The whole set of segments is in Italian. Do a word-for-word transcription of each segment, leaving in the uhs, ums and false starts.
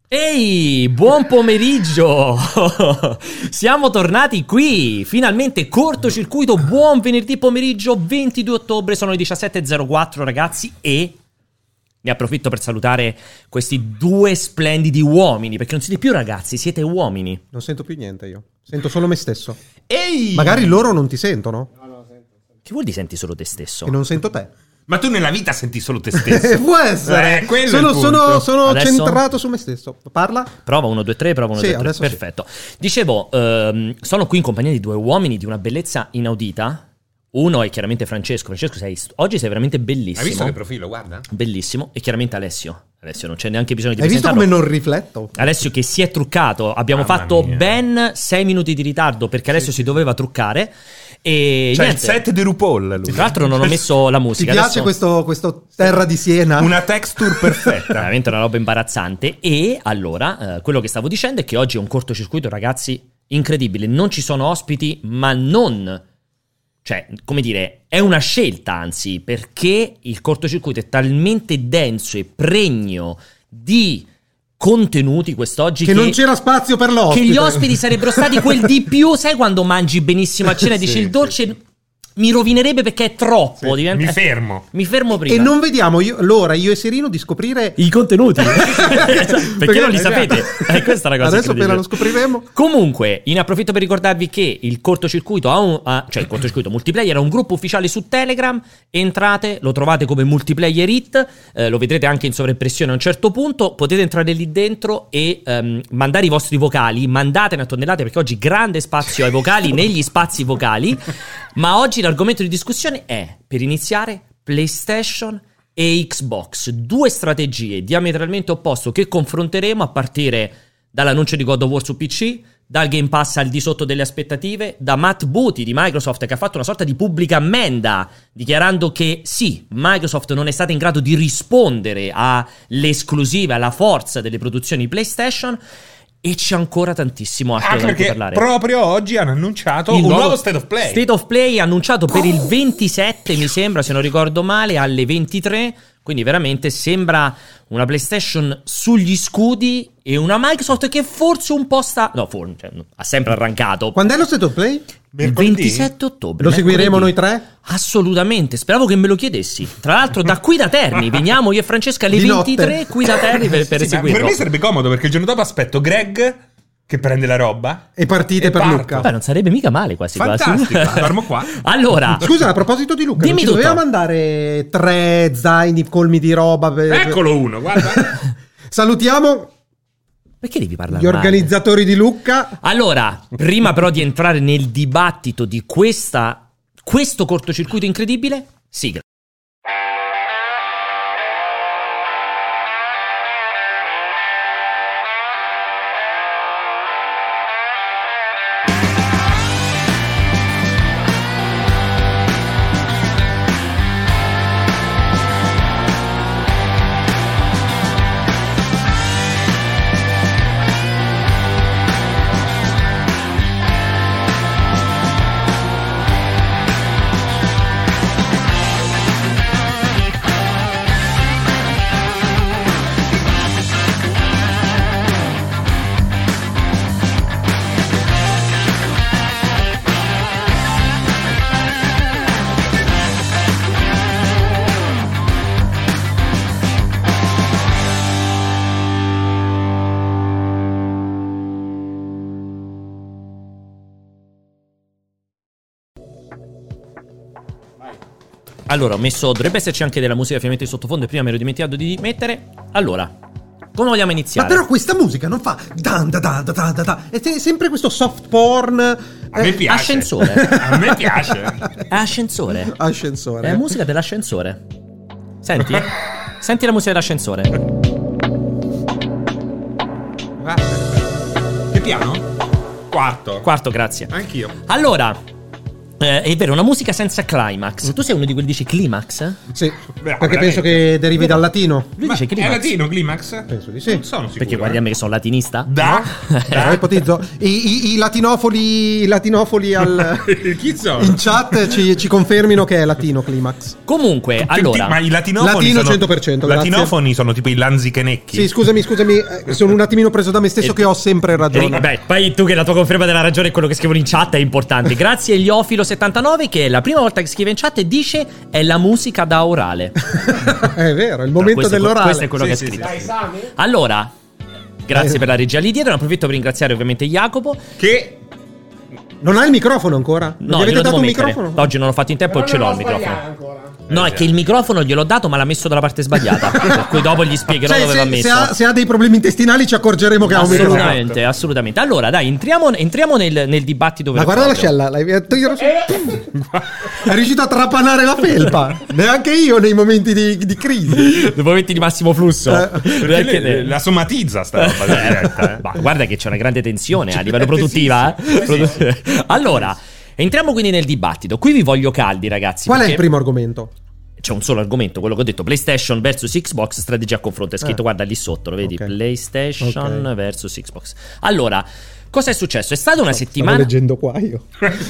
Ehi, buon pomeriggio! Siamo tornati qui, finalmente cortocircuito, buon venerdì pomeriggio, ventidue ottobre, sono le diciassette e zero quattro ragazzi e ne approfitto per salutare questi due splendidi uomini, perché non siete più ragazzi, siete uomini. Non sento più niente io, sento solo me stesso. Ehi! Magari loro non ti sentono? No, no, sento, sento. Che vuol dire senti solo te stesso? E non sento te. Ma tu nella vita senti solo te stesso. Può essere. Eh, quello sono è il sono, punto. sono Adesso? centrato su me stesso. Parla? Prova uno, due, tre, prova uno, Sì, due, tre. adesso sì. Perfetto. Dicevo, ehm, sono qui in compagnia di due uomini di una bellezza inaudita. Uno è chiaramente Francesco. Francesco, sei, oggi sei veramente bellissimo. Hai visto che profilo? Guarda. Bellissimo. E chiaramente Alessio. Alessio non c'è neanche bisogno di Hai visto presentarlo. come non rifletto? Alessio che si è truccato. Abbiamo Mamma fatto mia. ben sei minuti di ritardo perché Alessio si doveva truccare. E C'è niente. il set di RuPaul. Lui. Tra l'altro non ho messo la Ti musica. piace Adesso- questo, questo terra di Siena? Una texture perfetta. Veramente una roba imbarazzante. E allora, eh, quello che stavo dicendo è che oggi è un cortocircuito, ragazzi, incredibile. Non ci sono ospiti, ma non... Cioè, come dire, è una scelta, anzi, perché il cortocircuito è talmente denso e pregno di contenuti quest'oggi che, che, non c'era spazio per che l'ospite. gli ospiti sarebbero stati quel di più. Sai quando mangi benissimo a cena e dici Sì, il dolce sì. mi rovinerebbe perché è troppo. Sì, diventa- mi fermo. Mi fermo prima. E non vediamo io, l'ora, io e Serino, di scoprire I contenuti. Perché non li sapete? Eh, questa è una cosa Adesso appena incredibile. lo scopriremo. Comunque, ne approfitto per ricordarvi che il cortocircuito ha un, ha- cioè il cortocircuito multiplayer ha un gruppo ufficiale su Telegram. Entrate, lo trovate come Multiplayer It, eh, lo vedrete anche in sovraimpressione a un certo punto. Potete entrare lì dentro e ehm, mandare i vostri vocali. Mandatene a tonnellate perché oggi grande spazio ai vocali negli spazi vocali. Ma oggi l'argomento di discussione è, per iniziare, PlayStation e Xbox, due strategie diametralmente opposte che confronteremo a partire dall'annuncio di God of War su P C, dal Game Pass al di sotto delle aspettative, da Matt Booty di Microsoft che ha fatto una sorta di pubblica ammenda dichiarando che sì, Microsoft non è stata in grado di rispondere alle esclusive, alla forza delle produzioni PlayStation. E c'è ancora tantissimo altro Anche da cui perché parlare. proprio oggi hanno annunciato Il un nuovo State of Play. State of Play annunciato per il ventisette, mi sembra, se non ricordo male, alle ventitré. Quindi veramente sembra una PlayStation sugli scudi e una Microsoft che forse un po' sta... No, for- cioè, ha sempre arrancato. Quando è lo State of Play? Il Mercoledì? ventisette ottobre. Lo seguiremo noi mercoledì. tre? Assolutamente, speravo che me lo chiedessi. Tra l'altro da qui da Terni, veniamo io e Francesca alle Di notte. ventitré qui da Terni per, per Sì, ma eseguirlo. per me sarebbe comodo perché il giorno dopo aspetto Greg che prende la roba. E partite E per parto. Luca. Beh, non sarebbe mica male quasi Fantastico, quasi. dormo qua. Allora, Scusa, a proposito di Luca, Dimmi non ci tutto. doveva mandare tre zaini colmi di roba? per- Eccolo uno, guarda. Salutiamo perché devi parlare gli male? organizzatori di Lucca. Allora, prima però di entrare nel dibattito di questa, questo cortocircuito incredibile, sigla. Allora, ho messo, dovrebbe esserci anche della musica ovviamente di sottofondo e prima mi ero dimenticato di mettere. Allora, come vogliamo Ma iniziare? però questa musica non fa dan da da da da da da. È se- sempre questo soft porn. A me eh, piace. Ascensore. A me piace. È ascensore. Ascensore. È la musica dell'ascensore. Senti? Senti la musica dell'ascensore. Guarda. Che piano? Quarto. Quarto, grazie. Anch'io. Allora, Eh, è vero, una musica senza climax. Tu sei uno di quelli che dice climax? Sì, Beh, perché veramente. penso che derivi dal latino. Lui dice È climax. latino, climax? Penso di sì. Non sono sicuro. Perché guardiamo eh. che sono latinista? Da? Eh, ipotizzo. I, i, i latinofoli, i latinofoli al, Chi sono? in chat ci, ci confermino che è latino climax. Comunque, allora, Ma i latinofoni Latino sono, cento per cento, grazie. latinofoni sono tipo i lanzichenecchi. Sì, scusami, scusami, eh, sono un attimino preso da me stesso che ho sempre ragione. Beh, poi tu che la tua conferma della ragione è quello che scrivono in chat è importante. Grazie a Eliofilo settantanove che è la prima volta che scrive in chat e dice è la musica da orale. È vero, è il momento questo è- dell'orale. questo è quello Sì, che ha sì, scritto. sì. Allora, grazie Eh. per la regia lì dietro. Ne approfitto per ringraziare ovviamente Jacopo. Che Non ha il microfono ancora? Non No, gli avete glielo dato devo un mettere. microfono? Oggi non ho fatto in tempo e ce l'ho il microfono. No, è che il microfono gliel'ho dato, ma l'ha messo dalla parte sbagliata. Per cui dopo gli spiegherò Cioè, dove se, va se messo. ha, se ha dei problemi intestinali ci accorgeremo che ha un microfono. Assolutamente, assolutamente. Allora, dai, entriamo, entriamo nel, nel dibattito. Ma vero guarda e la proprio. scella, l'hai visto? Io- È riuscito a trapanare la felpa. Neanche io nei momenti di, di crisi. Nei momenti di massimo flusso. Eh. Neanche te. la somatizza sta roba da diretta, eh. Ma guarda che c'è una grande tensione a livello produttiva. eh. Produ- Allora, entriamo quindi nel dibattito. Qui vi voglio caldi, ragazzi. Qual è il perché primo argomento? C'è un solo argomento, quello che ho detto: PlayStation versus Xbox, strategia a confronto. È scritto, Eh. guarda lì sotto, lo vedi? Ok. PlayStation Ok. versus Xbox. Allora, cosa è successo? È stata una Stavo settimana. leggendo qua io.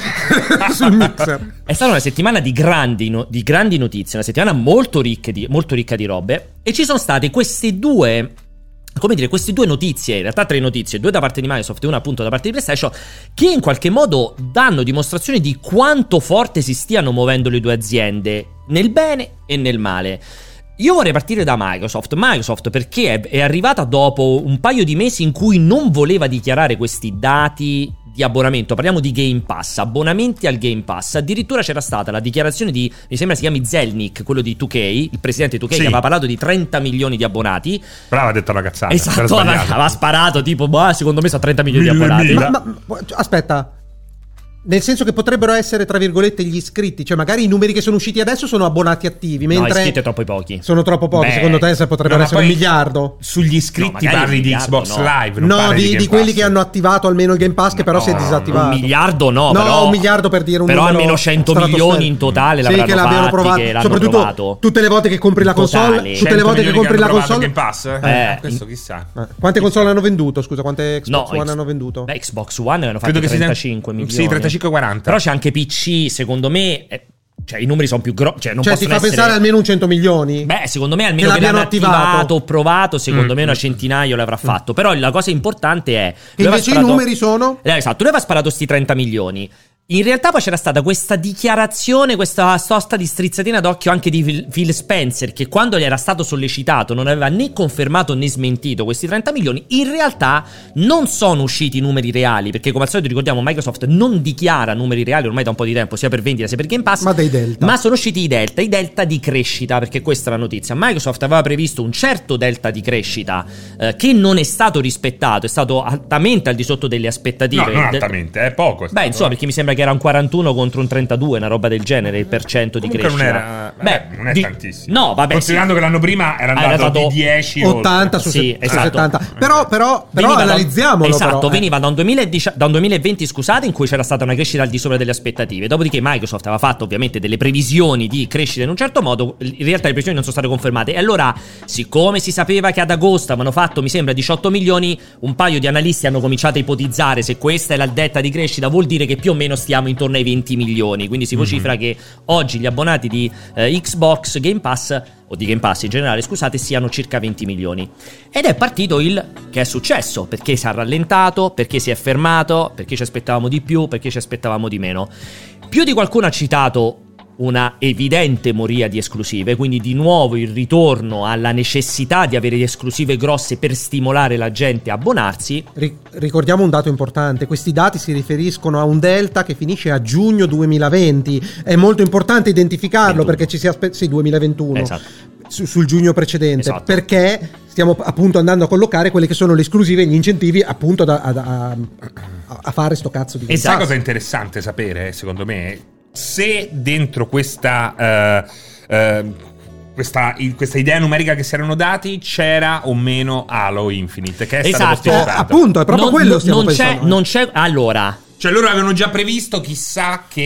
Sul mixer. È stata una settimana di grandi, no- di grandi notizie, una settimana molto ricca di, molto ricca di robe. E ci sono state queste due, come dire, queste due notizie, in realtà tre notizie, due da parte di Microsoft e una appunto da parte di PlayStation, che in qualche modo danno dimostrazione di quanto forte si stiano muovendo le due aziende, nel bene e nel male. Io vorrei partire da Microsoft. Microsoft perché è, è arrivata dopo un paio di mesi in cui non voleva dichiarare questi dati di abbonamento. Parliamo di Game Pass, abbonamenti al Game Pass. Addirittura c'era stata la dichiarazione di, mi sembra si chiami Zelnick, quello di due K, il presidente di due K, Sì. che aveva parlato di trenta milioni di abbonati. Brava, ha detto una cazzata. era Esatto, sbagliato. aveva, aveva sparato tipo, boh, secondo me sono trenta milioni di Mille abbonati. mila. Ma, ma- aspetta. Nel senso che potrebbero essere, tra virgolette, gli iscritti. Cioè, magari i numeri che sono usciti adesso sono abbonati attivi, No, mentre iscritti troppo pochi. sono troppo pochi. Beh, Secondo te se potrebbero no, ma essere un poi- miliardo? Sugli No, iscritti magari parli un di miliardo, Xbox no. Live, non No, parli di, di, Game di quelli Pass. che hanno attivato almeno il Game Pass, che però No, si è disattivato. Un miliardo no, No, però un miliardo per dire un però numero almeno cento stratosferico. milioni in totale Sì, l'avranno che l'abbiano fatti, provato. che l'hanno Soprattutto provato. tutte le volte che compri la In console, totale. tutte le volte che cento compri la milioni console. Game Pass? Eh, Eh, questo chissà. Eh, Quante console hanno venduto? Scusa, quante Xbox No, One X- hanno venduto? Beh, Xbox One avevano fatto Credo che sia- trentacinque milioni. Sì, trentacinque quaranta. Però c'è anche P C, secondo me, eh, cioè i numeri sono più grossi, cioè non Cioè, ti possono fa essere... pensare almeno un cento milioni? Beh, secondo me almeno Che che l'abbiano l'hanno attivato, attivato. o provato, secondo Mm, me una mm. centinaio l'avrà fatto. Però la cosa importante è... Che lui aveva invece i sparato- numeri sono? Eh, esatto, lui aveva sparato sti trenta milioni. In realtà poi c'era stata questa dichiarazione, questa sosta di strizzatina d'occhio anche di Phil- Phil Spencer, che quando gli era stato sollecitato non aveva né confermato né smentito questi trenta milioni. In realtà non sono usciti i numeri reali, perché come al solito ricordiamo Microsoft non dichiara numeri reali ormai da un po' di tempo, sia per vendita sia per Game Pass. Ma dei delta. Ma sono usciti i delta, i delta di crescita, perché questa è la notizia. Microsoft aveva previsto un certo delta di crescita eh, che non è stato rispettato, è stato altamente al di sotto delle aspettative. No, non De- altamente, è poco. è Beh, stato, insomma, eh. perché mi sembra che era un quarantuno contro un trentadue, una roba del genere, il percento di Comunque crescita. non era, vabbè, non è di- tantissimo. No, vabbè, Considerando sì. che l'anno prima era Ah, andato era stato di dieci ottanta su, Sì, se- su esatto. settanta. Però, però, però Veniva da- analizziamolo. esatto, però, eh. veniva da un, duemiladieci da un duemilaventi, scusate, in cui c'era stata una crescita al di sopra delle aspettative. Dopodiché Microsoft aveva fatto ovviamente delle previsioni di crescita in un certo modo. In realtà le previsioni non sono state confermate. E allora, siccome si sapeva che ad agosto avevano fatto, mi sembra, diciotto milioni, un paio di analisti hanno cominciato a ipotizzare se questa è la detta di crescita, vuol dire che più o meno stiamo intorno ai venti milioni. Quindi si vocifera Mhm. che oggi gli abbonati di eh, Xbox Game Pass, o di Game Pass in generale, scusate, siano circa venti milioni. Ed è partito il che è successo, perché si è rallentato, perché si è fermato, perché ci aspettavamo di più, perché ci aspettavamo di meno. Più di qualcuno ha citato una evidente moria di esclusive, quindi di nuovo il ritorno alla necessità di avere esclusive grosse per stimolare la gente a abbonarsi. Ri- ricordiamo un dato importante: questi dati si riferiscono a un delta che finisce a giugno duemilaventi. È molto importante identificarlo ventuno. perché ci si aspetta. Sì, duemilaventuno. Esatto. Su- sul giugno precedente. Esatto. Perché stiamo appunto andando a collocare quelle che sono le esclusive e gli incentivi appunto da- a, a- a- a fare sto cazzo di Game Esatto. Sai Pass. cosa è interessante sapere, secondo me? Se dentro questa, eh, eh, questa, i- questa idea numerica che si erano dati c'era o meno Halo Infinite, che è Esatto. stato Eh, posticipato. appunto, è proprio non, quello non- stiamo non c'è, pensando. non c'è. Allora, Cioè loro avevano già previsto, chissà che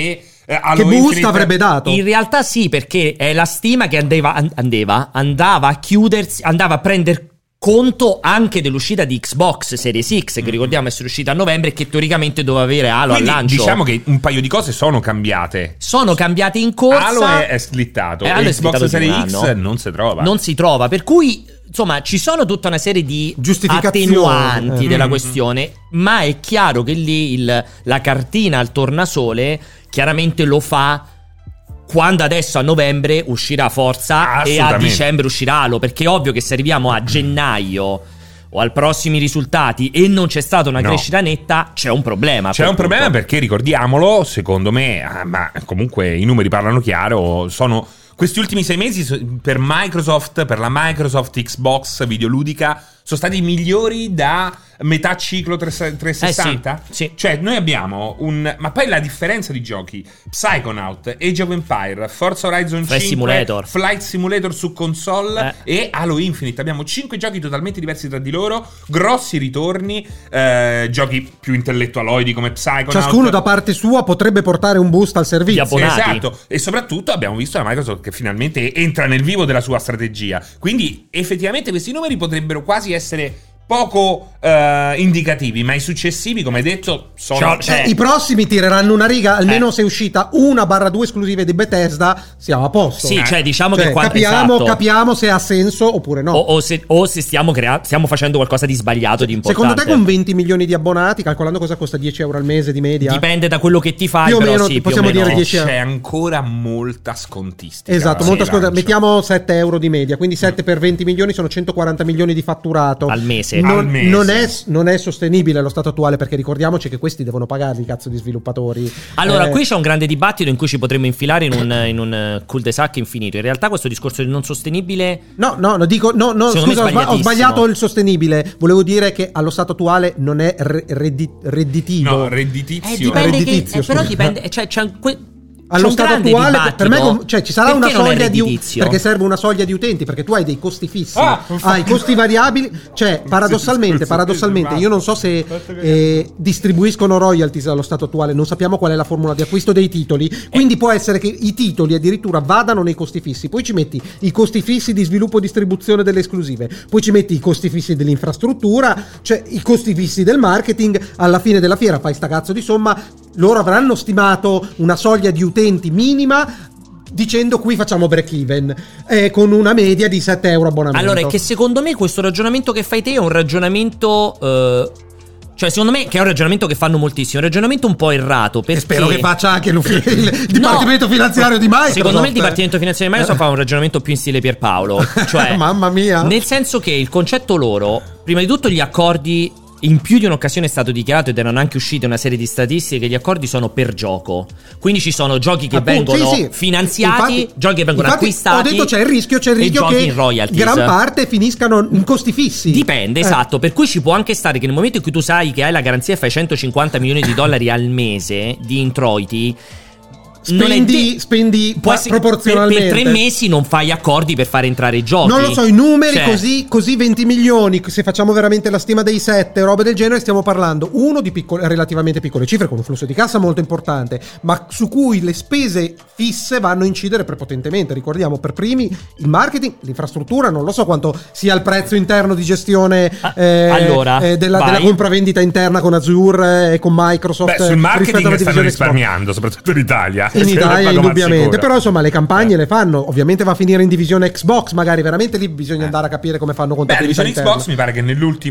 eh, Che Halo boost Infinite- avrebbe dato? In realtà sì, perché è la stima che andava, andava, andava a chiudersi, andava a prendere conto anche dell'uscita di Xbox Series X, che ricordiamo essere uscita a novembre e che teoricamente doveva avere Halo Quindi al lancio. diciamo che un paio di cose sono cambiate. Sono cambiate in corsa. Halo è, è slittato, Eh, Halo è Xbox slittato di un Series X anno. non si trova. Non si trova, per cui insomma ci sono tutta una serie di Giustificazioni. attenuanti Eh. della Mm. questione, ma è chiaro che lì il- la cartina al tornasole chiaramente lo fa quando adesso a novembre uscirà Forza e a Assolutamente. dicembre uscirà Halo, perché è ovvio che se arriviamo a gennaio o ai prossimi risultati e non c'è stata una No. crescita netta, c'è un problema. a C'è quel un problema punto. perché, ricordiamolo, secondo me, ah, ma comunque i numeri parlano chiaro, sono questi ultimi sei mesi so- per Microsoft, per la Microsoft Xbox videoludica, sono stati i migliori da metà ciclo trecentosessanta? Eh sì, sì. Cioè noi abbiamo un... Ma poi la differenza di giochi: Psychonaut, Age of Empire, Forza Horizon Flight cinque, Simulator. Flight Simulator su console Eh. e Halo Infinite. Abbiamo cinque giochi totalmente diversi tra di loro, grossi ritorni, eh, giochi più intellettualoidi come Psychonaut. Ciascuno da parte sua potrebbe portare un boost al servizio. Gli abbonati. Esatto, e soprattutto abbiamo visto la Microsoft che finalmente entra nel vivo della sua strategia. Quindi effettivamente questi numeri potrebbero quasi essere poco eh, indicativi, ma i successivi, come hai detto, sono... Cioè, cioè- Eh, I prossimi tireranno una riga, almeno Eh. se è uscita una barra due esclusive di Bethesda, siamo a posto. Sì, Eh. cioè diciamo Cioè, che qua, capiamo, esatto. capiamo se ha senso oppure no. O, o se, o se stiamo, crea- stiamo facendo qualcosa di sbagliato, di importante. Secondo te con venti milioni di abbonati, calcolando cosa costa dieci euro al mese di media? Dipende da quello che ti fai, Più o però meno, sì, più o possiamo meno. dire dieci C'è ancora molta scontistica. Esatto, al molta rilancio. scusa, mettiamo sette euro di media, quindi sette per venti milioni sono centoquaranta milioni di fatturato. Al mese. Non, Al mese. non è, non è sostenibile allo stato attuale, perché ricordiamoci che questi devono pagarli, cazzo di sviluppatori. Allora, Eh, qui c'è un grande dibattito in cui ci potremmo infilare in un, in un eh, cul-de-sac infinito. In realtà questo discorso di non sostenibile... No, no, no, dico, no, no, Secondo me scusa, ho, sba- ho sbagliatissimo. sbagliato il sostenibile. Volevo dire che allo stato attuale non è re- reddi- redditivo. No, Eh, redditizio. dipende che, redditizio, eh, però scusa. dipende... Cioè, c'è un que- c'è Allo un stato grande attuale, dibattito. per me, com- cioè, ci sarà una Perché non è soglia di redditizio? perché serve una soglia di utenti, perché tu hai dei costi fissi, Ah, hai costi variabili. Cioè, paradossalmente, discorso paradossalmente, peso, io non so se eh, distribuiscono royalties allo stato attuale, non sappiamo qual è la formula di acquisto dei titoli. Quindi può essere che i titoli addirittura vadano nei costi fissi. Poi ci metti i costi fissi di sviluppo e distribuzione delle esclusive, poi ci metti i costi fissi dell'infrastruttura, cioè i costi fissi del marketing. Alla fine della fiera fai sta cazzo di somma. Loro avranno stimato una soglia di utenti minima, dicendo qui facciamo break even, eh, con una media di sette euro abbonamento. Allora, è che secondo me questo ragionamento che fai te è un ragionamento... eh, cioè, secondo me che è un ragionamento che fanno moltissimo, è un ragionamento un po' errato, perché... E spero che faccia anche l'ufficio- il dipartimento finanziario di Microsoft. Secondo me il dipartimento finanziario di Microsoft fa un ragionamento più in stile Pierpaolo. Cioè, Mamma mia. nel senso che il concetto loro, prima di tutto gli accordi, in più di un'occasione è stato dichiarato ed erano anche uscite una serie di statistiche che gli accordi sono per gioco. Quindi ci sono giochi che Appunto, vengono sì, sì. finanziati, Infatti- giochi che vengono infatti acquistati. Ho detto c'è il rischio, c'è il e rischio giochi che in royalties. gran parte finiscano in costi fissi. Dipende, Eh. esatto. Per cui ci può anche stare che nel momento in cui tu sai che hai la garanzia e fai centocinquanta milioni di dollari al mese di introiti, non è Spendi, de- spendi può pa- essere- proporzionalmente. Per, per tre mesi non fai accordi per fare entrare i giochi. Non lo so, i numeri Cioè, così, così venti milioni, se facciamo veramente la stima dei sette, robe del genere, stiamo parlando uno di piccole, relativamente piccole cifre con un flusso di cassa molto importante, ma su cui le spese fisse vanno a incidere prepotentemente. Ricordiamo per primi il marketing, l'infrastruttura, non lo so quanto sia il prezzo interno di gestione Ah, eh, allora, eh, della, vai. della compravendita interna con Azure e con Microsoft. Beh, sul rispetto marketing alla stanno divisione Xbox. risparmiando, soprattutto in Italia. In Se lo Italia fanno indubbiamente, sicuro. però insomma le campagne Eh. le fanno, ovviamente va a finire in divisione Xbox, magari veramente lì bisogna andare a capire come fanno Beh, la contabilità divisione interna. Xbox mi pare che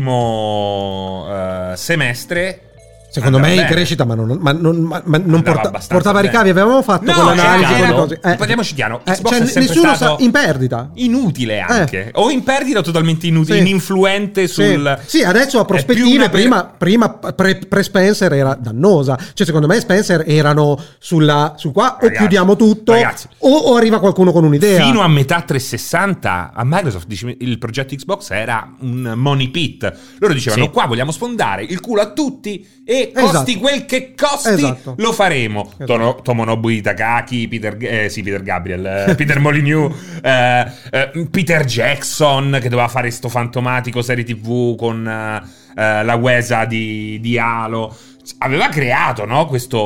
nell'ultimo eh, semestre Secondo me è in andava bene. crescita, ma non, ma non, ma- ma non Andava porta- abbastanza portava bene. ricavi. Avevamo fatto No, quell'analisi, era- quelle cose. parliamoci chiaro, Eh, Xbox cioè, è sempre nessuno stato sa, in perdita. inutile anche, Eh. o in perdita o totalmente inutile, Sì. ininfluente Sì. sul... Sì, adesso a È più prospettive, una per- prima, prima pre, pre Spencer era dannosa. Cioè, secondo me Spencer erano sulla, su qua Ragazzi, o chiudiamo tutto ragazzi. o, o arriva qualcuno con un'idea. Fino a metà trecentosessanta a Microsoft dice- il progetto Xbox era un money pit. Loro dicevano Sì. qua vogliamo sfondare il culo a tutti e costi Esatto. quel che costi Esatto. lo faremo. Esatto. Tono- Tomonobu Takaki, Peter, eh, sì, Peter Gabriel, eh, Peter Molyneux, eh, eh, Peter Jackson che doveva fare sto fantomatico serie tv con eh, eh, la Wesa di, di Halo. Aveva creato, no, questo...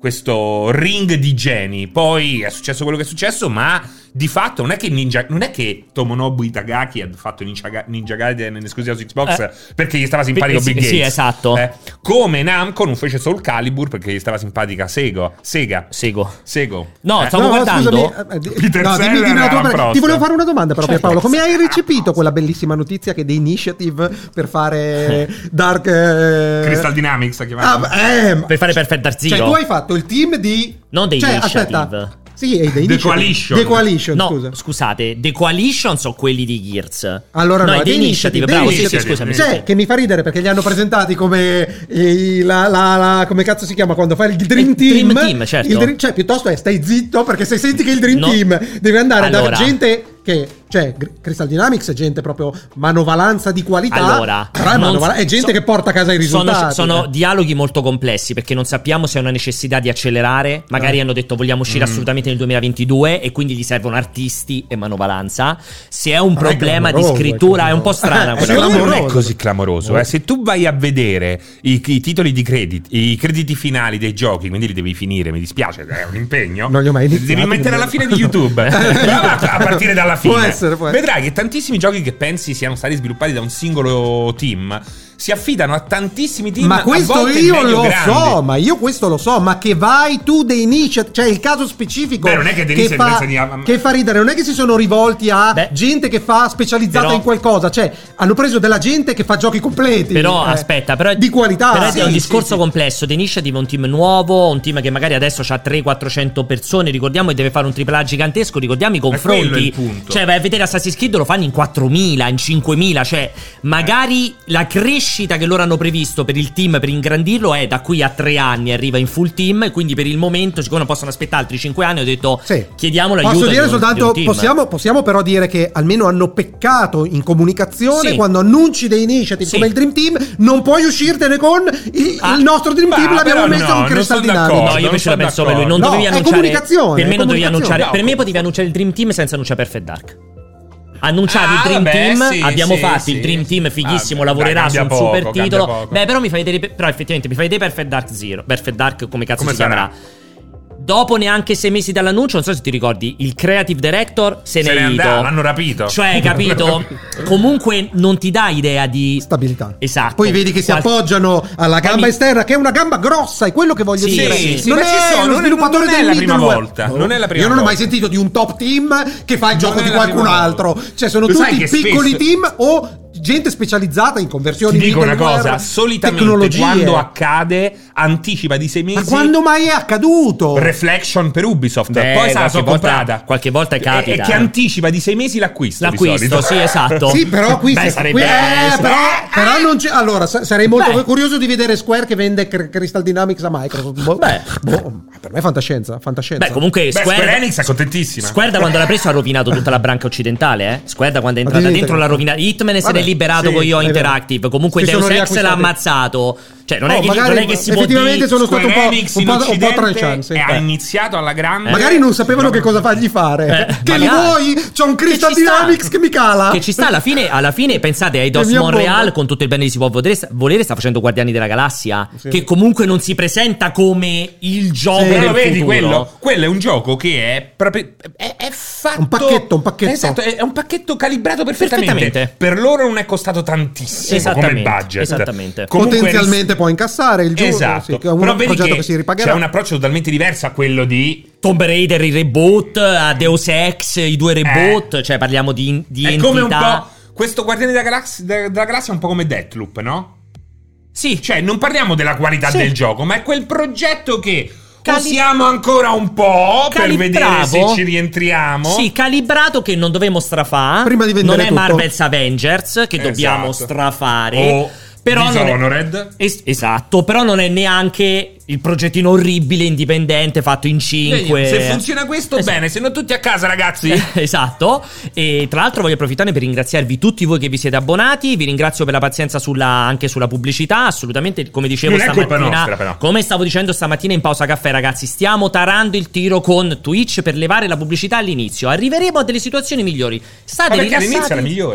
questo ring di geni. Poi è successo quello che è successo, ma di fatto non è che Ninja, non è che Tomonobu Itagaki ha fatto Ninja, Ninja Gaiden in esclusiva su Xbox eh, perché gli stava simpatico sì, Bill Gates. Sì, esatto. Eh, come Namco non fece Soul Calibur perché gli stava simpatica Sego. Sega. Sego. Sego. No, eh. stavo no, guardando. Scusami, eh, Peter no, dimmi, Seller dimmi la tua era pre- un ti volevo prost. fare una domanda però, Certo. Pierpaolo. Come hai recepito quella bellissima notizia che The Initiative per fare Dark eh... Crystal Dynamics ha chiamato. Ah, eh, Per fare Perfect Dark Zero. cioè tu hai fatto il team di Non The cioè, Initiative. aspetta. Sì, è The, The Coalition. The Coalition, No, scusa. scusate, The Coalition sono quelli di Gears. Allora no, no, è The Initiative, bravo, sì, sì, Initiative. scusami. Cioè, sì. che mi fa ridere perché li hanno presentati come eh, la, la, la- come cazzo si chiama quando fai il Dream Il Team. Dream Team, certo. Il Dream- cioè, piuttosto è stai zitto perché se senti che il Dream No. Team deve andare Allora. da gente che, cioè, Gr- Crystal Dynamics è gente proprio manovalanza di qualità. Allora, però è, non- manovala- è gente so- che porta a casa i sono, risultati. sono eh. dialoghi molto complessi perché non sappiamo se è una necessità di accelerare. Magari Eh. hanno detto vogliamo uscire assolutamente nel duemilaventidue e quindi gli servono artisti e manovalanza. Se è un Non è problema di clamoroso, scrittura, è è un po' strana È quella Secondo me non è clamoroso. così clamoroso. Eh. Se tu vai a vedere i, i titoli di credit, i crediti finali dei giochi, quindi li devi finire, mi dispiace, è un impegno. Non li ho mai iniziati, Devi mettere alla quindi- fine di YouTube. Prova a partire dalla fine. Può essere, può essere. Vedrai che tantissimi giochi che pensi siano stati sviluppati da un singolo team si affidano a tantissimi team. Ma a questo volte io medio lo grandi. so, ma io questo lo so, ma che vai tu The Initiative, cioè il caso specifico Beh, non è che The Initiative fa, pensa di- che fa ridere, non è che si sono rivolti a Beh, gente che fa specializzata però- in qualcosa, cioè hanno preso della gente che fa giochi completi. Però eh, aspetta, però è, di qualità. però è Sì, un sì, discorso sì. complesso. The Initiative è un team nuovo, un team che magari adesso ha trecento quattrocento persone. Ricordiamo che deve fare un tripla A gigantesco. Ricordiamo i quello è confronti. il punto. Cioè, vai a vedere Assassin's Creed, lo fanno in quattromila, in cinquemila. Cioè, magari la crescita che loro hanno previsto per il team per ingrandirlo è da qui a tre anni. Arriva in full team. Quindi per il momento, siccome non possono aspettare altri cinque anni, ho detto Sì. chiediamo l'aiuto. Posso dire di un- soltanto, di un team. possiamo, possiamo però dire che almeno hanno peccato in comunicazione Sì. quando annunci dei Initiative Sì. come il Dream Team, non puoi uscirtene con il, Ah, il nostro Dream ma Team l'abbiamo però messo no, con non Crystal sono Dynamics. d'accordo. No, io non invece la sono penso per lui. Non d'accordo. dovevi No, è annunciare. comunicazione, Per me è non dovevi comunicazione. annunciare. No, Per me potevi annunciare il Dream Team senza annunciare Perfect Dark. Annunciavi Ah, il Dream vabbè, Team, sì, abbiamo sì, fatto sì. il Dream Team fighissimo, Ah, lavorerà dai, su un cambia super poco, cambia titolo. poco. Beh, però mi fai vedere, però effettivamente mi fai vedere Perfect Dark Zero, Perfect Dark come cazzo Come si sarà? chiamerà. Dopo neanche sei mesi dall'annuncio, non so se ti ricordi, il creative director se, Se n'è ne ido. andava, l'hanno rapito. Cioè, capito? Comunque non ti dà idea di Stabilità. Esatto. Poi vedi che si Qual- appoggiano alla Poi gamba mi- esterna, che è una gamba grossa, è quello che voglio Sì, dire. sì, sì, non ma è ci sono, lo non è- sviluppatore non è del la prima middleware. volta, non è la prima Io non ho mai volta. sentito di un top team che fa il gioco Non di è la qualcun prima altro. volta. Cioè, sono Lo sai tutti che piccoli spesso- team o gente specializzata in conversioni Ti dico una middleware, cosa, solitamente tecnologie. quando accade anticipa di sei mesi. Ma quando mai è accaduto? Reflection per Ubisoft, Beh, poi se la qualche so volta- comprata. qualche volta E- capita. E che anticipa di sei mesi l'acquisto. di L'acquisto, solito. sì, esatto. Sì, però qui, Beh, se- sarebbe qui- eh, eh, però, però non c'è. Allora, sa- sarei molto Beh. curioso di vedere Square che vende Cr- Crystal Dynamics a Microsoft. Boh, Beh. boh, per me è fantascienza, fantascienza. Beh, comunque Beh, Square, Square Enix è contentissima. Square da quando l'ha preso ha rovinato tutta la branca occidentale, eh. Square da quando è entrata Addirittura. dentro l'ha rovinato. Hitman se Vabbè, n'è liberato sì, con Io è vero. Interactive. Comunque Si Deus sono Ex l'ha riacquistati. ammazzato. Cioè, non, Oh, è, che, magari non è che si può effettivamente dire. sono stato un Square po', Enix un in po', un po' Occidente tranciante, sì. ha iniziato alla grande. Magari non sapevano che cosa fargli fare. Eh, che li magari. vuoi? C'ho un Crystal Che ci sta. Dynamics che mi cala. Che ci sta alla fine, alla fine pensate ai Dos mi Montreal abbonda. con tutto il bene che si può volere, volere sta facendo Guardiani della Galassia, Sì. che comunque non si presenta come il gioco Sì. del Però lo vedi futuro. quello? Quello è un gioco che è proprio è, è fatto Un pacchetto, un pacchetto. Esatto, è un pacchetto calibrato perfettamente. Perfettamente. Per loro non è costato tantissimo come Esattamente, budget. esattamente. Comunque Potenzialmente può incassare il gioco. Esatto. Sì, che è un Però vedi progetto che, che si ripagherà. c'è un approccio totalmente diverso a quello di Tomb Raider, il reboot, a Deus Ex, i due reboot, cioè parliamo di, di è entità. come un po' questo Guardiani della Galassia, della Galassia è un po' come Deathloop, no? Sì, Cioè, non parliamo della qualità Sì. del gioco, ma è quel progetto che Cali- usiamo ancora un po' per vedere se Calibravo. ci rientriamo. Sì, calibrato che non dovremmo strafare. Prima di vendere non è tutto. Marvel's Avengers che Esatto. dobbiamo strafare. O però non è, Dishonored. es- esatto, però non è neanche il progettino orribile indipendente fatto in cinque. Se funziona questo, Esatto. bene. Se no, tutti a casa, ragazzi. Esatto. E tra l'altro voglio approfittare per ringraziarvi tutti voi che vi siete abbonati. Vi ringrazio per la pazienza sulla, anche sulla pubblicità. Assolutamente, come dicevo Non è colpa stamattina, nostra, però. come stavo dicendo stamattina in pausa caffè, ragazzi, stiamo tarando il tiro con Twitch per levare la pubblicità all'inizio. Arriveremo a delle situazioni migliori. State Ma perché rilassati. all'inizio è la migliore.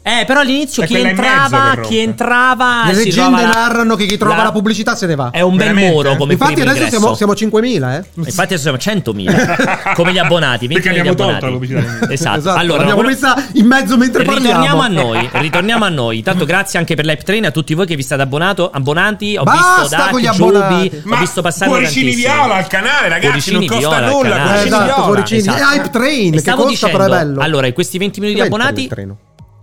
Eh, però all'inizio È chi quella in mezzo entrava, che rompe. chi entrava Le si leggende trovava la- narrano che chi trova la- la pubblicità se ne va. È un bel Veramente? muro come Infatti primo adesso ingresso. siamo, siamo a cinquemila, eh. Infatti adesso siamo a centomila come gli abbonati, Perché venti milioni di abbiamo tolto la abbonati. pubblicità. Esatto. Allora, l'abbiamo quello- messa in mezzo mentre ritorniamo parliamo. a noi, ritorniamo a noi. Intanto grazie anche per l'Hype Train a tutti voi che vi state abbonato, abbonati. Ho Basta visto con gli Dati, abbonati. Giubi, Ma ho visto passare Cuoricini tantissimi. Viola al canale, ragazzi, Cuoricini non costa Viola al nulla. canale. Eh, Cuoricini esatto, Viola. Cuoricini. Esatto. E Hype Train, E che stavo costa dicendo, però è bello. allora, in questi venti minuti di Dov'è il abbonati treno?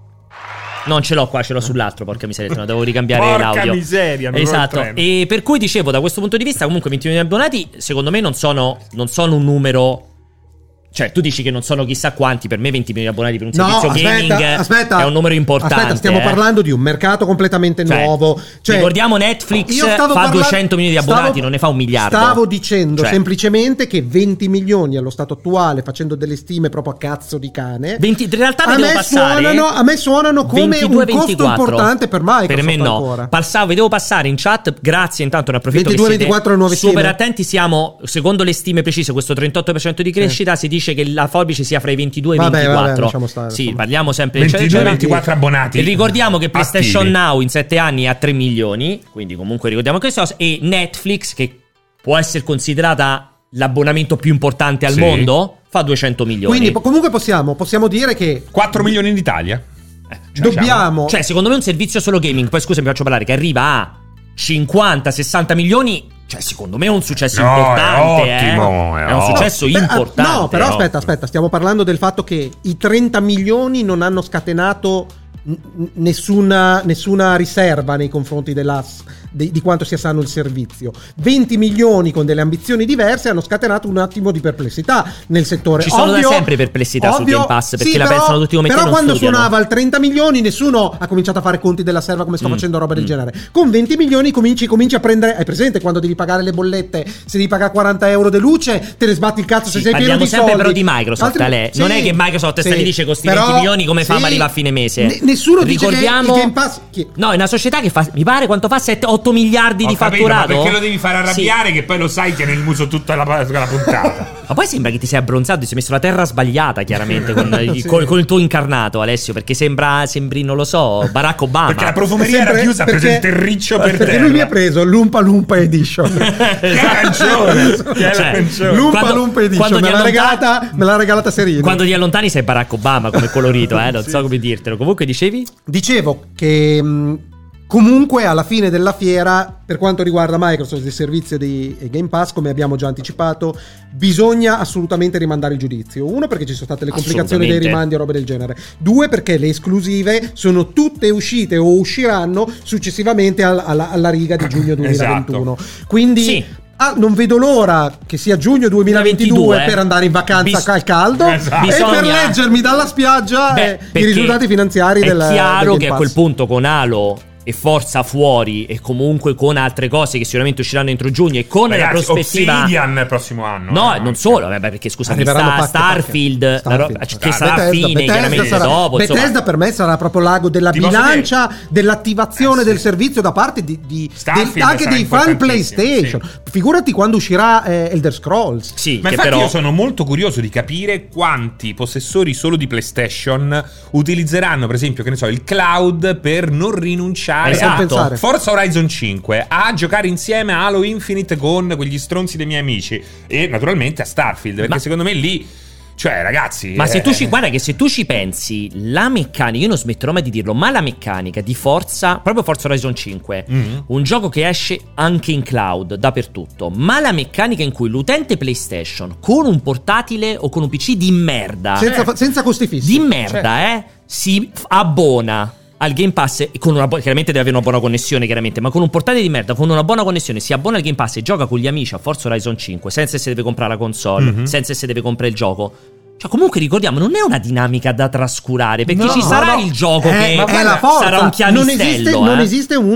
non ce l'ho qua, ce l'ho sull'altro, porca miseria, no, devo ricambiare Porca l'audio. miseria, non ho il esatto. treno. E per cui dicevo, da questo punto di vista, comunque venti milioni di abbonati, secondo me non sono, non sono un numero. Cioè, tu dici che non sono chissà quanti, per me venti milioni di abbonati per un No, servizio aspetta, gaming aspetta, è un numero importante. Aspetta, stiamo eh. parlando di un mercato completamente Cioè, nuovo. Cioè, ricordiamo Netflix io fa stavo parla- duecento milioni di abbonati, stavo- non ne fa un miliardo. Stavo dicendo Cioè, semplicemente che venti milioni allo stato attuale, facendo delle stime proprio a cazzo di cane, venti in realtà a vedevo me, passare suonano, a me suonano come ventidue, un costo ventiquattro. importante per Microsoft Per me no. ancora. Passavo, vedevo passare in chat, grazie intanto, ne approfitto ventidue, che siete ventiquattro nuove super stime. attenti, siamo, secondo le stime precise, questo trentotto per cento di crescita, si dice che la forbice sia fra i ventidue e i Vabbè, ventiquattro. vabbè, lasciamo stare, sì, insomma. parliamo sempre ventidue eccetera. ventiquattro abbonati. E ricordiamo che PlayStation attivi. Now in sette anni ha tre milioni, quindi comunque ricordiamo questo, e Netflix, che può essere considerata l'abbonamento più importante al Sì. mondo, fa duecento milioni. Quindi po- comunque possiamo, possiamo dire che quattro milioni in Italia. Eh, Cioè, dobbiamo Cioè, secondo me un servizio solo gaming, poi scusa mi faccio parlare, che arriva a cinquanta sessanta milioni, cioè secondo me è un successo No, è importante, ottimo, eh. è È un ottimo. successo Beh, ah, importante. No, però oh. aspetta, aspetta, stiamo parlando del fatto che i trenta milioni non hanno scatenato n- nessuna, nessuna riserva nei confronti della, di, di quanto sia sano il servizio. venti milioni con delle ambizioni diverse hanno scatenato un attimo di perplessità nel settore. Ci sono da Ovvio- sempre perplessità sul ovvio- Game Pass, perché sì, la però- pensano tutti come te e Però non quando studiano. suonava al trenta milioni nessuno ha cominciato a fare conti della serva come sto Mm, facendo roba del mm. genere. Con venti milioni cominci, cominci a prendere. Hai presente quando devi pagare le bollette? Se devi pagare quaranta euro di luce, te ne sbatti il cazzo Sì, se sei pieno parliamo di sempre soldi. però di Microsoft, Altri- Ale. Non è che Microsoft sta lì dice con sti venti milioni come fa a arrivare a fine mese. Ne- nessuno dice che Ricordiamo il Game Pass. chi- No, è una società che fa, mi pare quanto fa sette otto miliardi Ho di capito, fatturato. ma perché lo devi fare arrabbiare che poi lo sai tiene il muso tutta la, la puntata. Ma poi sembra che ti sei abbronzato, ti sei messo la terra sbagliata, chiaramente, con, il, Sì. con- con il tuo incarnato, Alessio, perché sembra, sembri, non lo so, Barack Obama. Perché la profumeria Sempre- era chiusa, ha preso il perché- terriccio per perché terra. lui mi ha preso l'Umpa Lumpa Edition. Che arancione, che Cioè, arancione. L'Umpa Quando- Lumpa Edition quando me ti l'ha, allontani- regalata, me l'ha regalata Serino. Quando ti allontani sei Barack Obama come colorito, eh? Non so come dirtelo. Comunque dicevi? Dicevo che mh, comunque alla fine della fiera, per quanto riguarda Microsoft, il servizio di Game Pass, come abbiamo già anticipato, bisogna assolutamente rimandare il giudizio. Uno, perché ci sono state le complicazioni dei Assolutamente. rimandi e robe del genere. Due, perché le esclusive sono tutte uscite o usciranno successivamente al- alla, alla riga di giugno duemilaventuno. Quindi Sì. ah, non vedo l'ora che sia giugno duemilaventidue duemilaventidue, per andare in vacanza bis- al caldo Esatto. e per Bisogna- leggermi dalla spiaggia Beh, eh, perché i risultati finanziari è del del chiaro Game che a Pass. quel punto con Halo e Forza fuori e comunque con altre cose che sicuramente usciranno entro giugno e con la Ragazzi, prospettiva Obsidian il prossimo anno. No, eh, non solo, vabbè, perché scusami, Arriveranno sta pacche, Starfield, pacche. la ro- Starfield. che Ah, sarà a Bethesda, fine, Bethesda chiaramente sarà- dopo. Bethesda insomma. per me sarà proprio l'ago della Ti posso bilancia dell'attivazione Eh, sì. del servizio da parte di, di- Starfield del- anche sarà dei fan importantissimo, PlayStation. Figurati quando uscirà eh, Elder Scrolls. Sì, Ma che infatti però io sono molto curioso di capire quanti possessori solo di PlayStation utilizzeranno, per esempio, che ne so, il cloud per non rinunciare Esatto. a Compensare. Forza Horizon cinque, a giocare insieme a Halo Infinite con quegli stronzi dei miei amici e naturalmente a Starfield, perché Ma- secondo me lì, cioè ragazzi, Ma se eh, tu ci guarda che se tu ci pensi, la meccanica, io non smetterò mai di dirlo, ma la meccanica di Forza, proprio Forza Horizon cinque, Mm. un gioco che esce anche in cloud dappertutto, ma la meccanica in cui l'utente PlayStation con un portatile o con un P C di merda, Senza, Eh. fa- senza costi fissi. di merda, eh, si f- abbona al Game Pass e con una bu- chiaramente deve avere una buona connessione, chiaramente, ma con un portatile di merda, con una buona connessione, si abbona al Game Pass e gioca con gli amici a Forza Horizon cinque senza se deve comprare la console, Mhm. senza se deve comprare il gioco. Cioè, comunque ricordiamo, non è una dinamica da trascurare, perché No, ci sarà no, il gioco è, che è la forza. sarà un non chiavistello. esiste, eh. non esiste un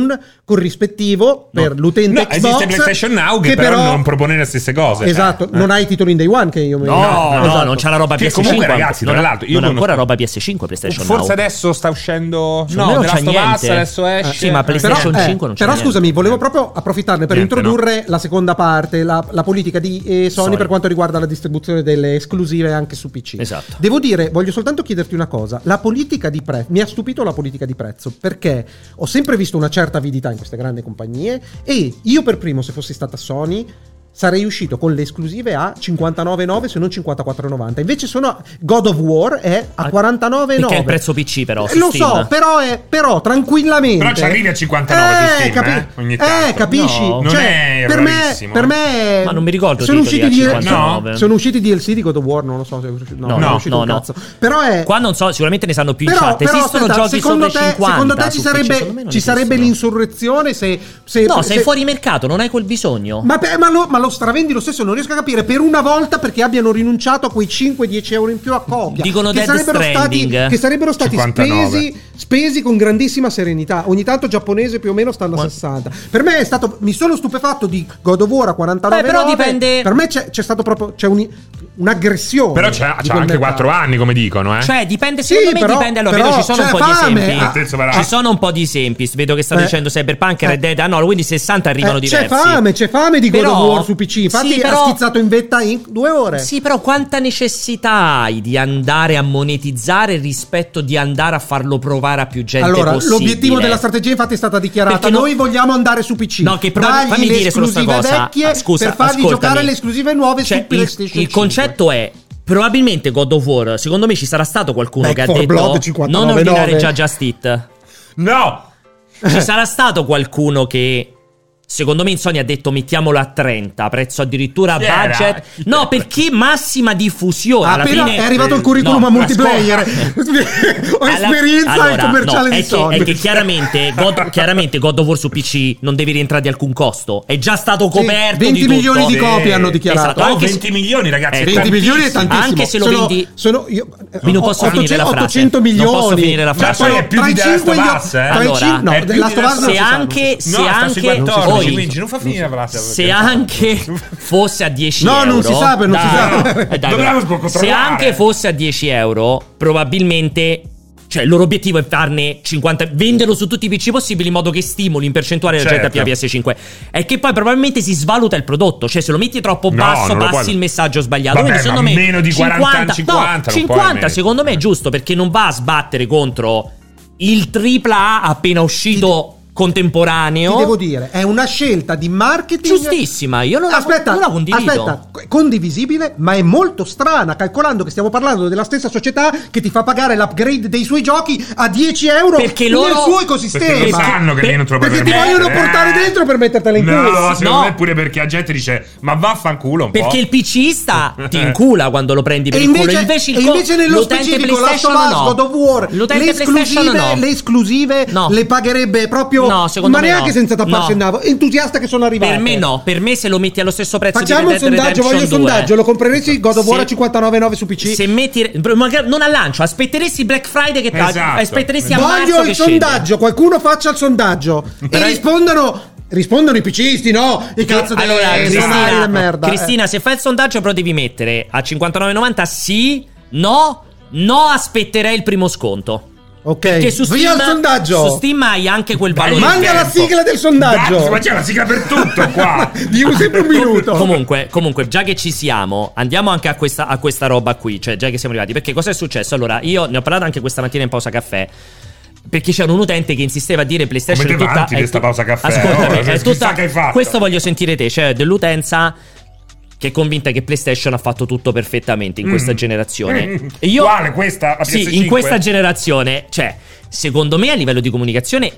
corrispettivo per No. l'utente No, Xbox, esiste PlayStation Now che, però, non propone le stesse cose. Esatto, Eh. non hai i titoli in day one che io mi No, no, esatto. non c'ha la roba Che P S cinque. comunque, ragazzi, non tra ha- l'altro, io non ha conosco- ancora roba P S cinque PlayStation Forse Now. adesso sta uscendo. Secondo me No, non The c'ha Last of Us niente. adesso esce. Eh, sì, ma Eh. PlayStation Però, eh, cinque non c'è però niente. scusami, volevo proprio approfittarne per Niente, introdurre la seconda parte, la, la politica di eh, Sony Sony. per quanto riguarda la distribuzione delle esclusive anche su P C. Esatto. Devo dire, voglio soltanto chiederti una cosa, la politica di prezzo, mi ha stupito la politica di prezzo, perché ho sempre visto una certa avidità in queste grandi compagnie e io per primo, se fossi stata Sony, sarei uscito con le esclusive a cinquantanove virgola nove se non cinquantaquattro virgola novanta. Invece sono God of War è a quarantanove virgola nove. Perché è il prezzo P C però Eh, su lo Steam. so, però è però tranquillamente. Però ci arrivi a cinquantanove su Steam, eh, ogni tanto. eh, capisci? No. Non Cioè, è per me, rarissimo, per eh. me Ma non mi ricordo sono titoli usciti, a di, cinquantanove. no, sono usciti D L C di God of War, non lo so se è uscito, no, No, non è no, uscito no, un no. cazzo. Però è Qua non so, sicuramente ne sanno più in però, chat. però, Esistono aspetta, giochi secondo sopra te, i cinquanta. secondo te ci su P C, sarebbe, secondo me non ci sarebbe esistono. l'insurrezione se, se No, se- sei fuori mercato, non hai quel bisogno. ma, beh, ma, lo, ma lo stravendi lo stesso, non riesco a capire per una volta perché abbiano rinunciato a quei cinque dieci euro in più a copia. Dicono che Death sarebbero stati, Stranding. che sarebbero stati cinquantanove. spesi, spesi con grandissima serenità. Ogni tanto giapponese più o meno stanno a Ma- sessanta. Per me è stato, mi sono stupefatto di God of War a quarantanove. Beh, però dipende- Per me c'è, c'è stato proprio c'è un- un'aggressione. Però c'ha, di c'ha quel anche mercato. quattro anni, come dicono, eh. Cioè, dipende, Sì, secondo me però- dipende. Allora, però vedo, ci sono un c'è po' fame, di esempi. ah, Terzo varà. Ci sono un po' di esempi. Vedo che state Eh. dicendo Cyberpunk e Eh. Red Dead. Ah, no, quindi sessanta arrivano Eh, diversi. c'è fame, c'è fame di God Però- of War su P C. Infatti sì, ha però- schizzato in vetta in due ore. Sì, però quanta necessità hai di andare a monetizzare rispetto di andare a farlo provare a più gente Allora, possibile? l'obiettivo della strategia infatti è stata dichiarata. Perché no- Noi vogliamo andare su P C. No, che probabil- Dagli fammi le dire solo sta esclusive cosa. vecchie Ah, scusa, per fargli ascoltami. giocare le esclusive nuove Cioè, su PlayStation il, il concetto è probabilmente God of War, secondo me ci sarà stato qualcuno Back che ha for detto Blood cinquantanove non ordinare nove. già Just Eat. No! Ci sarà stato qualcuno che secondo me in Sony ha detto mettiamolo a trenta, prezzo addirittura Chi era? budget. No, perché massima diffusione. Alla Appena fine è arrivato il curriculum No, a multiplayer. ascolta. Ho Alla- esperienza allora, in commerciale no, di è che, Sony. è che chiaramente God, chiaramente God of War su P C non deve rientrare di alcun costo. È già stato coperto venti di tutto. milioni di Sì. copie hanno dichiarato. Esatto, Oh, anche se- venti milioni, ragazzi. Eh, è venti milioni è tantissimo. tantissimo. Anche se lo sono, vendi- sono io Mi non posso finire la frase. ottocento milioni. Non posso finire la Cioè, frase. sono Ma poi è più tra di i The Last cinque of gli- Us, eh? tra i Allora, cinque- no, è più The Last di of Us The non se si sa, anche, non si se No, sta sui anche quattordici, poi- quindi non fa finire la frase. se anche fosse a dieci No, euro non si sa, non si dai, sa. eh, dai, Dobbiamo però, se controllare. anche fosse a dieci euro probabilmente, cioè il loro obiettivo è farne cinquanta, venderlo su tutti i P C possibili in modo che stimoli in percentuale la gente Certo. a P S cinque. È che poi probabilmente si svaluta il prodotto, cioè se lo metti troppo No, basso non lo passi puoi- il messaggio sbagliato. Vabbè, Quindi secondo ma me meno di quaranta, cinquanta, no, non cinquanta puoi secondo me è giusto, perché non va a sbattere contro il tripla A appena uscito contemporaneo. Ti devo dire, è una scelta di marketing Giustissima, io non la, Aspetta, non la condivido. aspetta, condivisibile, ma è molto strana, calcolando che stiamo parlando della stessa società che ti fa pagare l'upgrade dei suoi giochi a dieci euro Perché nel loro- suo Perché lo ecosistema. sanno che Per- lì non te lo puoi Perché ti permettere. vogliono portare Eh. dentro per mettertela in No, culo. secondo No. me pure perché la gente dice ma vaffanculo un po'. Perché il PCista ti incula quando lo prendi per E il culo. invece, Invece, il e co- invece nello l'utente specifico Last of PlayStation Us, no. God of War, L'utente le PlayStation esclusive, no. le esclusive No. le pagherebbe proprio, No, secondo ma me neanche no. senza tapparsi No. il naso. Entusiasta che sono arrivate. Per me no, per me se lo metti allo stesso prezzo Facciamo di un Red Dead sondaggio, voglio il Redemption due, sondaggio. Lo compreresti God of War Se- a cinquantanove virgola nove su P C? Se metti magari non al lancio, aspetteresti Black Friday che Esatto. aspetteresti a marzo Voglio che il scende. sondaggio, qualcuno faccia il sondaggio Però- e rispondono rispondono i PCisti, no? I cazzo dei Allora, sonari Cristina, di merda. Cristina, se fai il sondaggio però devi mettere a cinquantanove virgola novanta sì, no, no, aspetterei il primo sconto. Eh, ok, Che su via Steam, il sondaggio. su Steam hai anche quel Dai, valore. Manda la tempo. sigla del sondaggio. Dai, ma c'è la sigla per tutto qua. Di un sempre un minuto. Comunque, comunque, già che ci siamo, andiamo anche a questa, a questa roba qui. Cioè, già che siamo arrivati. Perché cosa è successo? Allora, io ne ho parlato anche questa mattina in pausa caffè. Perché c'era un utente che insisteva a dire PlayStation Come è te tutta, vanti è di sta tu- pausa caffè, Ascoltami, oh, è chissà tutta, che hai fatto. questo voglio sentire te, cioè dell'utenza che è convinta che PlayStation ha fatto tutto perfettamente in questa Mm. generazione. Mm. E io, Quale, questa? La P S cinque? Sì, in questa generazione, cioè, secondo me a livello di comunicazione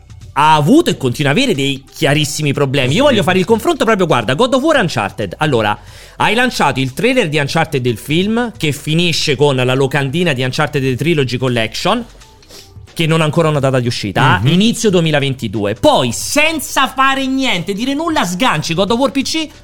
ha avuto e continua a avere dei chiarissimi problemi. Io voglio fare il confronto proprio, guarda, God of War Uncharted. Allora, hai lanciato il trailer di Uncharted del film, che finisce con la locandina di Uncharted The Trilogy Collection, che non ha ancora una data di uscita, Mhm. inizio duemilaventidue. Poi, senza fare niente, dire nulla, sganci God of War P C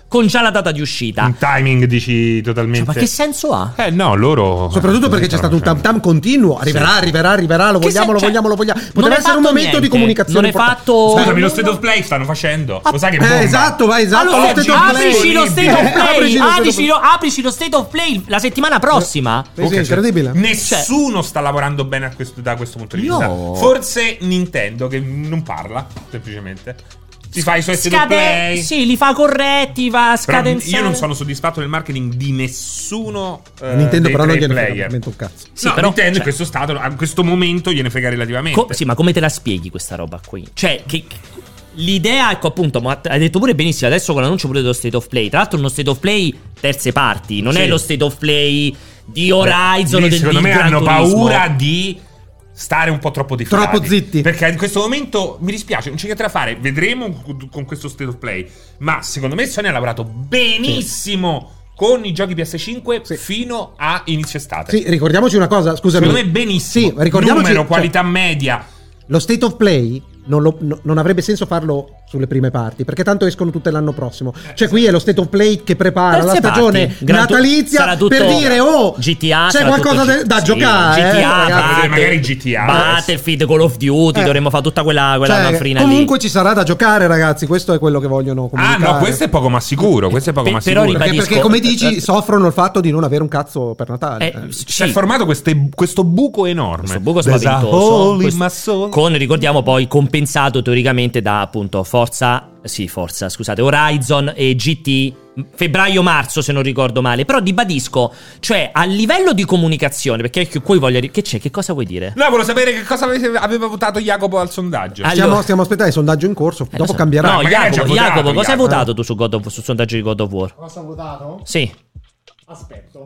con già la data di uscita. Un timing dici totalmente. Cioè, ma che senso ha? Eh no, loro Soprattutto perché c'è stato un tam tam continuo. Arriverà, arriverà, arriverà, lo Che vogliamo, se- lo cioè, vogliamo, lo vogliamo. non Poteva hai essere un fatto momento niente. di comunicazione. Non hai importante. fatto. Scusami, lo state of play stanno facendo. Lo sai che Eh, bomba? esatto, vai, esatto. Allora, lo state of play. aprici lo state of play, Aprici lo state of aprici lo, aprici lo state of play la settimana prossima. Sì, sì, incredibile. Nessuno sta lavorando bene a questo- da questo punto di Io- vista. Forse Nintendo che non parla, semplicemente. Si fa i suoi state of Scade- play. sì, li fa corretti, va a Però scadenzare. io non sono soddisfatto del marketing di nessuno. eh, Nintendo dei però non tre gliene frega player. veramente un cazzo. Sì, no, però, Nintendo cioè- in questo stato, a questo momento gliene frega relativamente. Co- sì, ma come te la spieghi questa roba qui? Cioè, che l'idea, ecco appunto, ma hai detto pure benissimo, adesso con l'annuncio pure dello State of Play. Tra l'altro uno State of Play terze parti, non Sì. è lo State of Play di Horizon Lì, o del secondo di me Gran hanno Turismo. paura di stare un po' troppo defrati. Troppo zitti. Perché in questo momento mi dispiace, non c'è niente da fare. Vedremo con questo State of Play. Ma secondo me Sony ha lavorato benissimo con i giochi P S cinque Sì. fino a inizio estate. Sì, ricordiamoci una cosa, scusami. Secondo me benissimo. Sì, ricordiamoci, Numero, cioè, qualità media. lo State of Play non, lo- no- non avrebbe senso farlo sulle prime parti, perché tanto escono tutte l'anno prossimo. Cioè qui è lo State of Play che prepara Terze la stagione parti. Gran Tu- natalizia sarà tutto per dire oh, G T A, c'è sarà qualcosa tutto de- G- da sì, giocare. G T A, eh, ragazzi. Battle- magari G T A. Battlefield, Call of Duty, Eh. dovremmo fare tutta quella, quella Cioè, manfrina comunque lì. ci sarà da giocare, ragazzi. Questo è quello che vogliono Ah, comunicare. no, questo è poco ma sicuro. Questo è poco Pe- ma però sicuro. perché, ribadisco- perché, come dici, soffrono il fatto di non avere un cazzo per Natale. Eh, Eh. sì. Si è formato queste- questo buco enorme. Questo buco There's a spaventoso, hole in questo- my soul. con, ricordiamo poi, compensato teoricamente da appunto Forza, sì Forza, scusate, Horizon e G T, febbraio-marzo se non ricordo male. Però ribadisco, cioè a livello di comunicazione, perché io qui voglio, che c'è, che cosa vuoi dire? No, volevo sapere che cosa avete- aveva votato Jacopo al sondaggio. Ah, Stiamo, allora- stiamo aspettando il sondaggio in corso. Eh, lo Dopo so. cambierà. No, magari ha già Jacopo, votato, Jacopo, cosa hai Jacopo. votato tu su God of, sul sondaggio di God of War? Cosa ho votato? Sì. Aspetto.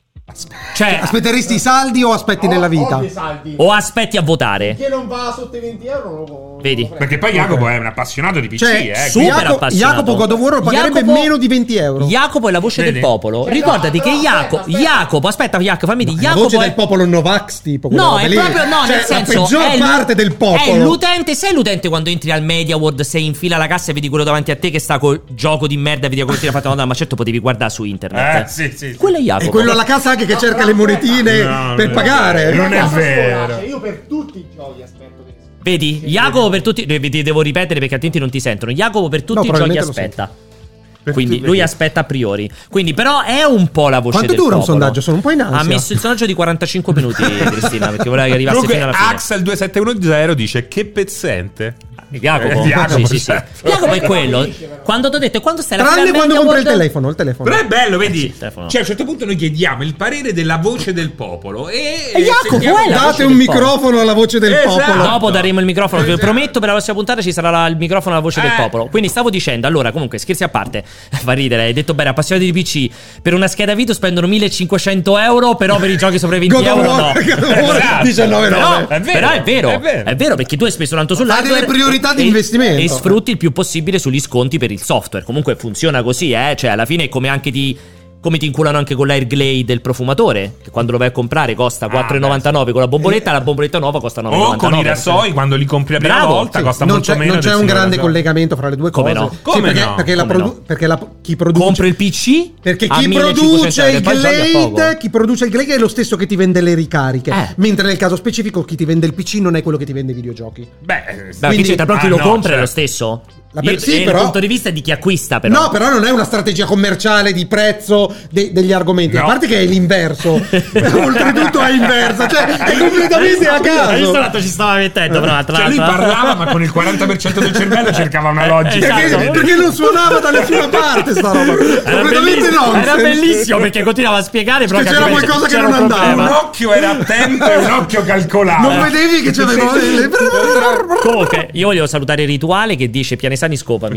Cioè, Aspetteresti i saldi o aspetti Ho- nella Ho vita? dei saldi. o aspetti a votare? Che non va sotto i venti euro non lo- Vedi? non lo Perché poi Jacopo è un appassionato di P C, Cioè, eh. super Jacopo, appassionato. Jacopo God of War lo pagherebbe Jacopo- meno di venti euro. Jacopo è la voce Vedi? del popolo. Cioè, Ricordati no, che però Jacopo, aspetta, aspetta. Jacopo, aspetta, Jacopo, fammi dire, La Jacopo voce è- del popolo Novax, tipo quella No, roba è lì. proprio no, Cioè, nel senso la peggior è l'u- parte del popolo. È l'utente, sei l'utente quando entri al Media World, sei in fila alla cassa e vedi quello davanti a te che sta col gioco di merda e vedi come ti ha fatto una ma certo potevi guardare su internet. Eh, sì, sì, sì. Quello è Jacopo. E quello alla casa anche che cerca le monetine No, per no, pagare. non è Cosa vero. scuola, cioè, io per tutti i giochi aspetto che Vedi? Jacopo per tutti eh, ti devo ripetere perché altrimenti non ti sentono. Jacopo per tutti No, i giochi probabilmente lo aspetta. Per Quindi tutti- lui aspetta a priori. Quindi però è un po' la voce Quanto del dura un popolo. sondaggio? Sono un po' in ansia. Ha messo il sondaggio di quarantacinque minuti Cristina perché voleva che arrivasse Comunque, fino alla fine. Axel due sette uno zero dice che pezzente. Jacopo, Eh, Jacopo, sì, sì, sì. certo. Jacopo è quello. Quando ti ho detto, quando stai alla Tranne fine al quando Media compri il World- telefono, il telefono. Però è bello, vedi? Eh sì, il telefono. Cioè, a un certo punto noi chiediamo il parere della voce del popolo. E, E Jacopo, sentiamo- è la voce Date del un popolo. microfono alla voce del Esatto. popolo. Dopo daremo il microfono. Vi Esatto. prometto, per la prossima puntata ci sarà la- il microfono alla voce del Eh. popolo. Quindi stavo dicendo, allora, comunque, scherzi a parte, fa ridere. Hai detto bene, appassionati di P C. Per una scheda video spendono millecinquecento euro, però per i giochi sopra i venti God of euro no. War, God of War, Esatto. diciannove Però, nove. È vero, però è vero, è vero. è vero, perché tu hai speso tanto sull'hardware delle priorità di e- investimento. e sfrutti il più possibile sugli sconti per il software. Comunque funziona così, eh, cioè alla fine è come anche ti come ti inculano anche con l'Airglade del profumatore, che quando lo vai a comprare costa quattro e novantanove con la bomboletta, la bomboletta nuova costa nove e O novantanove. con i rasoi, quando li compri la prima Bravo, volta, sì. costa Non molto c'è, meno. non c'è del un singolo grande rasoio. collegamento fra le due Come cose. no? Sì, Come perché, no? perché, la Come produ- no? perché la- chi produce Compri il P C? Perché a chi millecinquecento produce euro, il poi giochi a poco. Glade, chi produce il Glade è lo stesso che ti vende le ricariche. Eh. Mentre nel caso specifico chi ti vende il P C non è quello che ti vende i videogiochi. Beh, Beh, Quindi- chi c'entra? Però chi ah, lo no, compra è certo. lo stesso. La per- Io- sì, e però- il punto di vista è di chi acquista, però. No, però non è una strategia commerciale di prezzo de- degli argomenti. No. A parte che è l'inverso. Oltretutto è inversa. Cioè, è completamente a Hai visto caso. quanto ci stava mettendo, però, tra Cioè, lui l'altro. parlava, ma con il quaranta per cento del cervello cercava una logica. Esatto. Perché, perché non suonava da nessuna parte sta roba. Era Completamente bellissimo, no. era bellissimo perché continuava a spiegare, però Che c'era capiva qualcosa che c'era non un andava. Un problema. occhio era attento e un occhio calcolava. Non vedevi che c'aveva le... Comunque, io voglio salutare il Rituale che dice Pianesani scopami.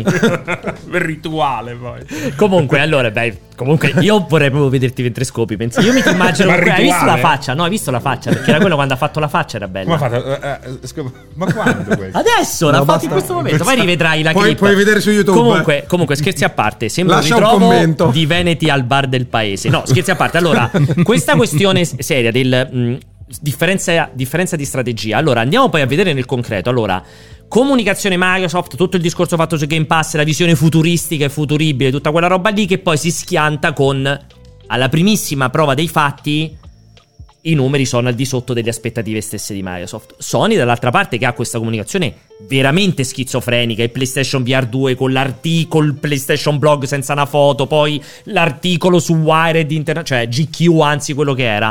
Il rituale poi. Comunque, allora, beh, comunque io vorrei proprio vederti mentre scopi. Pensi, io mi ti immagino. Ma Hai rituale? visto la faccia? No, hai visto la faccia? Perché era quello quando ha fatto la faccia, era bella. Come ha fatto? Eh, eh, scusa, ma quando questo? Adesso l'ha No, fatto basta. in questo momento. Poi Questa- rivedrai la Puoi- clip. puoi vedere su YouTube. Comunque, comunque, scherzi a parte, sembra Lascia un un ritrovo commento. di Veneti al bar del paese. No, scherzi a parte. Allora, questa questione s- seria del mh, differenza, differenza di strategia. Allora, andiamo poi a vedere nel concreto. Allora, comunicazione Microsoft, tutto il discorso fatto su Game Pass, la visione futuristica e futuribile, tutta quella roba lì, che poi si schianta con, alla primissima prova dei fatti, i numeri sono al di sotto delle aspettative stesse di Microsoft. Sony dall'altra parte, che ha questa comunicazione veramente schizofrenica, il PlayStation V R due con l'articolo, il PlayStation Blog senza una foto, poi l'articolo su Wired Internet, cioè G Q anzi quello che era.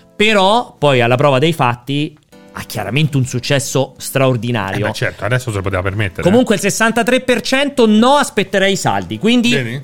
Però poi alla prova dei fatti ha chiaramente un successo straordinario. Eh beh, certo, adesso se lo poteva permettere. Comunque il sessantatré per cento no, aspetterei i saldi. Quindi Vedi?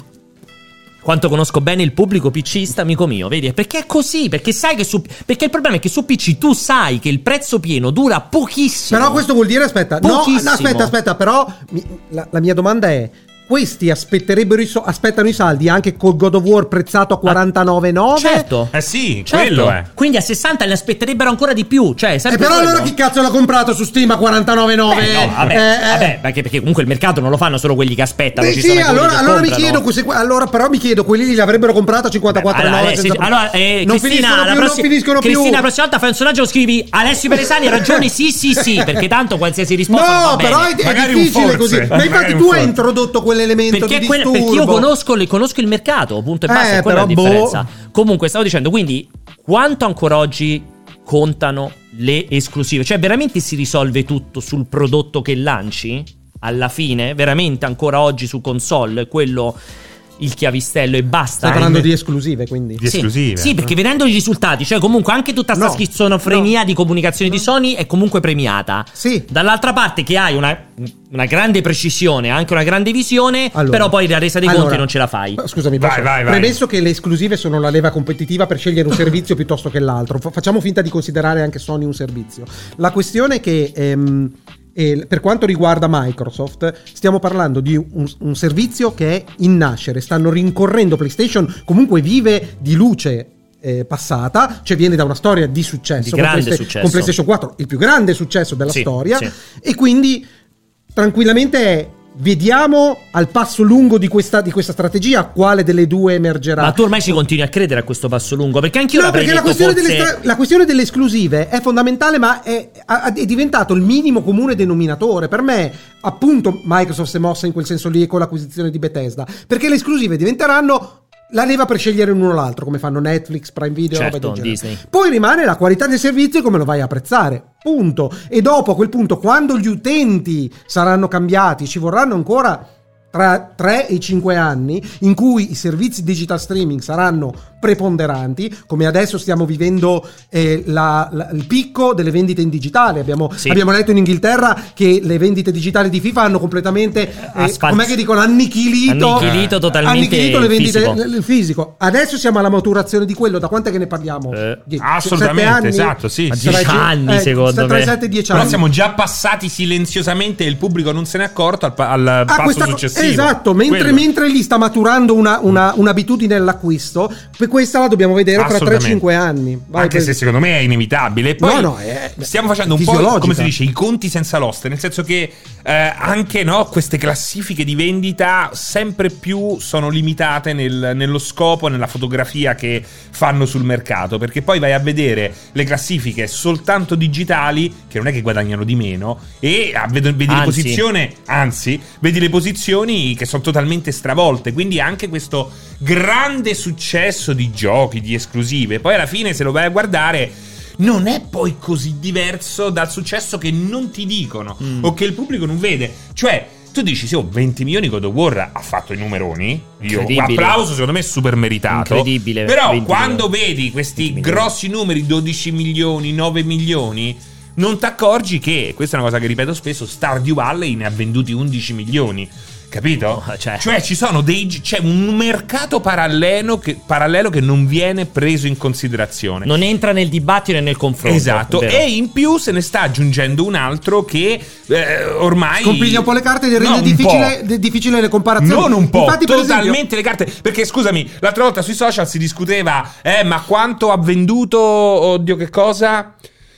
quanto conosco bene il pubblico PCista, amico mio, vedi? Perché è così, perché sai che su perché il problema è che su P C tu sai che il prezzo pieno dura pochissimo. Però questo vuol dire, aspetta, no, Pochissimo. no, aspetta, aspetta, però mi- la, la mia domanda è: questi aspetterebbero i so- aspettano i saldi anche col God of War prezzato a quarantanove virgola nove? Certo. Eh sì, Certo. quello è. Quindi a sessanta ne aspetterebbero ancora di più. Cioè, è E sempre però quello. allora chi cazzo l'ha comprato su Steam a quarantanove virgola nove? Eh, no, vabbè, Eh, eh. vabbè, perché, perché comunque il mercato non lo fanno solo quelli che aspettano. Eh ci sì, sono anche allora, quelli che allora mi comprano. chiedo, se- allora però mi chiedo, quelli li avrebbero comprato a cinquantaquattro virgola nove? Allora, Alessio, allora, eh, non Cristina, finiscono la più, prossima, non finiscono più. Cristina, la prossima volta fai un sondaggio, scrivi Alessio Peresani ha ragione, sì, sì, sì, perché tanto qualsiasi risposta non No, va però bene. è, è Magari un difficile forse. così. Ma Magari infatti un tu hai forse. introdotto quell'elemento Perché, di quel- disturbo. perché io conosco, le- conosco il mercato, punto e basta, Eh, è quella la però, differenza. boh. Comunque, stavo dicendo, quindi, quanto ancora oggi contano le esclusive? Cioè, veramente si risolve tutto sul prodotto che lanci? Alla fine? Veramente ancora oggi su console? Quello il chiavistello e basta? Stai parlando di esclusive, quindi. Di esclusive. Sì, perché vedendo i risultati, cioè comunque anche tutta sta No, schizofrenia no. di comunicazione di Sony è comunque premiata. Sì. Dall'altra parte che hai una, una grande precisione, anche una grande visione, Allora. però poi la resa dei Allora, conti non ce la fai. Scusami, Vai, posso- vai, vai. premesso che le esclusive sono la leva competitiva per scegliere un servizio piuttosto che l'altro, fa- facciamo finta di considerare anche Sony un servizio. La questione è che ehm, eh, per quanto riguarda Microsoft, stiamo parlando di un, un servizio che è in nascere, stanno rincorrendo PlayStation, comunque vive di luce eh, passata, cioè viene da una storia di successo, Di con, grande Playsta- successo. con PlayStation quattro, il più grande successo della Sì, storia, sì. e quindi tranquillamente è, vediamo al passo lungo di questa, di questa strategia quale delle due emergerà. Ma tu ormai ci continui a credere a questo passo lungo? Perché anch'io No, l'avrei perché la detto questione, forse... delle stra- la questione delle esclusive è fondamentale, ma è, ha- è diventato il minimo comune denominatore. Per me, appunto, Microsoft si è mossa in quel senso lì con l'acquisizione di Bethesda, perché le esclusive diventeranno la leva per scegliere l'uno o l'altro, come fanno Netflix, Prime Video, Certo, roba del genere. Disney. Poi rimane la qualità del servizio e come lo vai a apprezzare, punto. E dopo a quel punto, quando gli utenti saranno cambiati, ci vorranno ancora tra tre e cinque anni in cui i servizi digital streaming saranno preponderanti, come adesso stiamo vivendo eh, la- la- il picco delle vendite in digitale. Abbiamo, Sì. abbiamo letto in Inghilterra che le vendite digitali di FIFA hanno completamente eh, Asfalt- com'è che dicono annichilito Annichilito totalmente annichilito le il vendite fisico. il fisico. Adesso siamo alla maturazione di quello. Da quant'è che ne parliamo? Eh, Die- assolutamente, sette anni? esatto, sì. Ma sì. dieci Sarà- anni, eh, secondo tra me. i sette e dieci Però anni. siamo già passati silenziosamente e il pubblico non se n'è accorto al, pa- al Ah, passo questa co- successivo. esatto, mentre, Quello. mentre lì sta maturando una, una- un'abitudine all'acquisto, per questa la dobbiamo vedere tra tre Assolutamente. cinque anni. Vai, Anche per- se secondo me è inevitabile. Poi No, no, è- stiamo facendo un po' fisiologica. come si dice, i conti senza l'oste, nel senso che eh, anche no, queste classifiche di vendita sempre più sono limitate nel- nello scopo, nella fotografia che fanno sul mercato, perché poi vai a vedere le classifiche soltanto digitali, che non è che guadagnano di meno, e ah, vedi, vedi le Anzi. posizioni, anzi, vedi le posizioni che sono totalmente stravolte, quindi anche questo grande successo di giochi, di esclusive, poi alla fine se lo vai a guardare non è poi così diverso dal successo che non ti dicono Mm. o che il pubblico non vede. Cioè, tu dici, sì, oh, venti milioni God of War ha fatto i numeroni. Io Incredibile. applauso, secondo me super meritato. Incredibile, Però venti quando milioni. vedi questi venti milioni. grossi numeri, dodici milioni, nove milioni, non ti accorgi che, questa è una cosa che ripeto spesso, Stardew Valley ne ha venduti undici milioni. Capito? No, cioè. Cioè ci sono dei c'è un mercato parallelo che, parallelo che non viene preso in considerazione. Non entra nel dibattito e nel confronto. Esatto, vero. e in più se ne sta aggiungendo un altro che eh, ormai Scompiglia un po' le carte e rende No, un difficile, de- difficile le comparazioni. non un po', Infatti, per esempio- totalmente le carte. Perché scusami, l'altra volta sui social si discuteva, eh, ma quanto ha venduto, oddio che cosa?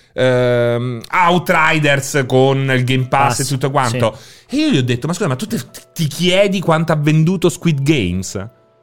Ehm, Outriders con il Game Pass Pass, e tutto quanto. E io gli ho detto, ma scusa, ma tu te- ti chiedi quanto ha venduto Squid Games?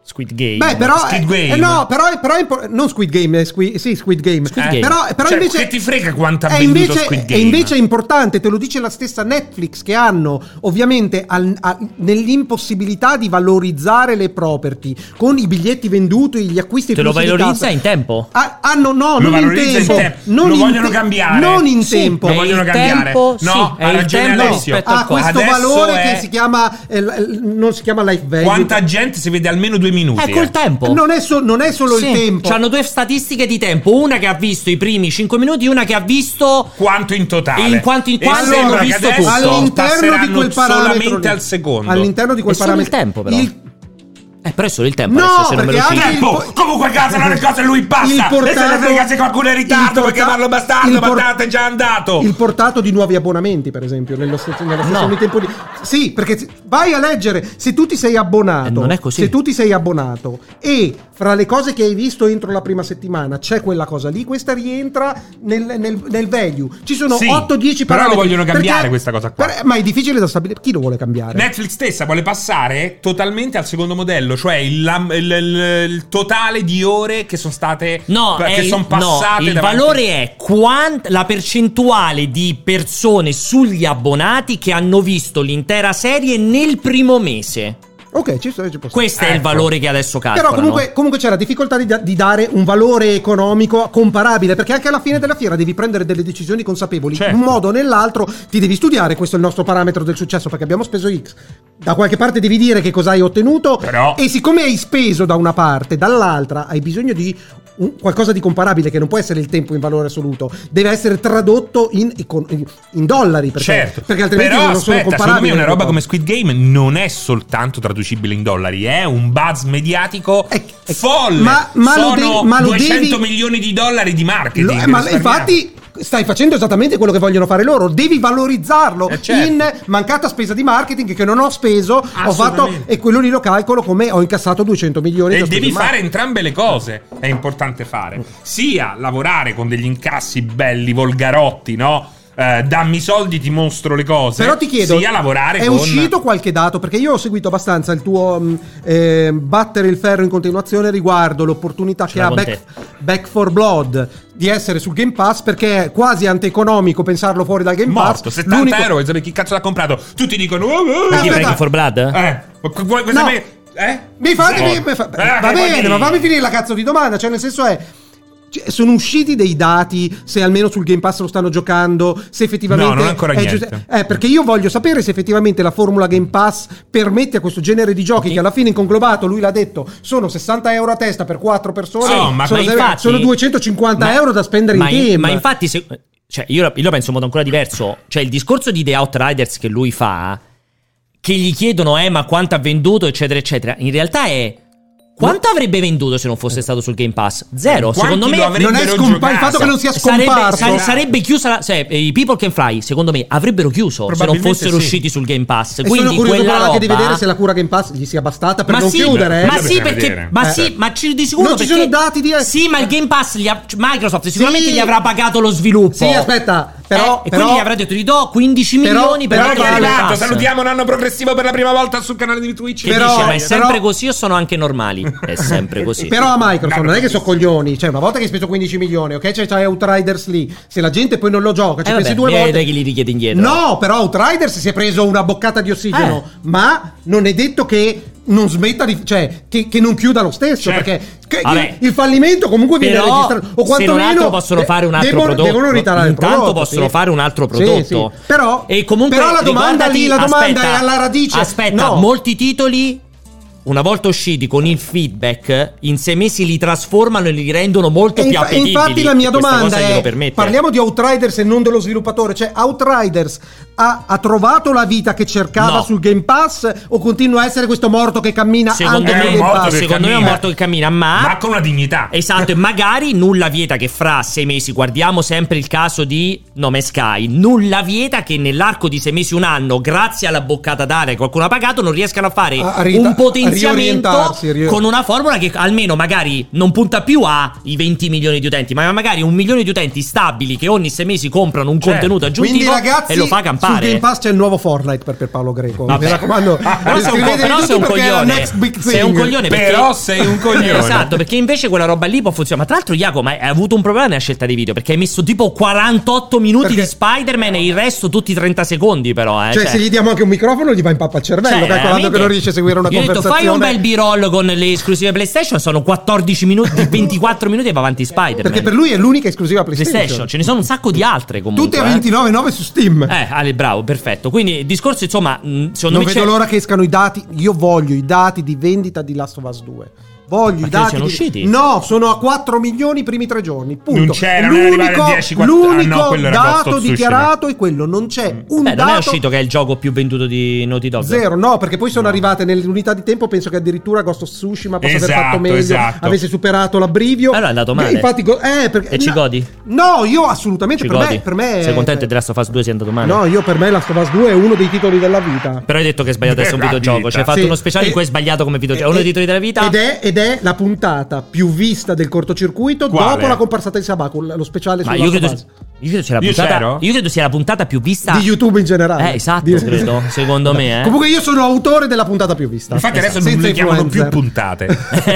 Squid Game. Beh, però, Squid Game. eh, no, però, però è impo- non Squid Game, è Squid, sì, Squid Game. Squid Eh, Game. Però, però Cioè, invece che ti frega quanto ha è venduto invece, Squid è Game? invece importante, te lo dice la stessa Netflix, che hanno ovviamente al- a- nell'impossibilità di valorizzare le property con i biglietti venduti, gli acquisti. Te lo flussi di valorizza cassa. in tempo? Ah, hanno no, Lo non in valorizza in tempo, tempo. non Lo in vogliono te- cambiare. non in Sì, tempo. Lo è vogliono il cambiare. tempo, No, sì, ha è il ragione tempo Alessio. rispetto al Ha questo Adesso valore è- che si chiama eh, l- non si chiama life value. Quanta gente si vede almeno due minuti? È col eh? tempo. Non è, so- non è solo Sì, il tempo. c'hanno due statistiche di tempo, una che ha visto i primi cinque minuti, una che ha visto Quanto in totale? In quanto- in E quanto sembra hanno che visto adesso tutto. all'interno di quel parametro solamente lì. al secondo. All'interno di quel È solo parametro. il tempo, però. Il- Eh, però è solo il tempo No, adesso, se non me lo perché dici. anche- Tempo! il- Comunque cazzano le cose, lui passa. il portato- e se ne frega se qualcuno è in ritardo, il puoi porta- chiamarlo bastardo, il por- bastardo è già andato. Il portato di nuovi abbonamenti, per esempio, nello stesso, nello stesso No. tempo di... Sì, perché se- vai a leggere, se tu ti sei abbonato, Eh, non è così. se tu ti sei abbonato e fra le cose che hai visto entro la prima settimana c'è quella cosa lì, questa rientra nel, nel, nel value. Ci sono Sì, otto dieci però lo parametri. vogliono cambiare Perché- questa cosa qua. per- ma è difficile da stabilire. Chi lo vuole cambiare? Netflix stessa vuole passare totalmente al secondo modello, cioè il, la- il- il- il totale di ore che sono state No, che è il- sono passate no, il davanti- valore è quant- la percentuale di persone sugli abbonati che hanno visto l'intera serie nel primo mese. Ok, ci sto, ci posso. Questo è il Ecco. valore che adesso calcolano. Però comunque, comunque c'è la difficoltà di, da- di dare un valore economico comparabile, perché anche alla fine della fiera devi prendere delle decisioni consapevoli. Certo. In un modo o nell'altro ti devi studiare, questo è il nostro parametro del successo, perché abbiamo speso X. Da qualche parte devi dire che cosa hai ottenuto, Però- e siccome hai speso da una parte, dall'altra hai bisogno di un- qualcosa di comparabile, che non può essere il tempo in valore assoluto, deve essere tradotto in, econ- in- in dollari, perché, Certo, perché altrimenti però non sono aspetta, secondo comparabili. me una roba come Squid Game non è soltanto traducibile in dollari, è un buzz mediatico È- è- folle. ma- ma lo Sono devi- ma lo duecento devi- milioni di dollari di marketing. Lo- eh, ma risparmiati. infatti stai facendo esattamente quello che vogliono fare loro. Devi valorizzarlo Eh, certo. in mancata spesa di marketing che non ho speso, ho fatto, Assolutamente. e quello lì lo calcolo come ho incassato duecento milioni. E che ho speso devi in fare marketing. entrambe le cose. È importante fare. Sia lavorare con degli incassi belli, volgarotti, no? Eh, dammi i soldi, ti mostro le cose. Però ti chiedo, sia lavorare è con... uscito qualche dato? Perché io ho seguito abbastanza il tuo mh, eh, battere il ferro in continuazione riguardo l'opportunità che l'ha ha con Back, te. Back for Blood di essere sul Game Pass, perché è quasi antieconomico pensarlo fuori dal Game morto, Pass. settanta L'unico- euro, vuoi sapere chi cazzo l'ha comprato? Tutti dicono "Oh, oh, oh". Perché aspetta. Breaking for Blood? Eh, vuoi vuoi No. sapere? Eh? Mi fate Sì. mi- mi fa- Eh, va che bene, vuoi ma dire? fammi finire la cazzo di domanda. Cioè, nel senso è. Cioè, sono usciti dei dati se almeno sul Game Pass lo stanno giocando, se effettivamente No, non è ancora niente. giusto- eh, perché io voglio sapere se effettivamente la formula Game Pass permette a questo genere di giochi, Sì. che alla fine in conglobato, lui l'ha detto, sono sessanta euro a testa per quattro persone, Sì, ma- sono, ma infatti- sono duecentocinquanta ma- euro da spendere ma in in- game. Ma infatti, se- cioè, io, la- io la penso in modo ancora diverso. Cioè, il discorso di The Outriders che lui fa, che gli chiedono, eh, ma quanto ha venduto, eccetera, eccetera. In realtà è. Quanto avrebbe venduto se non fosse stato sul Game Pass? Zero. Quanti Secondo lo me. avrebbero non è scomparso, il fatto che non sia Sarebbe, scomparso. sare- sarebbe chiusa la, cioè, i People Can Fly, secondo me, avrebbero chiuso se non Probabilmente fossero sì. usciti sul Game Pass. E Quindi sono curioso quella però anche di roba- vedere se la cura Game Pass gli sia bastata per ma non sì, chiudere. eh. ma Quello sì, bisogna perché, vedere. ma Eh. sì, ma ci- di sicuro Non ci perché- sono dati di- Sì, ma il Game Pass gli ha- Microsoft sicuramente Sì. gli avrà pagato lo sviluppo. Sì, aspetta, però, Eh, e però quindi gli avrà detto: ti do quindici però- milioni per però Chi è mettere il Game arrivato? Pass. Salutiamo Nanno Progressivo per la prima volta sul canale di Twitch. Che Però- dice, ma è sempre però- così o sono anche normali? È sempre così. Però a Microsoft No, non è no, che sono coglioni. Cioè, una volta che hai speso quindici milioni, ok, c'è, c'hai Outriders lì. Se la gente poi non lo gioca, ci Eh, pensi vabbè, due eh, volte. dai che li richiedi indietro. No, però Outriders si è preso una boccata di ossigeno. Eh. Ma non è detto che non smetta di. Cioè, che, che non chiuda lo stesso. Certo. Perché che- Vabbè. il fallimento comunque viene Però, registrato. O se quantomeno. non altro possono de- fare un altro devono, prodotto. Devono ritirare il Intanto prodotto. possono sì. fare un altro Sì, prodotto. sì. Però, E comunque, però la domanda ricordati- lì, la domanda aspetta, è alla radice. Aspetta, No. molti titoli, una volta usciti con il feedback, in sei mesi li trasformano e li rendono molto E più infa- appetibili. infatti la mia e questa domanda cosa glielo è, permette. parliamo di Outriders e non dello sviluppatore, cioè Outriders ha, ha trovato la vita che cercava No. sul Game Pass o continua a essere questo morto che cammina Secondo anche È sul un Game morto Pass? che secondo me è un cammina. morto che cammina, ma, Ma con una dignità. esatto, e magari nulla vieta che fra sei mesi, guardiamo sempre il caso di Nome Sky, nulla vieta che nell'arco di sei mesi, un anno, grazie alla boccata d'aria che qualcuno ha pagato, non riescano a fare A- a rita- un potenziale potenziamento riorientarsi, rio- con una formula che almeno magari non punta più ai venti milioni di utenti, ma magari un milione di utenti stabili che ogni sei mesi comprano un Certo. contenuto aggiuntivo. Quindi ragazzi, e lo fa sul campare. Game Pass c'è il nuovo Fortnite per, per Paolo Greco. Vabbè. Mi raccomando, Però sei un, co- iscrivetevi però tutti sei un perché è la coglione. next big Sei un thing. coglione perché Però sei un coglione. Esatto, perché invece quella roba lì può funzionare. Ma tra l'altro, Jacopo, hai avuto un problema nella scelta dei video perché hai messo tipo quarantotto minuti Perché- di Spider-Man e il resto tutti trenta secondi, però. Eh. Cioè, se gli diamo anche un microfono, gli va in pappa al cervello. Cioè, calcolando veramente. che non riesce a seguire una Io ho detto, conversazione. fai un bel b-roll con le esclusive PlayStation. Sono quattordici minuti, ventiquattro minuti e va avanti Spider-Man. Perché per lui è l'unica esclusiva PlayStation. PlayStation, ce ne sono un sacco di altre comunque. Tutte a eh. ventinove virgola nove su Steam. Eh, Ale, bravo, perfetto. Quindi il discorso, insomma, mh, secondo Non me vedo c'è... l'ora che escano i dati. Io voglio i dati di vendita di Last of Us due. Voglio Ma i che dati. siano di- usciti? No, sono a quattro milioni i primi tre giorni. Punto. Non c'era, non era arrivato a dieci, quattro- l'unico ah, no, quello era Ghost dato of Tsushima. dichiarato è quello. Non c'è un Beh, dato. non è uscito che è il gioco più venduto di Naughty Dog. Zero, no, perché poi sono arrivate nelle unità di tempo. Penso che addirittura Ghost of Tsushima possa aver Esatto, fatto meglio, esatto. avesse superato l'abbrivio. Allora è andato male. Eh, Infatti, go- eh, perché, E ci no, godi? No, io assolutamente. Ci Per godi? me, per me. Sei contento che The Last of Us due sia andato male? No, io per me Last of Us due è uno dei titoli della vita. Però hai detto che hai sbagliato essere un Della videogioco. Cioè, hai vita. fatto Sì. uno speciale in E- cui hai sbagliato come videogioco. È e- uno dei titoli della vita. Ed è, ed è la puntata più vista del cortocircuito Quale? dopo la comparsata di Sabaku, lo speciale Ma su io Last credo, of Us. io credo sia la Io puntata. c'ero? Io credo sia la puntata più vista Di YouTube in generale. Eh, esatto, Di- credo. Secondo me, eh. Comunque io sono autore della puntata più vista. Infatti adesso Senza non le chiamano più influencer. puntate.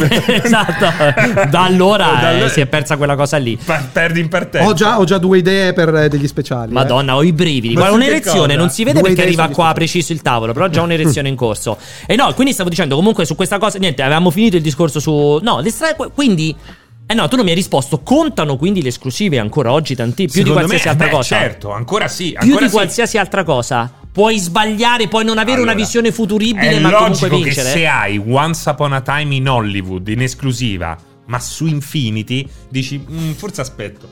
Esatto. Da allora Da eh, allora- si è persa quella cosa lì. Pa- perdi in partenza. Ho già, ho già due idee per eh, degli speciali. eh. Madonna, ho i brividi. Ma Guarda, su che un'erezione cosa? non si vede Due perché idee arriva sugli qua speciali. preciso il tavolo, però ho già un'erezione in corso. E no, quindi stavo dicendo comunque su questa cosa, niente, avevamo finito il discorso su no, le stra- quindi eh no, tu non mi hai risposto. Contano quindi le esclusive ancora oggi tanti più Secondo di qualsiasi me, altra beh, cosa. Certo, ancora sì. Più Ancora di sì. qualsiasi altra cosa. Puoi sbagliare, puoi non avere Allora, una visione futuribile, è ma comunque logico che vincere. se hai Once Upon a Time in Hollywood in esclusiva, ma su Infinity, dici "Mm, forse aspetto.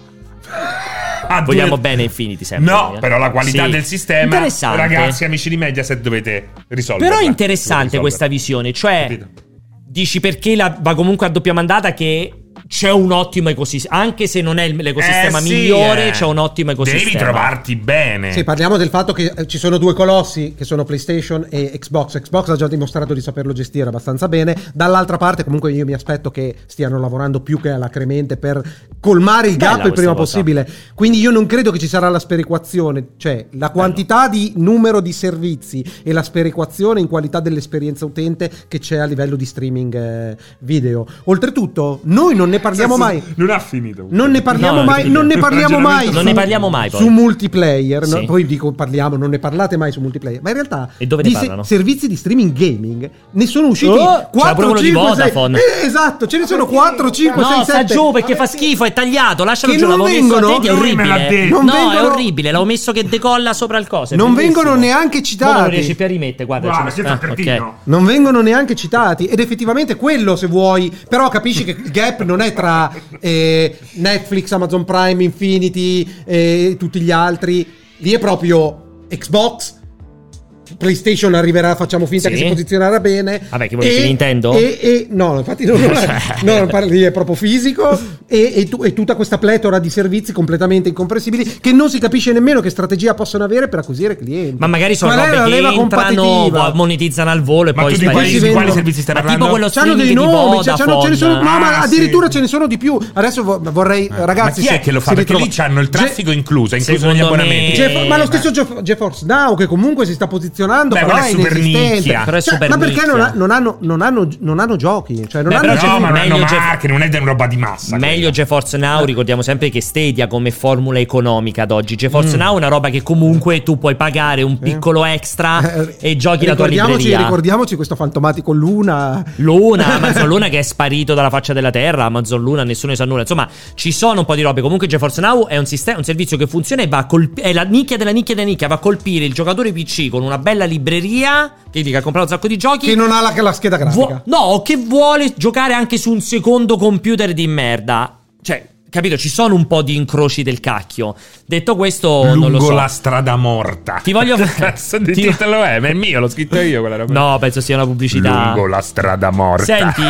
Ah, Vogliamo due- bene Infinity sempre. No, eh. però la qualità Sì. del sistema, Interessante. ragazzi, amici di Mediaset, dovete risolverla. Però è interessante Dovete questa risolverla. visione, cioè Capito? dici perché la, va comunque a doppia mandata che c'è un ottimo ecosistema, anche se non è il- l'ecosistema Eh, sì, migliore, eh. c'è un ottimo ecosistema. Devi trovarti bene. Sì, parliamo del fatto che eh, ci sono due colossi che sono PlayStation e Xbox. Xbox ha già dimostrato di saperlo gestire abbastanza bene. Dall'altra parte, comunque, io mi aspetto che stiano lavorando più che alacremente per colmare il Bella gap il prima questa cosa. possibile. Quindi io non credo che ci sarà la sperequazione, cioè la quantità di numero di servizi e la sperequazione in qualità dell'esperienza utente che c'è a livello di streaming eh, video. Oltretutto, noi non ne parliamo mai. Non ha finito. Non ne parliamo No, mai, non ne parliamo mai. ragionamento Non su- ne parliamo mai, poi. su multiplayer. no? Sì. Poi dico parliamo, non ne parlate mai su multiplayer. Ma in realtà E dove ne di se- parlano? servizi di streaming gaming ne sono usciti Oh, c'era pure quattro, quello di cinque, sei. Vodafone. Eh, esatto, ce ne sono quattro, cinque, No, sei, sta sette. giù perché fa schifo, è tagliato. Lascialo Che giù, non l'avevo messo vengono? a te, è Lui me l'ha orribile. detto. Non no, è vengono- orribile. L'avevo messo che decolla sopra il coso. è Non bellissimo. vengono neanche Ma citati. non riesci più a rimettere. Guarda, Guarda, ce ne- che ah, fa ok. cretino. Non vengono neanche citati ed effettivamente quello se vuoi, però capisci che il gap non è tra eh, Netflix, Amazon Prime, Infinity e tutti gli altri, lì è proprio Xbox, PlayStation arriverà, facciamo finta Sì. che si posizionerà bene. Vabbè, che vuoi dire, Nintendo? E, e- no, infatti non, non è, no, non parli, lì è proprio fisico e, e, tu- e tutta questa pletora di servizi completamente incomprensibili che non si capisce nemmeno che strategia possono avere per acquisire clienti. Ma magari sono Qual è la robe che leva entrano, competitiva? poi monetizzano al volo e Ma poi tu di quali, si di vendono- quali servizi stai Ma parlando? tipo quello C'hanno dei streaming di nomi, cioè, c'hanno- ce ne sono, no, Vodafone. ma Ah, addirittura sì. ce ne sono di più. Adesso vo- vorrei, ragazzi, Ma chi è se- che lo fa? se Perché ritrova- lì c'hanno il Ge- traffico incluso, è incluso Secondo negli me- abbonamenti. Geff- ma lo Eh, stesso Geff- GeForce Now che comunque si sta posizionando, Beh, però quello è è super inesistente. nicchia. Però è Cioè, super ma perché non, nicchia. ha- non hanno, non, hanno, non hanno giochi? Cioè, non Beh, hanno però No, c'è- ma non meglio hanno Jeff- marche, non è una roba di massa. Meglio quello. GeForce Now, ricordiamo sempre che Stadia come formula economica ad oggi. GeForce Now è una roba che comunque tu puoi pagare un piccolo extra Eh, e giochi la tua ricordiamoci, libreria. ricordiamoci questo fantomatico Luna. Luna, Amazon Luna che è sparito dalla faccia della terra, Amazon Luna nessuno ne sa nulla. Insomma, ci sono un po' di robe. Comunque GeForce Now è un sistema, un servizio che funziona e va a colpire, è la nicchia della nicchia della nicchia, va a colpire il giocatore P C con una bella libreria che dica ha comprato un sacco di giochi. Che non ha la, la scheda grafica. Vuo- no, che vuole giocare anche su un secondo computer di merda. Cioè, capito, ci sono un po' di incroci del cacchio. Detto questo, Lungo non lo so. la strada morta. Ti voglio- Che cazzo di ti- titolo è? Ma è mio, l'ho scritto io quella roba. No, penso sia una pubblicità. Lungo la strada morta. Senti,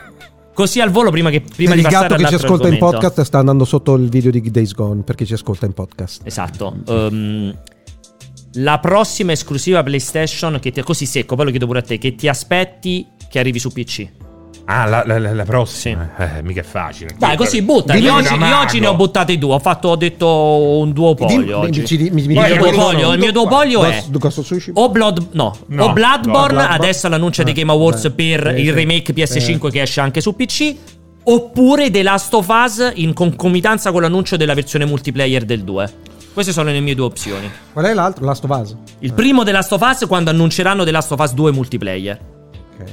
così al volo prima che prima il di passare gatto che ci all'altro ascolta in argomento. podcast sta andando sotto il video di Days Gone per chi ci ascolta in podcast. Esatto. Ehm, la prossima esclusiva PlayStation che ti, così secco, poi lo chiedo pure a te, che ti aspetti che arrivi su P C. Ah, la, la, la prossima. Sì. Eh, mica è facile. Dai, così butta. Io oggi, io oggi ne ho buttati due. Ho fatto, ho detto un duopolio oggi. Mi, mi, mi, il, mio duopolio, il mio duopolio è Ghost of Tsushima. o Blood, no, no, o Bloodborne, no, adesso l'annuncio eh, dei Game Awards eh, per eh, il sì. remake P S cinque eh. che esce anche su P C, oppure The Last of Us in concomitanza con l'annuncio della versione multiplayer del due. Queste sono le mie due opzioni. Qual è l'altro? Last of Us. Il primo The Last of Us quando annunceranno The Last of Us due multiplayer. Ok.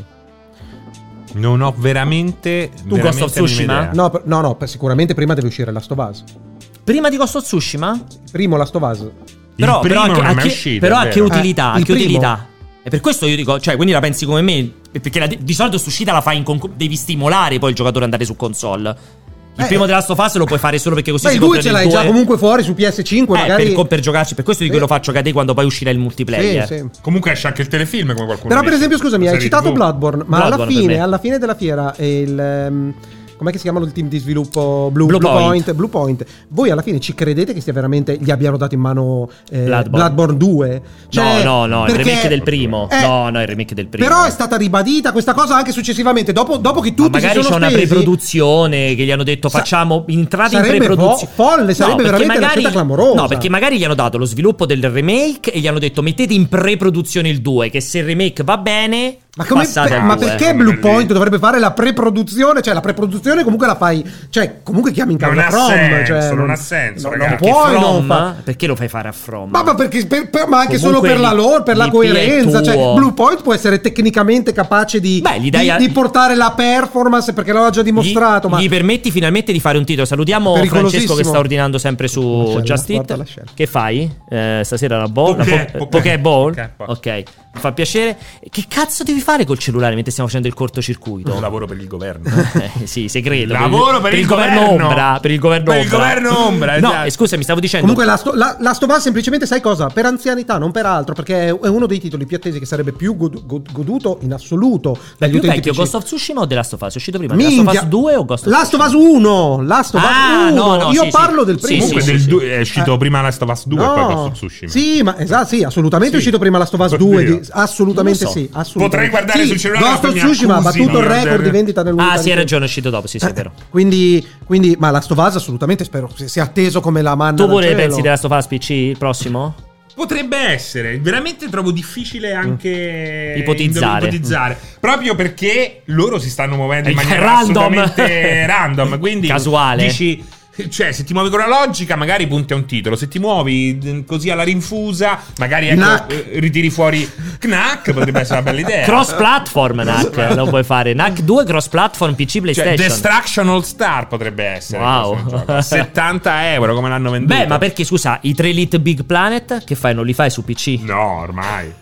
Non ho veramente. Tu Ghost of Tsushima? No, per- no, no, per- sicuramente prima deve uscire Last of Us. Prima di Ghost of Tsushima? Primo Last of Us. Però, il primo però, a che, non è a mai che- uscito, però è a che vero. utilità? Eh, a il che primo. utilità? E per questo io dico, cioè, quindi la pensi come me? Perché la- di solito uscita la fai in conco- devi stimolare poi il giocatore ad andare su console. Il Eh, primo The Last of Us lo puoi fare solo perché così Beh, si il due comprano ce il l'hai già due. comunque fuori su P S cinque, Eh, magari. per, per giocarci, per questo di cui Sì. lo faccio cadere quando poi uscirà il multiplayer. Sì, sì. Comunque esce anche il telefilm, come qualcuno Però per dice. esempio, scusami, La hai serie citato tivù. Bloodborne, ma Bloodborne alla per fine, me. alla fine della fiera è il ehm, com'è che si chiamano il team di sviluppo Blue, Blue Blue Point. Point. Blue Point. Voi alla fine ci credete che stia veramente gli abbiano dato in mano eh, Bloodborne. Bloodborne due? Cioè, no, no, no, il perché- remake del primo. Eh, no, no, il remake del primo. Però è stata ribadita questa cosa anche successivamente, dopo, dopo che Ma tutti si magari c'è sono una spesi. preproduzione che gli hanno detto Sa- facciamo entrate in sarebbe preproduzione. fo- folle, sarebbe perché veramente una scelta clamorosa. No, perché magari gli hanno dato lo sviluppo del remake e gli hanno detto mettete in preproduzione il due, che se il remake va bene Ma, come, passate per- al ma due. perché Blue Point dovrebbe fare la preproduzione? Cioè, la preproduzione comunque la fai. Cioè, comunque chiami in Non casa ha From. senso, Cioè, non ha senso, no, ragazzi. non Perché puoi non From? fa- Perché lo fai fare a From? Ma, ma perché per- per- ma anche Comunque solo per la lore, per la l'I P è coerenza. Cioè, tuo. Blue Point può essere tecnicamente capace di, Beh, gli dai di, a- di portare la performance perché l'aveva già dimostrato. Gli, ma gli permetti finalmente di fare un titolo. Salutiamo Pericolosissimo. Francesco che sta ordinando sempre su Lasciala, Just Eat. guarda, lasciala. Che fai? Eh, stasera la bowl? Poké, una po- Poké. Pokéball? Poké, poi. Ok, mi fa piacere. Che cazzo devi fare col cellulare mentre stiamo facendo il cortocircuito? Lavoro per il governo. Eh, sì, segreto. Lavoro per il governo governo. ombra. Per il governo Per il ombra. governo ombra, No, esatto. eh, scusa, mi stavo dicendo. Comunque la, sto, la, la Stova semplicemente sai cosa? Per anzianità, non per altro, perché è uno dei titoli più attesi che sarebbe più god- god- goduto in assoluto è dagli più utenti vecchio P C. Ghost of Tsushima o The Last of Us? È uscito prima The Last Minchia. of Us due o Ghost of Last of Tsushima? Us uno, Last of Us Ah, uno. no, no, Io sì, parlo sì. del Sì, primo. Comunque sì, del sì. due- è uscito Eh. prima Last of Us due e poi Ghost of Tsushima. Sì, ma esatto, sì, assolutamente è Sì. uscito prima Last of Us Oddio. due, di- assolutamente Non lo so. sì, assolutamente. Potrei guardare Sì, sul cellulare Ghost ma of mi Tsushima ha accusi battuto il di record guardare. di vendita nell'unità Ah, di sì, hai tempo. ragione, è uscito dopo. Sì, sì, è vero. Quindi, quindi, ma Last of Us assolutamente spero sia atteso come la manna Tu dal pure cielo. pensi The Last of Us P C il prossimo? Potrebbe essere, veramente trovo difficile anche Ipotizzare. ipotizzare. Proprio perché loro si stanno muovendo in È maniera random. assolutamente random, quindi Casuale. dici, cioè se ti muovi con la logica magari punti a un titolo, se ti muovi d- così alla rinfusa magari ecco, Knack. eh, ritiri fuori Knack, potrebbe essere una bella idea. Cross platform Knack lo puoi fare. Knack due cross platform P C Cioè, PlayStation. Destruction All Star potrebbe essere. Wow. questo gioco. A settanta euro come l'hanno venduto. Beh, ma perché scusa, i tre Elite Big Planet che fai? Non li fai su P C? No, ormai.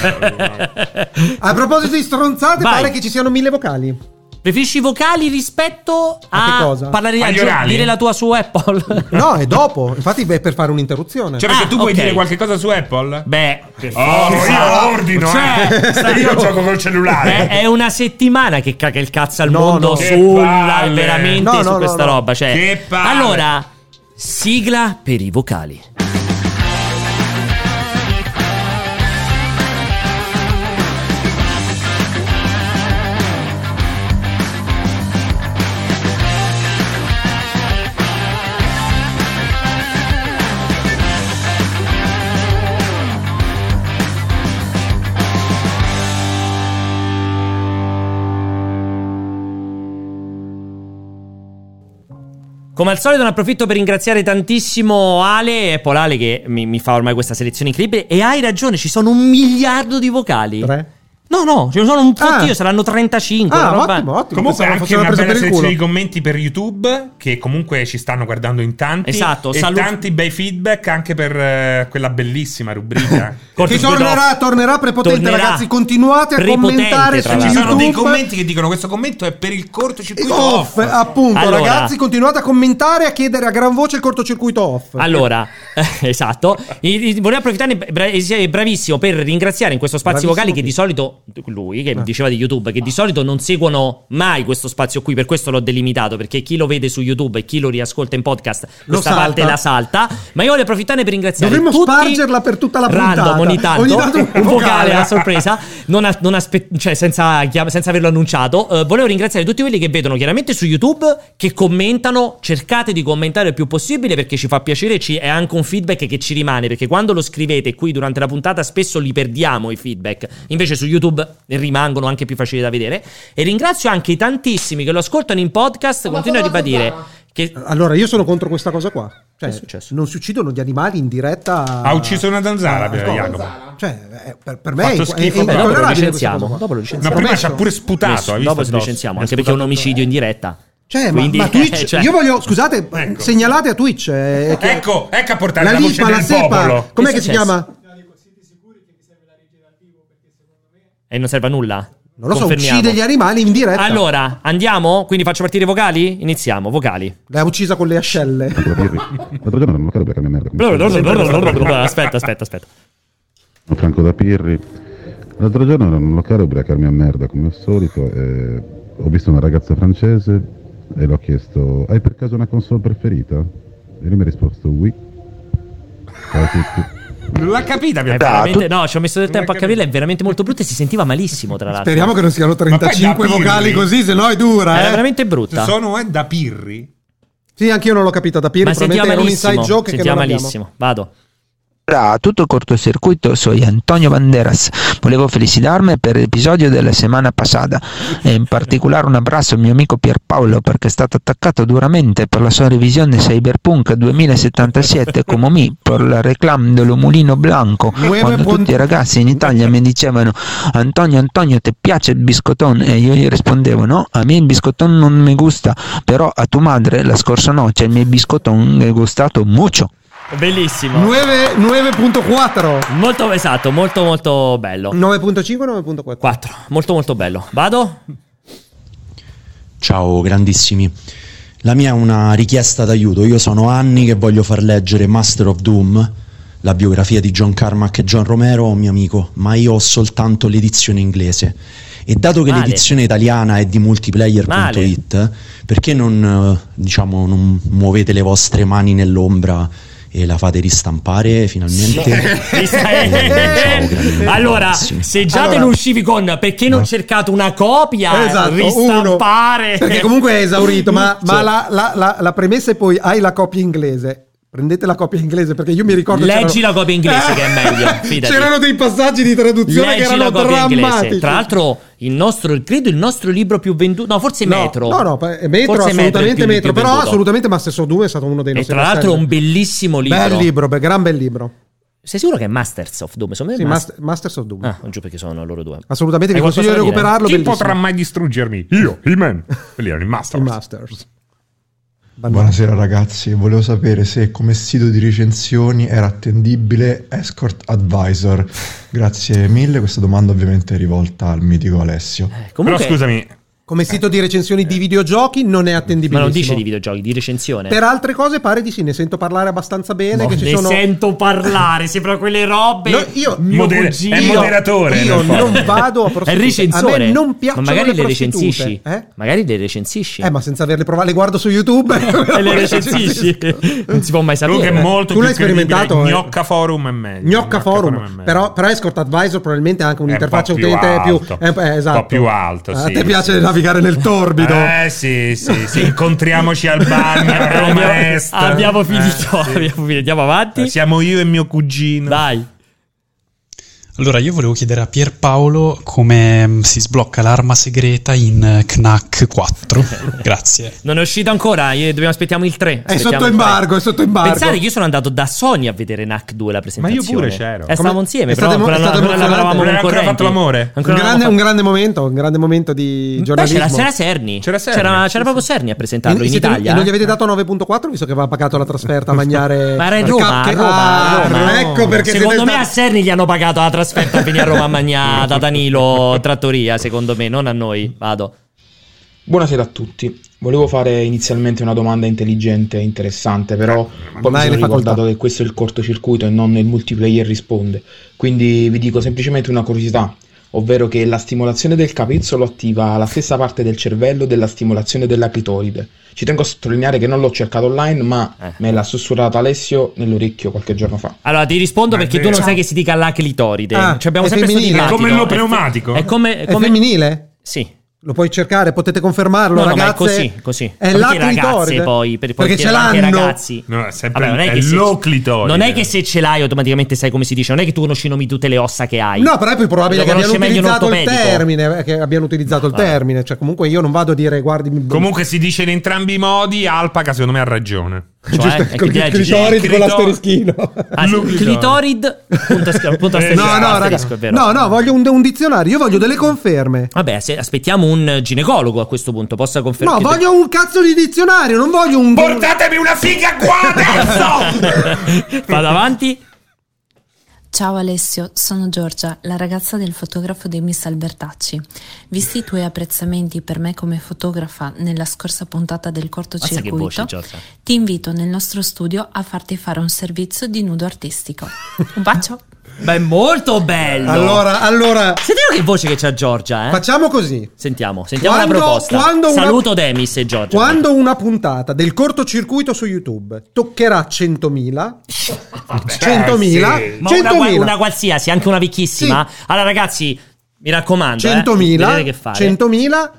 A proposito di stronzate, Vai. pare che ci siano mille vocali. Preferisci i vocali rispetto A a, che cosa? parlare di Agli aggi- orali? dire la tua su Apple? No, è dopo. Infatti, è per fare un'interruzione. Cioè, perché Ah, tu vuoi ok. dire qualche cosa su Apple? Beh, per Oh, forza. io ordino, Cioè, eh. Io gioco col cellulare. È, è una settimana che caga il cazzo al No, mondo no. Che sulla palle. veramente No, no, su no, questa no. roba. Cioè, Che palle. allora, sigla per i vocali. Come al solito ne approfitto per ringraziare tantissimo Ale, Apple Ale che mi, mi fa ormai questa selezione incredibile. E hai ragione, ci sono un miliardo di vocali. Tre? No, no, ce ne sono un fottio, Ah. saranno trentacinque. Ah, una roba- ottimo, ottimo. Comunque Pensavo anche fosse una presa bella per il sezione culo. di commenti per YouTube, che comunque ci stanno guardando in tanti. Esatto, e salu- tanti bei feedback anche per eh, quella bellissima rubrica. Corto Che circuito tornerà, off. tornerà prepotente, Tornerà. ragazzi. Continuate a Prepotente, commentare tra su Ci l'altro. sono dei YouTube. commenti che dicono questo commento è per il cortocircuito Off, off. appunto, Allora. ragazzi, continuate a commentare e a chiedere a gran voce il cortocircuito off. Allora, esatto. I- i- vorrei approfittarne, bra- sei bravissimo, per ringraziare in questo spazio Bravissimo vocali che chi? di solito solito, lui che Ah. diceva di YouTube, che di solito non seguono mai questo spazio qui, per questo l'ho delimitato, perché chi lo vede su YouTube e chi lo riascolta in podcast Lo questa salta. parte la salta. Ma io voglio approfittare per ringraziare Dovremmo tutti, spargerla per tutta la puntata. random ogni tanto, Ogni tanto un un vocale vocale. a sorpresa, non, a- non aspe- cioè senza, chiam- senza averlo annunciato. Eh, volevo ringraziare tutti quelli che vedono chiaramente su YouTube, che commentano. Cercate di commentare il più possibile, perché ci fa piacere, ci- è anche un feedback che ci rimane, perché quando lo scrivete qui durante la puntata spesso li perdiamo i feedback, invece su YouTube rimangono anche più facili da vedere. E ringrazio anche i tantissimi che lo ascoltano in podcast. Ma Continuo a cosa ribadire Zanzara? che Allora, io sono contro questa cosa qua. Cioè, Che è successo? non si uccidono gli animali in diretta. Ha uccio una zanzara, Ah, per no, Jacopo. Zanzara. Cioè, eh, per, per me Fatto è, schifo, è, è Beh, dopo lo intollerabile questa licenziamo, cosa qua. dopo lo Ma licenziamo. prima ci Promesso. ha pure sputato. Messo, hai visto dopo ci addosso? licenziamo, Ha anche perché è un sputato omicidio in diretta. Cioè, Quindi, ma, ma Twitch, eh, cioè- io voglio, scusate, Ecco. segnalate a Twitch. eh, che- Ecco, ecco a portare la la, voce lipa, del la sepa, popolo. com'è Che che è si successo? chiama? E non serve a nulla? Non lo so, Confermiamo. uccide gli animali in diretta. Allora, andiamo? Quindi faccio partire i vocali? Iniziamo, vocali. L'ha uccisa con le ascelle. L'altro giorno non lo credo perché mi merda. Aspetta, aspetta, aspetta. Franco da Pirri. L'altro giorno ero in un locale a ubriacarmi a merda come al solito e ho visto una ragazza francese e l'ho chiesto: hai per caso una console preferita? E lui mi ha risposto oui. Ciao a tutti. Non l'ha capita, È mia veramente, no, ci ho messo del Non tempo a hai capirla, è veramente molto brutta e si sentiva malissimo, tra l'altro. Speriamo che non siano trentacinque Ma poi da vocali Pirri? così, se no è dura. Era Eh. veramente brutta. Sono eh, da Pirri. Sì, anch'io non l'ho capita da Pirri. Ma sentiva Probabilmente era un malissimo. inside joke che sentiva non abbiamo. malissimo. Vado. A tutto il cortocircuito, soy Antonio Banderas. Volevo felicitarmi per l'episodio della settimana passata e in particolare un abbraccio al mio amico Pierpaolo, perché è stato attaccato duramente per la sua revisione Cyberpunk duemilasettantasette come me per la reclame dello Mulino Blanco, quando tutti i ragazzi in Italia mi dicevano: Antonio Antonio, ti piace il biscotton? E io gli rispondevo: no, a me il biscotton non mi gusta, però a tua madre la scorsa notte il mio biscotton è gustato mucho. Bellissimo. nove virgola quattro. Molto esatto, molto molto bello. nove virgola cinque nove virgola quattro. quattro. Molto molto bello. Vado? Ciao grandissimi, la mia è una richiesta d'aiuto. Io sono anni che voglio far leggere Master of Doom, la biografia di John Carmack e John Romero a un mio amico, ma io ho soltanto l'edizione inglese. E dato che Male. l'edizione italiana è di multiplayer punto it, perché non, eh, diciamo, non muovete le vostre mani nell'ombra e la fate ristampare finalmente? Mi stai- Eh, ciao, grandi- allora, grandissimi. se già Allora- te ne uscivi con perché non cercate una copia, Esatto, ristampare. uno. Perché comunque è esaurito, ma, ma Cioè, la, la- la- la premessa è poi hai la copia inglese. Prendete la copia inglese perché io mi ricordo Leggi c'erano- la copia inglese che è meglio, fidati. C'erano dei passaggi di traduzione che Leggi erano la copia drammatici. inglese. Tra l'altro, il nostro, credo il nostro libro più venduto. No, forse No, Metro. No, no, è metro, Forse assolutamente è il più- metro. il più Però venduto. assolutamente Master of Doom è stato uno dei E nostri tra l'altro, un bestseller. bellissimo libro. Bel libro, beh, gran bel libro. Sei sicuro che è Masters of Doom? Secondo me Sì, è Mas- Master- Masters of Doom. Ah, non giù perché sono loro due. Assolutamente vi Hai consiglio di qualcosa da dire? recuperarlo. Chi bellissimo. potrà mai distruggermi? Io, He-Man. Quelli erano i I Masters. Masters. Buonasera ragazzi, volevo sapere se come sito di recensioni era attendibile Escort Advisor. Grazie mille, questa domanda ovviamente è rivolta al mitico Alessio. Eh, comunque, Però scusami, Come sito di recensioni di videogiochi non è attendibile. ma non dice di videogiochi, di recensione. Per altre cose pare di sì, ne sento parlare abbastanza bene. No, che ci ne sono... sento parlare, sembra quelle robe. No, io- mio Moder- cugino. è moderatore. Io nel fondo. non vado a È prostitute. il recensore. A me non piacciono ma magari le le prostitute. recensisci. Eh? Magari le recensisci. Eh, ma senza averle provate, le guardo su YouTube e le recensisci. Non si può mai sapere. Comunque è molto Tu più l'hai sperimentato, credibile. eh? Gnocca Forum è meglio. Gnocca Forum, è meglio. però, però Escort Advisor probabilmente ha anche È un un'interfaccia po' più utente più, alto. eh, eh, esatto. Un po' più alto, A sì, te piace sì, navigare nel torbido. Eh sì, sì, sì. Incontriamoci al bagno a Roma abbiamo, Est. abbiamo finito. Eh, sì. Abbiamo finito. Andiamo avanti. Eh, Siamo io e mio cugino. Dai. Allora, io volevo chiedere a Pierpaolo come mm, si sblocca l'arma segreta in eh, Knack quattro. Grazie. Non è uscito ancora. io- Dobbiamo aspettiamo il tre. È Aspettiamo sotto il embargo, tre. è sotto embargo. Pensate che io sono andato da Sony a vedere N A C due la presentazione. Ma io pure c'ero. E stavamo Come- insieme, è però stato- ancora è non stato ancora non emozionante. eravamo Non era ancora concorrenti. fatto l'amore? Ancora un, non grande, avevamo un grande momento, un grande momento di Beh, giornalismo. c'era, c'era Serni. C'era Serni, C'era, sì, c'era proprio Serni a presentarlo E- in siete- Italia. E non gli avete dato nove virgola quattro visto che aveva pagato la trasferta a mangiare. Ma era in il Roma, cap- a Roma, Ah, a Roma. ecco perché Secondo siete me a stati- Serni gli hanno pagato la trasferta a venire a Roma a mangiare da Danilo Trattoria, secondo me, non a noi. Vado. Buonasera a tutti. Volevo fare inizialmente una domanda intelligente e interessante, però poi mi Dai, sono le facoltà. ricordato che questo è il cortocircuito e non il multiplayer risponde. Quindi vi dico semplicemente una curiosità. ovvero che la stimolazione del capezzolo attiva la stessa parte del cervello della stimolazione della clitoride. Ci tengo a sottolineare che non l'ho cercato online, ma Eh. me l'ha sussurrato Alessio nell'orecchio qualche giorno fa. Allora ti rispondo Ma è perché tu non vero. sai che si dica la clitoride. Ah, Ci abbiamo è sempre femminile. studiato. È come lo È fe- pneumatico? È come, È come- femminile? Sì. Lo puoi cercare, potete confermarlo, No, no, ragazze. ma è così, così. È Ma la perché ragazze clitoride? poi, per, perché ce anche l'hanno. ragazzi. No, è sempre Vabbè, non è è che se- lo clitoride. Non è che se ce l'hai automaticamente sai come si dice, non è che tu conosci i nomi di tutte le ossa che hai. No, però è più probabile Lo che abbiano conosce meglio un utilizzato il ortopedico. termine, che abbiano utilizzato il vabbè. termine, cioè comunque io non vado a dire guardi Comunque si dice in entrambi i modi, Alpaca secondo me ha ragione. Cioè, giusto, è con che il leggi- clitoride con clitor- l'asterischino. Ah, sì, Lo clitorid punto, sch- punto Eh, asterisco, No, no, raga. asterisco, è vero. No, no, voglio un, un dizionario, io voglio delle conferme. Vabbè, se aspettiamo un ginecologo a questo punto, possa confermare. No, voglio un cazzo di dizionario, non voglio un Portatemi una figa qua adesso! Vado avanti. Ciao Alessio, sono Giorgia, la ragazza del fotografo dei Miss Albertacci. Visti i tuoi apprezzamenti per me come fotografa nella scorsa puntata del Mazza che voce, cortocircuito, Giorgia. ti invito nel nostro studio a farti fare un servizio di nudo artistico. Un bacio! Beh, molto bello. Allora, allora Sentiamo che voce che c'ha Giorgia, eh? facciamo così. Sentiamo, sentiamo Quando- la proposta. quando una- Saluto Demis e Giorgia. Quando una puntata del cortocircuito su YouTube toccherà centomila, centomila, sì. Ma una, centomila, una qualsiasi, anche una vecchissima. Allora, ragazzi, mi raccomando, centomila, eh, vedete che fare. centomila,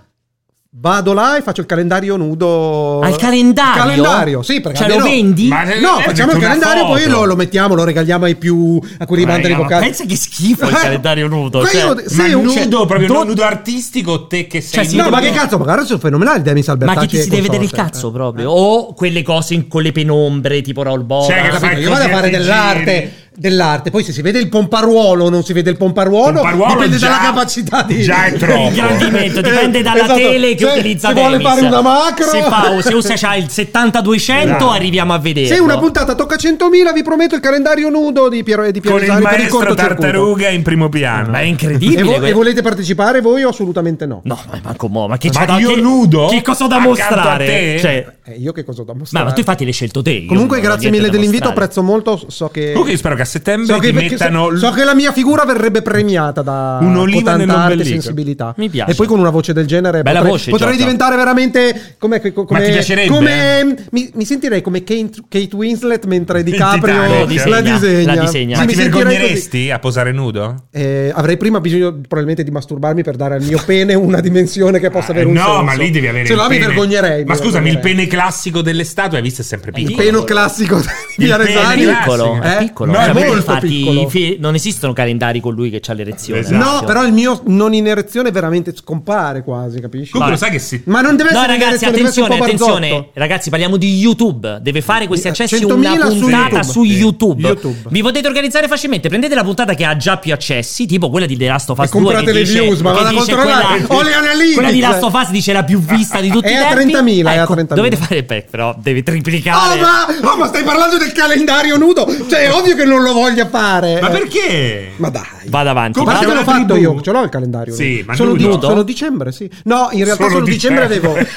vado là e faccio il calendario nudo. Al calendario? Il calendario, sì, perché Cioè, lo almeno- vendi? Ma se- No, eh, facciamo il una calendario, foto. poi lo, lo mettiamo, lo regaliamo ai più a quelli Ma mandano i raga, ma vocali. Pensa che schifo il Eh, calendario nudo. ma Cioè, io- Ma sì, un- nudo, proprio do- non nudo artistico, te che sei Cioè, si No, nudo. ma che cazzo, magari sono fenomenali Demis ma Albertacci. che ti si e deve vedere il consorte. cazzo proprio? O quelle cose in- con le penombre, tipo Raul Bora. Cioè, che Capito? fai Io vado a così fare a ti dell'arte, giri. dell'arte, poi se si vede il pomparuolo o non si vede il pomparuolo, Pomparuolo dipende già- dalla capacità di già è troppo. Ingrandimento, dipende dalla Esatto. tele che Se- utilizza se vuole Demis. fare una macro, Se, fa, se usa c'ha il settanta duecento Esatto. arriviamo a vedere. se una puntata tocca centomila, vi prometto il calendario nudo di Piero e di Piero Con il Esari per il maestro cortocircuito. Tartaruga in primo piano. Ma è E, incredibile. vo- que- e volete partecipare voi o assolutamente no? No, ma manco mo, ma che Ma c'ho da io che- nudo? Che cosa ho da Accanto mostrare? a te? Cioè, Eh, io che cosa ho da ma, mostrare? ma tu infatti l'hai scelto te. io Comunque non ho grazie niente mille da dell'invito, mostrare. apprezzo molto, so che Comunque io spero che a settembre so ti che, perché mettano so, so che la mia figura verrebbe premiata da Un'oliva con tanta arte e nell'ombelico. sensibilità. Mi piace. E poi con una voce del genere Bella potrei, voce, potrei Giorgia. diventare veramente come, come, Ma ti piacerebbe? come mi, mi sentirei come Kate, Kate Winslet mentre DiCaprio Titanic. la Disegna, disegna. la disegna. Ma Sì, ti mi sentirei così. vergogneresti a posare nudo? Eh, avrei prima bisogno probabilmente di masturbarmi per dare al mio pene una dimensione che possa avere un no, senso. ma lì devi avere Se il no mi pene. vergognerei. Ma mi scusami, il vergognerei. pene classico delle statue hai visto è sempre il piccolo. peno classico di Il pene Pianesani classico. Piccolo, è Eh? piccolo. No, Cioè, è perché molto infatti piccolo. fi- non esistono calendari con lui che c'ha l'erezione. Esatto. No, Massimo. però il mio non in erezione veramente scompare quasi, capisci? Comunque Vabbè. lo sai che si Ma non deve No, essere in ragazzi, erezione, deve essere attenzione, un po' attenzione. barzotto. Ragazzi, parliamo di YouTube. Deve fare questi accessi una centomila su puntata YouTube. su Sì. YouTube. YouTube. Vi potete organizzare facilmente. Prendete la puntata che ha già più accessi, tipo quella di The Last of Us E comprate due. Che le dice, views, ma che vado a dice controllare. quella, Ho le analytics. quella di Last of Us dice la più vista di tutti È i a tempi. trentamila, è a Ecco, trentamila. dovete fare, beh, però devi Oh triplicare. ma, oh, ma stai parlando del calendario nudo? Cioè, è ovvio che non lo voglia fare. Ma perché? Ma dai. Vado avanti. Come Ma c'è l'ho una fatto tribù? io, ce l'ho il calendario. Sì, nudo. ma sono, nudo? di- sono dicembre, sì. No, in realtà Solo solo dicembre dicembre. avevo.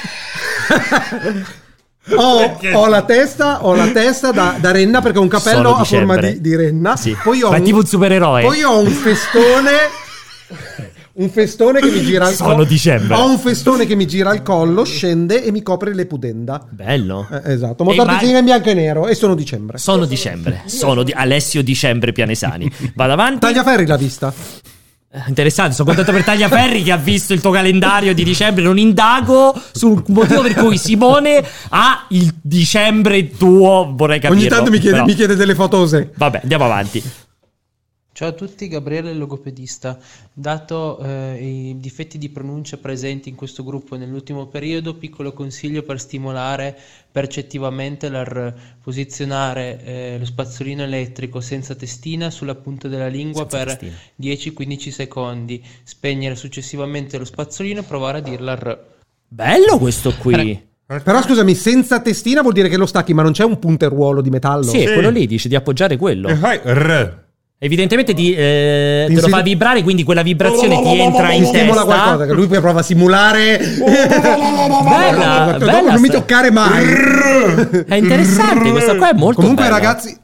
Ho, ho la testa, ho la testa da, da renna perché ho un capello Solo a forma dicembre. di, di renna. Sì. Poi ho Ma è un, tipo un supereroe. Poi ho un festone. Un festone che mi gira al Sono collo. dicembre. Ho un festone che mi gira al collo, scende e mi copre le pudenda. Bello. Eh, esatto, E motardicina vai- in bianco e nero. E sono dicembre. Sono dicembre. Sono di Alessio Dicembre Pianesani. Vado avanti. Tagliaferri l'ha vista. Eh, Interessante, sono contento per Tagliaferri che ha visto il tuo calendario di dicembre. Non indago sul motivo per cui Simone ha il dicembre tuo. Vorrei capirlo. Ogni tanto mi chiede, però- mi chiede delle fotose. Vabbè, andiamo avanti. Ciao a tutti, Gabriele logopedista. Dato eh, i difetti di pronuncia presenti in questo gruppo nell'ultimo periodo, piccolo consiglio per stimolare percettivamente l'R. Posizionare eh, lo spazzolino elettrico senza testina sulla punta della lingua Senza per testina. dieci quindici secondi, spegnere successivamente lo spazzolino e provare a dir la R. Bello questo qui. Però scusami, senza testina vuol dire che lo stacchi, ma non c'è un punteruolo di metallo. Sì, è quello lì, dice di appoggiare quello. E fai R. Evidentemente ti, eh, Ti te lo insig- fa vibrare, quindi quella vibrazione ti entra in Ti stimola testa. qualcosa, che lui poi prova a simulare. Bella, Dopo bella non mi sta- toccare mai. È interessante, questa qua è molto Comunque, bella. ragazzi,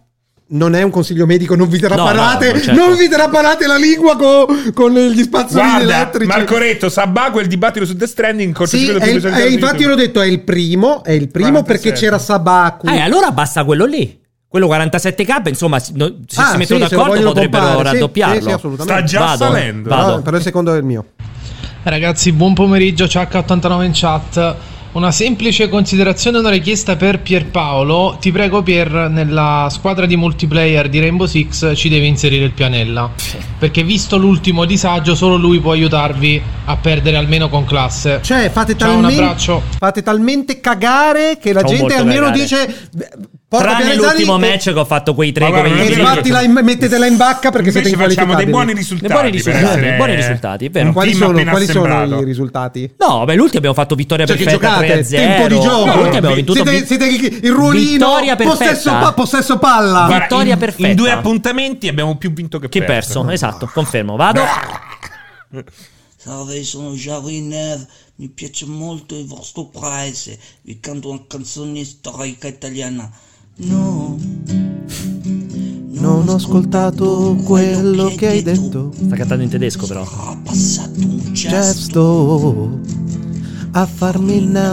non è un consiglio medico, non vi trapanate, No, no, certo. non vi trapanate la lingua con, con gli spazzolini Guarda, elettrici. Marco Retto, Sabà, il dibattito su Death Stranding, Sì, è il- è- infatti io l'ho detto, è il primo, è il primo perché quarantasette. c'era Sabaku. Eh, allora basta quello lì. Quello quarantasette K, insomma, si- no- se Ah, si mettono sì, se lo d'accordo vogliono potrebbero pompare, sì, raddoppiarlo. sì, sì, assolutamente. Sta già Vado, salendo. vado. No, però il secondo è il mio. Ragazzi, buon pomeriggio, C H ottantanove in chat. Una semplice considerazione, una richiesta per Pierpaolo. Ti prego, Pier, nella squadra di multiplayer di Rainbow Six ci devi inserire il Pianella. Perché visto l'ultimo disagio, solo lui può aiutarvi a perdere almeno con classe. Cioè, fate Ciao, un talmente, abbraccio. fate talmente cagare che la Ciao, gente molto almeno cagare. dice "Beh, porca Tranne Pianesani", l'ultimo e- match che ho fatto quei tre Ma guarda, come non e Sì, sbattila in- mettetela in bacca perché siete Invece facciamo dei inqualificabili. buoni Dei risultati. buoni per risultati, essere buoni risultati, è vero. un Quali team sono, appena quali sono assemblato. i risultati? No, beh, l'ultimo abbiamo fatto vittoria Cioè che perfetta giocate, tre a zero. tempo di gioco. No, l'ultimo abbiamo vinto siete, siete il, il ruolino, Vittoria perfetta. possesso, pa- possesso palla. Guarda, Vittoria in, perfetta. in due appuntamenti abbiamo più vinto che, Che perso, esatto, confermo. Vado. Salve, sono Jariner, mi piace molto il vostro paese, vi canto una canzone storica italiana. No, Non ho ascoltato quello che hai detto. Sta cantando in tedesco, però. ha passato un gesto. Gesto a farmi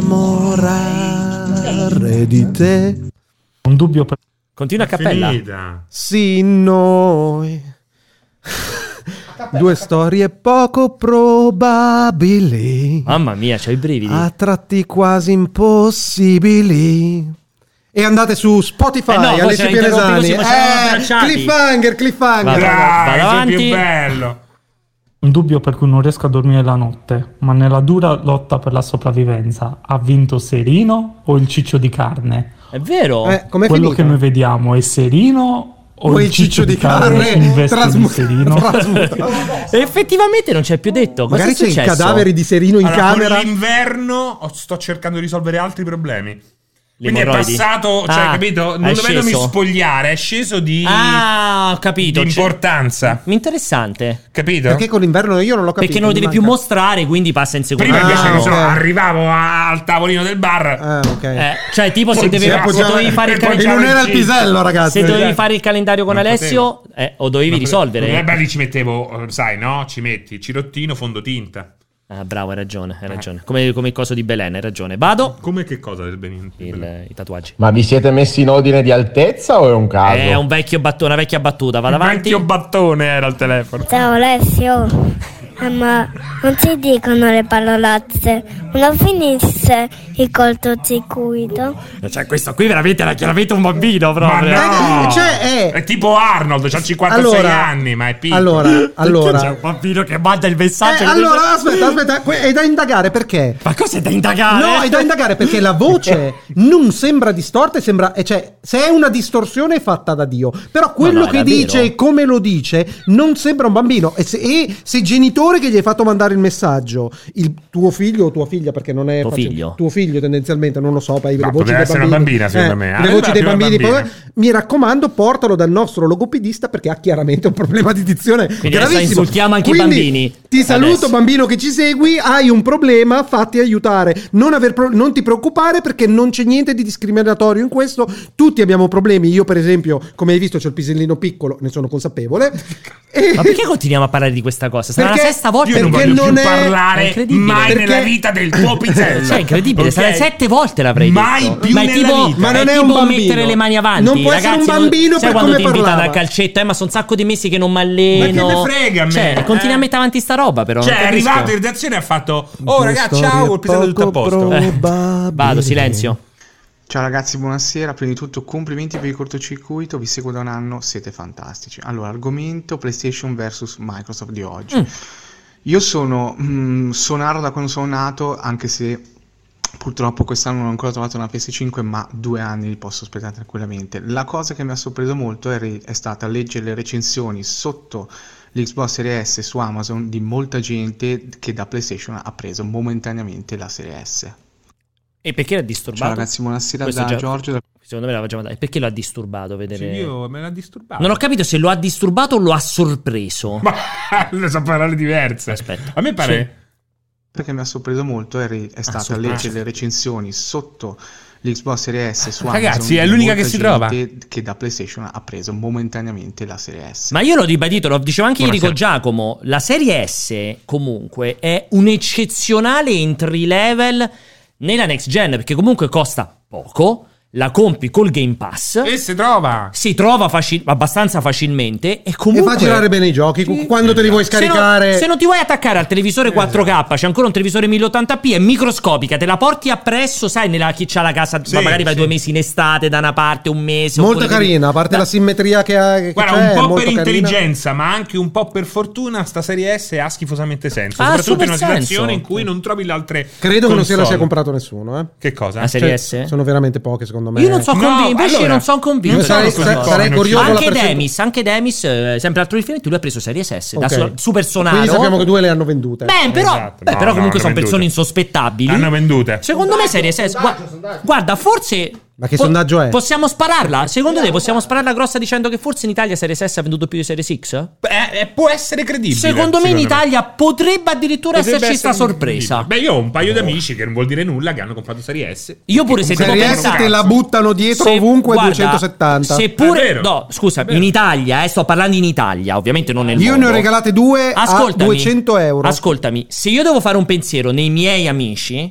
innamorare di te. Un dubbio per... Continua a cappella. Finita. Sì, noi. Due storie poco probabili, Mamma mia, c'ho i brividi. a tratti quasi impossibili. E andate su Spotify, Eh no, poi Alessio se la interrompi Pianesani. così facciamo Eh, abbracciati. cliffhanger, cliffhanger. Vado. Dai, Vado sei avanti. più bello. Un dubbio per cui non riesco a dormire la notte, ma nella dura lotta per la sopravvivenza ha vinto Serino o il ciccio di carne? È vero? Eh, com'è Quello finita? che noi vediamo è Serino o, O il ciccio di carne in veste trasmu- di Serino? trasmutato. E effettivamente non c'è più detto. Cosa Magari è c'è il successo? cadavere di Serino in Allora, camera. con l'inverno oh, sto cercando di risolvere altri problemi. Quindi è emorroidi? passato, cioè, Ah, capito? Non è dovendomi sceso. spogliare, è sceso di, Ah, ho capito. di C'è- importanza. Interessante. Capito? Perché con l'inverno io non l'ho capito. Perché non lo mi devi più manca. mostrare, quindi passa in secondo Prima Ah, invece ne so, ok. arrivavo a- al tavolino del bar. Ah, ok. Eh, cioè, tipo, se, Poi dovevi, si se appoggiava- dovevi fare il e poi E calendario. non era il Cisto. pisello, ragazzi. Se dovevi fare il calendario con Non Alessio, eh, o dovevi risolvere. Eh, beh, lì ci mettevo, eh, sai, no? Ci metti cirottino, fondotinta. Ah, bravo, hai ragione, hai ragione. Come, come il coso di Belen, hai ragione. Vado. Come che cosa del Benin? Il- I tatuaggi. Ma vi siete messi in ordine di altezza o è un caso? È un vecchio battu- una vecchia battuta. Vado Il avanti. vecchio battone era al telefono. Ciao Alessio, Eh, ma non si dicono le parolazze, non finisse il cortocircuito? Cioè, questo qui veramente era chiaramente un bambino proprio. Ma no! Eh, cioè, è- È tipo Arnold, c'ha cinquantasei Allora- anni, ma è piccolo. Allora, allora. C'è un bambino che manda il Eh, messaggio. che allora, dice- aspetta, aspetta, que- è da indagare perché? Ma cosa è da indagare? No, è da indagare perché la voce non sembra distorta, e sembra, e cioè, se è una distorsione è fatta da Dio. Però quello No, no, che era dice vero. e come lo dice non sembra un bambino. E se, e se il genitore che gli hai fatto mandare il messaggio, il tuo figlio o tua figlia, perché non è Tuo facile- figlio. tuo figlio tendenzialmente, non lo so, poi No, le voci poteva dei essere una bambini, bambina, secondo me. le Aveva voci dei più una bambini, bambina. poi- mi raccomando, portalo dal nostro logopedista perché ha chiaramente un problema di dizione adesso gravissimo. insultiamo anche i Quindi, bambini. Ti saluto, Adesso. bambino che ci segui, hai un problema, fatti aiutare. Non, aver pro- non ti preoccupare perché non c'è niente di discriminatorio in questo. Tutti abbiamo problemi. Io, per esempio, come hai visto, c'ho il pisellino piccolo, ne sono consapevole. E- Ma perché continuiamo a parlare di questa cosa? Sarà Perché- la sesta volta Io non perché voglio non più è- È parlare incredibile. mai Perché- nella vita del tuo pisello. Cioè, è incredibile, Ok? sarà sette volte l'avrei Mai detto. più ma è nella tipo, vita. Ma non è è un tipo bambino. mettere le mani avanti. Non può essere Ragazzi, un bambino non, sai per quando come ti invitano parlava. al calcetto, eh, ma sono un sacco di mesi che non mi alleno. Ma che me frega a me, Cioè, eh? continui a mettere avanti sta roba, però. Cioè, non è capisco. arrivato in redazione e ha fatto: oh, Due ragazzi, storie ciao, il pisello è tutto a poco posto. Eh, probabili. Vado, silenzio. Ciao ragazzi, buonasera. Prima di tutto complimenti per il cortocircuito, vi seguo da un anno, siete fantastici. Allora, argomento PlayStation versus Microsoft di oggi. Mm. Io sono mm, sonaro da quando sono nato, anche se purtroppo quest'anno non ho ancora trovato una P S cinque, ma due anni li posso aspettare tranquillamente. La cosa che mi ha sorpreso molto è, re- è stata leggere le recensioni sotto l'Xbox Series S su Amazon di molta gente che da PlayStation ha preso momentaneamente la Serie S. E perché l'ha disturbato? Ciao ragazzi, buonasera Questo da già- Giorgio. Da... Secondo me l'aveva già mandato. E perché lo ha disturbato vedere? Sì, io me l'ha disturbato. Non ho capito se lo ha disturbato o lo ha sorpreso. Ma le so parole diverse. Aspetta. A me pare. Perché mi ha sorpreso molto è, re- è stata sorpreso. leggere le recensioni sotto l'Xbox Series S su Ragazzi, Amazon, è l'unica molta che si gente trova. che da PlayStation ha preso momentaneamente la Serie S. Ma io l'ho ribadito, lo dicevo anche ieri con Buonasera. Giacomo, la Serie S comunque è un eccezionale entry level nella next gen, perché comunque costa poco, la compri col Game Pass e si trova si trova facil- abbastanza facilmente e comunque e fa girare bene i giochi Sì. quando te li vuoi scaricare. Se non, se non ti vuoi attaccare al televisore quattro K, c'è ancora un televisore mille ottanta p, è microscopica, te la porti appresso, sai, nella chi c'ha la casa, Sì, ma magari vai sì. due mesi in estate da una parte, un mese. Molto oppure- carina, a parte Da- la simmetria che ha. Che Guarda, c'è, un è po' molto per carina. intelligenza, ma anche un po' per fortuna, sta Serie S ha schifosamente senso. Ah, soprattutto in una super situazione senso. in cui non trovi le altre. Credo che non se la sia console. comprato nessuno, eh. Che cosa? La Serie Cioè, S? sono veramente poche, secondo me. Io non so No, convinto, invece allora, non sono convinto. io sarei- sono così sarei povero, curioso Anche la percent- Demis, anche Demis, eh, sempre altro riferimento, lui ha preso Series S da Ok. so- Super Sonaro. Quindi sappiamo che due le hanno vendute. Beh, però, Esatto. beh, No, però no, comunque hanno sono persone vendute. insospettabili. Hanno vendute. Secondo me Series S, gua- guarda, forse Ma che sondaggio è? Possiamo spararla? Secondo te possiamo spararla grossa dicendo che forse in Italia Series S ha venduto più di Series X? Beh, eh, può essere credibile. Secondo me in Italia potrebbe addirittura Potrebbe esserci sta essere sorpresa. credibile. Beh, io ho un paio di amici che non vuol dire nulla che hanno comprato Serie S. Io pure se devo Serie S pensare, te la buttano dietro se- ovunque guarda, duecentosettanta. È Seppure vero. no, scusa, È vero. in Italia, eh, sto parlando in Italia, ovviamente non nel Io mondo. ne ho regalate due a Ascoltami, duecento euro. Ascoltami, se io devo fare un pensiero nei miei amici,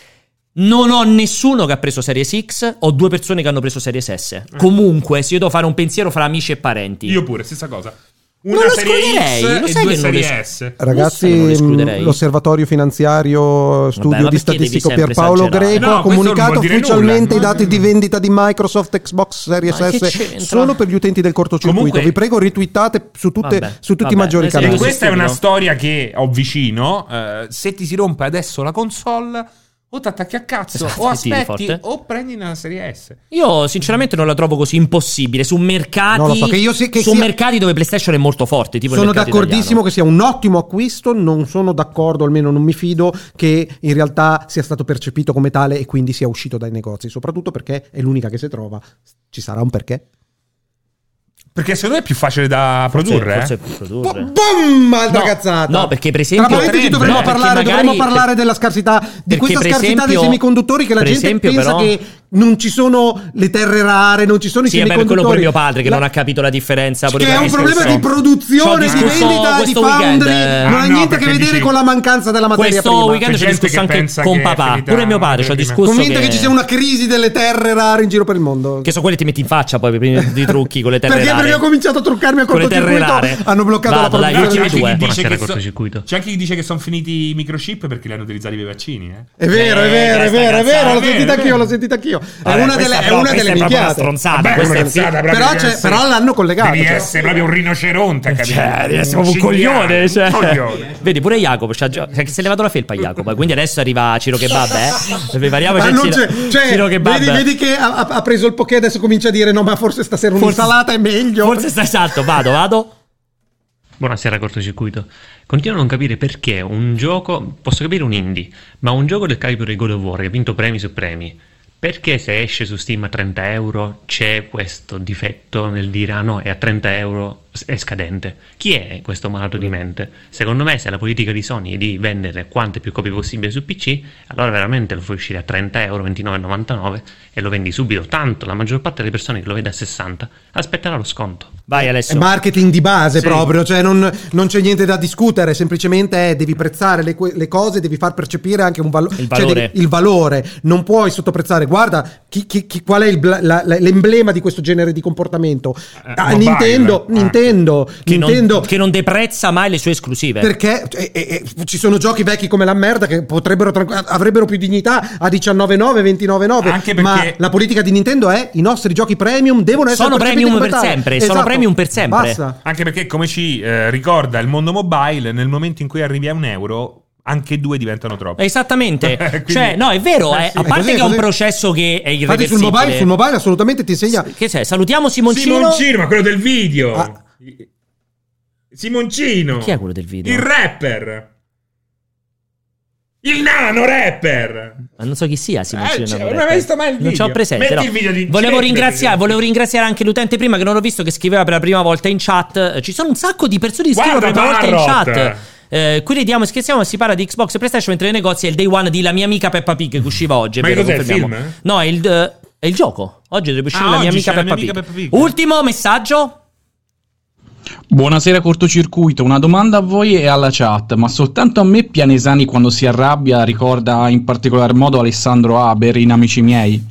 non ho nessuno che ha preso Series X, ho due persone che hanno preso Series S. Comunque, se io devo fare un pensiero fra amici e parenti, Io pure, stessa cosa. Non Una lo Serie escluderei, X lo e sai due che non lo Serie es- S. Ragazzi, non lo mh, escluderei. l'osservatorio finanziario studio ma di perché devi statistico sempre Pierpaolo esagerare? Greco No, ha questo non comunicato vuol dire ufficialmente nulla. i dati di vendita di Microsoft Xbox Series Ma che S c'entra? solo per gli utenti del cortocircuito. Comunque- Vi prego, retweetate su, tutte, Vabbè, su tutti vabbè, i maggiori noi siamo E canali. così questa è una stupido. storia che ho vicino. eh, se ti si rompe adesso la console, o ti attacchi a cazzo, Esatto, o e tiri aspetti, forte. o prendi una Serie S. Io sinceramente non la trovo così impossibile su mercati, Non lo so, che io sì- che su sia- mercati dove PlayStation è molto forte, tipo il Sono mercato d'accordissimo italiano. che sia un ottimo acquisto, non sono d'accordo, almeno non mi fido, che in realtà sia stato percepito come tale e quindi sia uscito dai negozi, soprattutto perché è l'unica che si trova. Ci sarà un perché? Perché secondo me è più facile da produrre. Forse eh. è più produrre. Boom! Altra No, cazzata. no, perché per esempio- Tra parentesi potrebbe, dovremmo no, perché parlare, magari- dovremmo parlare della scarsità, di perché questa per scarsità esempio- dei semiconduttori che la per gente esempio, pensa però- che non ci sono le terre rare, non ci sono i Sì, vabbè, quello semiconduttori. pure mio padre che La- non ha capito la differenza. pure che è per un questo problema so. di produzione, Ci ho di discusso vendita, di questo weekend, foundry, eh. non Ah, ha no, niente a che perché vedere dici- con la mancanza della materia Questo prima. weekend C'è ci ho gente discusso che anche pensa con che è papà, finita pure mio padre ci ho prima. discusso Convinta che... che ci sia una crisi delle terre rare in giro per il mondo. che so quelle ti metti in faccia poi prima di trucchi con le terre Perché rare. perché ho cominciato a truccarmi a Con le terre cortocircuito, rare. hanno bloccato Vado, la dai, produzione. ultimi due. Chi dice Buonasera, che so- cortocircuito. c'è anche chi dice che sono finiti i microchip perché li hanno utilizzati per i vaccini. Eh. È vero, è Eh, vero, è questa vero, è cazzata, vero, l'ho è vero, sentita è anch'io, vero. l'ho sentita anch'io. È Vabbè, una questa delle, è però- una questa delle è proprio una minchiate. stronzata. Vabbè, questa è questa è sì. proprio Però, di c'è- essere- però l'hanno collegato. Devi cioè. essere proprio un rinoceronte, capito? Cioè, devi essere proprio un cinghiale, coglione. Cioè. un coglione. Vedi, pure Jacopo c'ha già- cioè, che si è levato la felpa Jacopo. Quindi adesso arriva Ciro Kebab, eh. Prepariamoci Ma il non Ciro, c'è, cioè, Ciro Kebab. vedi, vedi che ha, ha- ha preso il poké e adesso comincia a dire no, ma forse stasera Forse- un'insalata è meglio. Forse sta esatto, vado, vado. Buonasera, cortocircuito. Continuo a non capire perché un gioco, posso capire un indie, ma un gioco del calibro di God of War che ha vinto premi su premi, perché se esce su Steam a trenta euro c'è questo difetto nel dire ah no, è a trenta euro, è scadente? Chi è questo malato di mente? Secondo me se la politica di Sony è di vendere quante più copie possibile su P C, allora veramente lo fai uscire a trenta euro, ventinove virgola novantanove e lo vendi subito, tanto la maggior parte delle persone che lo vede a sessanta aspetterà lo sconto. Vai È Alessio. marketing di base Sì. proprio, cioè non, non c'è niente da discutere, semplicemente è, devi prezzare le, que- le cose, devi far percepire anche un valo- Il cioè valore. devi- il valore, non puoi sottoprezzare. Guarda chi- chi- chi- qual è il bla- la- la- l'emblema di questo genere di comportamento. Ah, mobile, Nintendo, eh. Nintendo, Che non, Nintendo che non deprezza mai le sue esclusive. perché eh, eh, eh, ci sono giochi vecchi come la merda che potrebbero tranqu- avrebbero più dignità a diciannove virgola nove, ventinove virgola nove, Anche perché- ma la politica di Nintendo è i nostri giochi premium devono essere Sono percepiti premium come per tali. sempre, sono Esatto. premium per sempre. Basta. Anche perché, come ci eh, ricorda il mondo mobile, nel momento in cui arrivi a un euro, anche due diventano troppi. Esattamente. Quindi- Cioè, no, è vero, Eh eh, sì. a È parte così, che è un così. processo che è Infatti irreversibile. sul mobile, sul mobile assolutamente ti insegna. Che c'è? Salutiamo Simoncino. Simoncino, ma quello del video. Ah. Simoncino. Chi è quello del video? Il rapper. Il nano rapper. Ma non so chi sia Simoncino. Eh, cioè, non non hai visto mai il Non video? c'ho presente. Metti no. il video di- volevo, metti il ringraziare, video. volevo ringraziare anche l'utente prima che non ho visto che scriveva per la prima volta in chat. Eh, Ci sono un sacco di persone che scrivono per la Guarda prima volta in Parrot. chat. Eh, qui ridiamo e scherziamo, si parla di Xbox e PlayStation, mentre nei negozi è il day one di La mia amica Peppa Pig che usciva oggi. Ma vero, cos'è il confermiamo. film? No, è il, eh, è il gioco. Oggi dovrebbe uscire Ah, La mia oggi amica c'è La Peppa mia Pig. amica Peppa Pig. Ultimo messaggio. Buonasera cortocircuito, una domanda a voi e alla chat, ma soltanto a me Pianesani quando si arrabbia ricorda in particolar modo Alessandro Haber in Amici miei?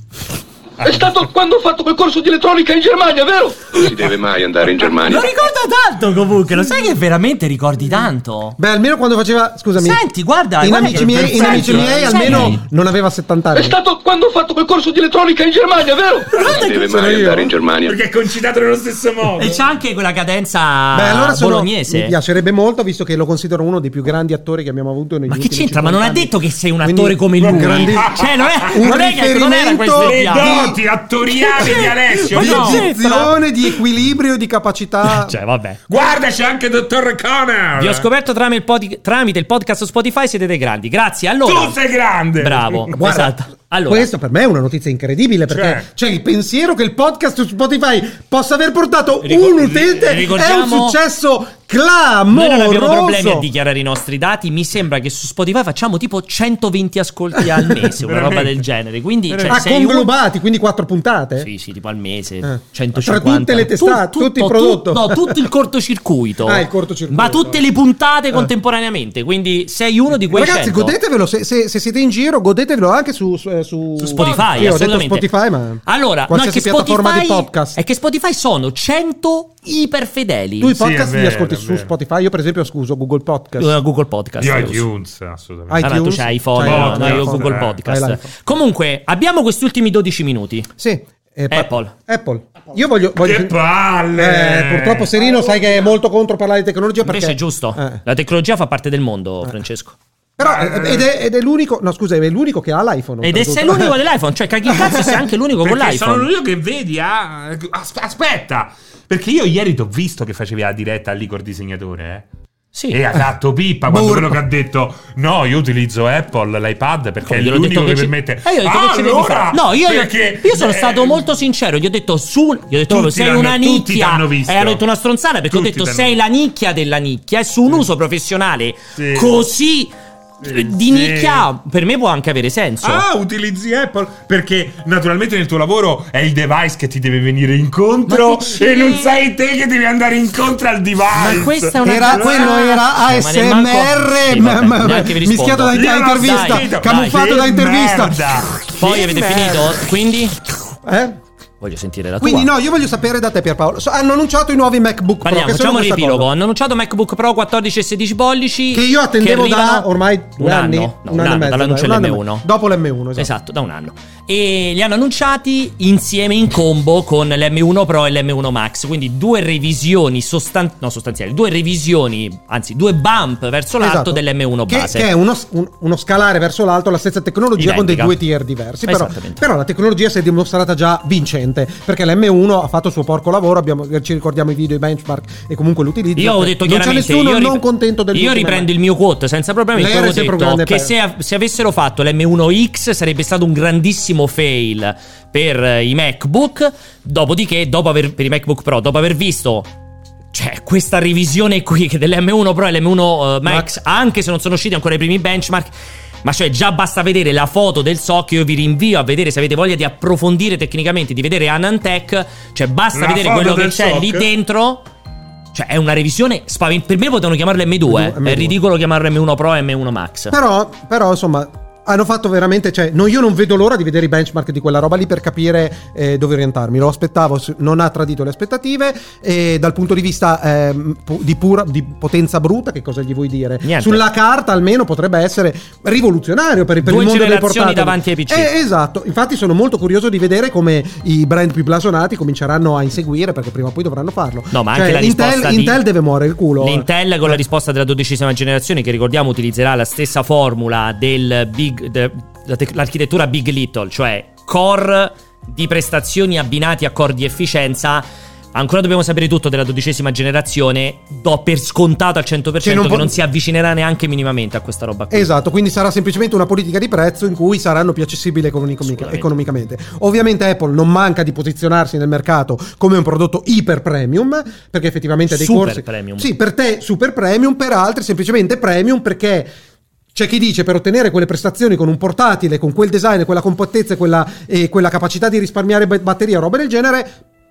È stato quando ho fatto quel corso di elettronica in Germania, vero? Non si deve mai andare in Germania. Lo ricorda tanto comunque, lo sai che veramente ricordi tanto? Beh, almeno quando faceva, scusami. Senti, guarda, in guarda amici che miei, in perfetto, amici miei eh. almeno Sai. non aveva settanta anni. È stato quando ho fatto quel corso di elettronica in Germania, vero? Non si deve mai andare in Germania. Perché è concitato nello stesso modo. E c'ha anche quella cadenza Beh, allora sono, bolognese. mi piacerebbe molto, visto che lo considero uno dei più grandi attori che abbiamo avuto negli Ma che ultimi c'entra? Ma non ha cinquanta anni. detto che sei un Quindi, attore come lui. grandi- Cioè, non è, un non è che non era riferimento questo Le piano. doti attoriali di Alessio. di no. dizione, di equilibrio, di capacità. Cioè, vabbè. Guarda, c'è anche il dottor Connor. Vi ho scoperto tramite il, pod- tramite il podcast su Spotify, siete dei grandi. Grazie. Allora, Tu sei grande. bravo. Guarda, Esatto. Allora, questo per me è una notizia incredibile, perché Cioè. cioè, il pensiero che il podcast su Spotify possa aver portato Ricor- un utente è un ricordiamo- successo noi clamoroso. non abbiamo problemi a dichiarare i nostri dati. Mi sembra che su Spotify facciamo tipo centoventi ascolti al mese, una roba Veramente. del genere. Quindi, cioè, Ah, sei un- conglobati, quindi quattro puntate? Sì, sì, tipo al mese, Eh. centocinquanta. Tra tutte le testate, Tu- tutti i tutto, prodotti. tu- no, tutto il cortocircuito. Ah, il cortocircuito. Ma tutte le puntate contemporaneamente. Quindi sei uno di quei Ragazzi, cento. godetevelo, se, se- se siete in giro, godetevelo anche su, su, su- Su Spotify, Sì, ho detto assolutamente. Spotify, ma Allora, no, è qualsiasi che piattaforma Spotify, di podcast. è che Spotify sono cento iperfedeli. Tu i Sì, è podcast li vero, ascolti è su vero. Spotify, io per esempio scuso Google Podcast. Uh, Google Podcast. Io io uso. iTunes, assolutamente. Ah, no, tu iTunes, c'hai iPhone, c'hai no, iPhone, no, io iPhone, Google eh, Podcast. hai l'iPhone. Comunque, abbiamo questi ultimi dodici minuti. Sì. eh, pa- Apple. Apple. Io voglio, voglio Che palle! Eh, purtroppo Serino sai che è molto contro parlare di tecnologia perché Invece è giusto. Eh. La tecnologia fa parte del mondo, Francesco. Però eh, ed è, ed è l'unico, no scusa, è l'unico che ha l'iPhone. Ed è sei oltretutto. l'unico dell'iPhone, cioè caghi il cazzo sei anche l'unico con Perché l'iPhone. sono l'unico che vedi. Ah, as- aspetta, perché io ieri ti ho visto che facevi la diretta al licor disegnatore, eh? Sì. E ha fatto pippa quando Burro. quello che ha detto no, io utilizzo Apple, l'iPad perché Come è gliel'ho l'unico detto che, che ci- permette. Eh, io ho detto Ah, che ci devi allora, fare. No, io, perché, io sono eh, stato molto sincero. Gli ho detto su. Gli ho detto proprio, sei l'hanno- una tutti nicchia. t'hanno visto. E hanno detto una stronzata perché Tutti ho detto t'hanno sei visto. la nicchia della nicchia. E su un uso professionale Sì. così Sì, di sì. nicchia per me può anche avere senso. Ah, utilizzi Apple perché naturalmente nel tuo lavoro è il device che ti deve venire incontro Ma che c'è? e non sei te che devi andare incontro al device. Ma questa è una Era, quello era Ma A S ne M manco- R Sì, ma- vabbè, ma- neanche vi rispondo. mischiato da Io l'ho intervista, sentito. camuffato Dai, da che intervista. merda. Poi Che avete merda. finito? Quindi Eh? voglio sentire la Quindi tua. no, io voglio sapere da te Pierpaolo. So- hanno annunciato i nuovi MacBook Pro. Parliamo, che sono facciamo un questa riepilogo. cosa. Hanno annunciato MacBook Pro quattordici e sedici pollici. Che io attendevo che arrivano- da ormai due un anni. anno, no, un anno e mezzo, dall'annuncio dai, un dell'M anno e uno. mezzo. Dopo l'M uno, esatto. Esatto, da un anno. E li hanno annunciati insieme in combo con l'M uno Pro e l'M uno Max. Quindi due revisioni sostan- no, sostanziali, due revisioni, anzi due bump verso l'alto Esatto. dell'M uno Che, base. che è uno, un- uno scalare verso l'alto, la stessa tecnologia con dei Identica. due tier diversi. Però, Esattamente. però la tecnologia si è dimostrata già vincente. Perché l'M uno ha fatto il suo porco lavoro. Abbiamo, ci ricordiamo i video, i benchmark e comunque l'utilizzo. Io ho detto non c'è chiaramente nessuno io rip- non contento del Io riprendo il mio quote senza problemi. Lei Avevo era sempre un detto grande che player. se, se avessero fatto l'M uno X sarebbe stato un grandissimo fail per eh, i MacBook. Dopodiché, dopo aver, per i MacBook Pro, dopo aver visto cioè questa revisione qui che dell'M uno Pro e l'M uno uh, Max, anche se non sono usciti ancora i primi benchmark. Ma cioè già basta vedere la foto del S O C. Io vi rinvio a vedere se avete voglia di approfondire tecnicamente, di vedere Anantech. Cioè basta La vedere foto quello che del c'è S O C? lì dentro. Cioè è una revisione spavent- per me potevano chiamarlo M due. M due. È ridicolo chiamarlo M uno Pro e M uno Max. Però, però insomma, hanno fatto veramente, cioè, no, io non vedo l'ora di vedere i benchmark di quella roba lì per capire eh, dove orientarmi. Lo aspettavo, s- non ha tradito le aspettative. E dal punto di vista ehm, pu- di pura di potenza bruta, che cosa gli vuoi dire? Niente. Sulla carta almeno potrebbe essere rivoluzionario per, per Due il mondo dei generazioni portatili. davanti ai P C. Eh, esatto, infatti sono molto curioso di vedere come i brand più blasonati cominceranno a inseguire, perché prima o poi dovranno farlo. No, ma Cioè, anche la Intel, risposta di- Intel deve muovere il culo. L'Intel con la risposta della dodicesima generazione, che ricordiamo utilizzerà la stessa formula del big, de- la tec- l'architettura Big Little, cioè core di prestazioni abbinati a core di efficienza. ancora dobbiamo sapere tutto della dodicesima generazione. Do per scontato al cento per cento che non, non po- po- non si avvicinerà neanche minimamente a questa roba qui. Esatto, quindi sarà semplicemente una politica di prezzo in cui saranno più accessibili economica- economicamente. Ovviamente Apple non manca di posizionarsi nel mercato come un prodotto iper premium, perché effettivamente ha dei Super corsi premium. Sì, per te super premium, per altri semplicemente premium, perché c'è chi dice per ottenere quelle prestazioni con un portatile, con quel design, quella compattezza e quella, e quella capacità di risparmiare b- batteria, roba del genere,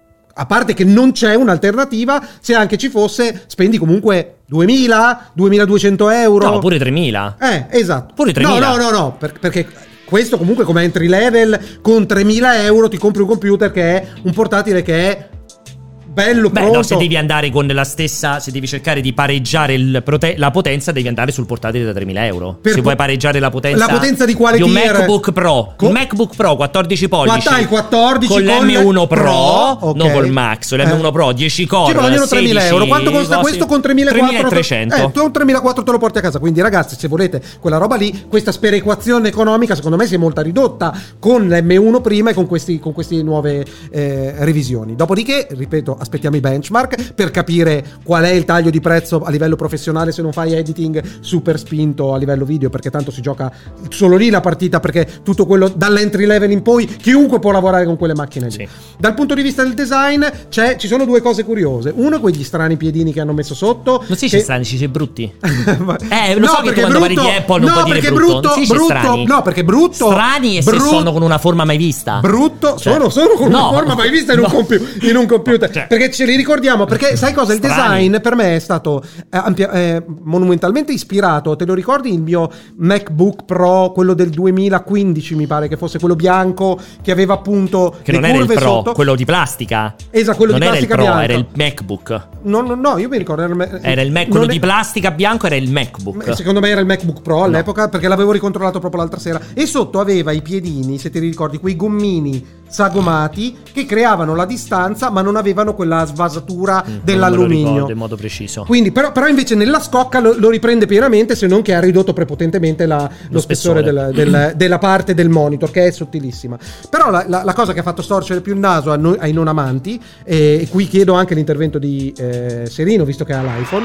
a parte che non c'è un'alternativa, se anche ci fosse spendi comunque duemila, duemiladuecento euro. No, pure tremila. Eh, esatto. Pure tremila. No, no, no, no, per- perché questo comunque come entry level con tremila euro ti compri un computer che è un portatile che è bello, Beh, pronto. no, se devi andare con la stessa, se devi cercare di pareggiare il prote- la potenza, devi andare sul portatile da tremila euro. Per se po- vuoi pareggiare la potenza, la potenza di quale di un tier? MacBook Pro, Co- un MacBook Pro quattordici pollici, Quattro- il quattordici con con l'M uno Pro, Pro, ok. non col Max, l'M uno Eh. Pro dieci core, Ci vogliono tremila sedici euro. Quanto costa cosi- questo con tremilaquattrocento? tremilatrecento. Eh, tu un tremilaquattrocento te lo porti a casa. Quindi, ragazzi, se volete quella roba lì, questa sperequazione economica, secondo me, si è molto ridotta con l'M uno prima e con questi con queste nuove eh, revisioni. Dopodiché, ripeto, aspettiamo i benchmark per capire qual è il taglio di prezzo a livello professionale se non fai editing super spinto a livello video, perché tanto si gioca solo lì la partita, perché tutto quello dall'entry level in poi chiunque può lavorare con quelle macchine lì. Sì. Dal punto di vista del design c'è, ci sono due cose curiose. Uno, quegli strani piedini che hanno messo sotto. Non si dice che... strani, si dice brutti. eh, lo No, so che tu perché quando parli brutto- di Apple non no, puoi dire perché brutto, brutto, non si dice brutto- strani. no, perché brutto- strani e bru- se sono con una forma mai vista. Brutto, Cioè, sono, sono con no, una forma mai vista in, no. un, compi- in un computer. Cioè, perché ce li ricordiamo, perché sai cosa? Il strani. design per me è stato eh, ampia- eh, monumentalmente ispirato. Te lo ricordi il mio MacBook Pro, quello del duemilaquindici, mi pare che fosse quello bianco, che aveva appunto Che le non era il curve Pro, sotto? quello di plastica. Esatto, quello non di era il plastica Pro, bianca. era il MacBook. No, no, no, io mi ricordo era, il- Era il Mac, non quello è- di plastica bianco era il MacBook. Secondo me era il MacBook Pro all'epoca, perché l'avevo ricontrollato proprio l'altra sera. E sotto aveva i piedini, se ti ricordi, quei gommini sagomati che creavano la distanza, ma non avevano quella svasatura Mm, Non me lo dell'alluminio. ricordo in modo preciso. Quindi, però, però invece nella scocca lo, lo riprende pienamente, se non che ha ridotto prepotentemente la- lo, spessore, spessore. del- del- della parte del monitor, che è sottilissima. Però la, la- la cosa che ha fatto storcere più il naso a noi- ai non amanti, e qui chiedo anche l'intervento di eh, Serino, visto che ha l'iPhone,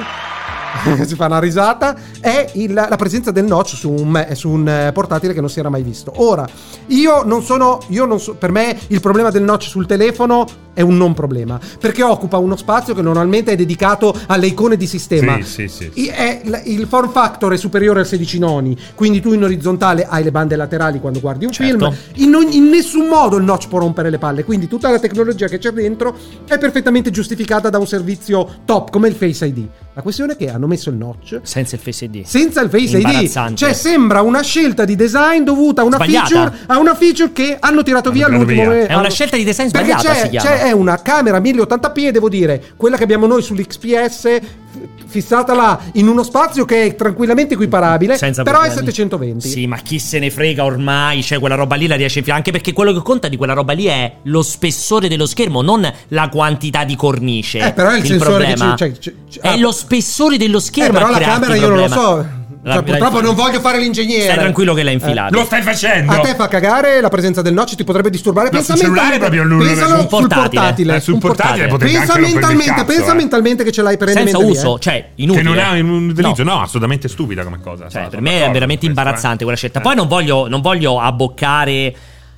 si fa una risata, è il- la presenza del notch su un, me- su un eh, portatile che non si era mai visto. Ora, io non sono, io non so, per me il problema del notch sul telefono è un non problema, perché occupa uno spazio che normalmente è dedicato alle icone di sistema. Sì, sì, sì. I- è- l- il form factor è superiore al sedici noni, quindi tu in orizzontale hai le bande laterali quando guardi un Certo. film. In, ogni- in nessun modo il notch può rompere le palle, quindi tutta la tecnologia che c'è dentro è perfettamente giustificata da un servizio top come il Face I D. La questione è che hanno messo il notch Senza il Face I D. senza il Face I D, Imbarazzante. cioè sembra una scelta di design dovuta a una Sbagliata. feature a una feature che hanno tirato via tirato all'ultimo via. momento. È una Hanno- scelta di design Perché sbagliata, c'è, si chiama. c'è- è una camera mille ottanta p e devo dire, quella che abbiamo noi sull'X P S fissata là in uno spazio che è tranquillamente equiparabile, Senza però problemi. è settecentoventi. Sì, ma chi se ne frega ormai, cioè quella roba lì la riesce a infilare, anche perché quello che conta di quella roba lì è lo spessore dello schermo, non la quantità di cornice. Eh, però è il, sensore problema che ci, cioè, ci- è ah, lo spessore dello eh, schermo però a la crearti camera il io non lo problema. so. La- Cioè, purtroppo la- non voglio fare l'ingegnere. Stai tranquillo che l'hai Eh. infilato. Lo stai facendo. A te fa cagare la presenza del notch, ti potrebbe disturbare. No, Pensa sul cellulare mentalmente- proprio lui- pensalo sul sul portatile. portatile. Eh, sul Un portatile portatile. potrebbe Pensa anche rompermi il mentalmente, cazzo, pensa eh. mentalmente che ce l'hai per Senza lì, uso, eh. cioè inutile. Che non ha un utilizzo, No. no, assolutamente stupida come cosa. Cioè, Sono- per sono me è d'accordo veramente con questo, imbarazzante eh. quella scelta. Eh. Poi non voglio, non voglio abboccare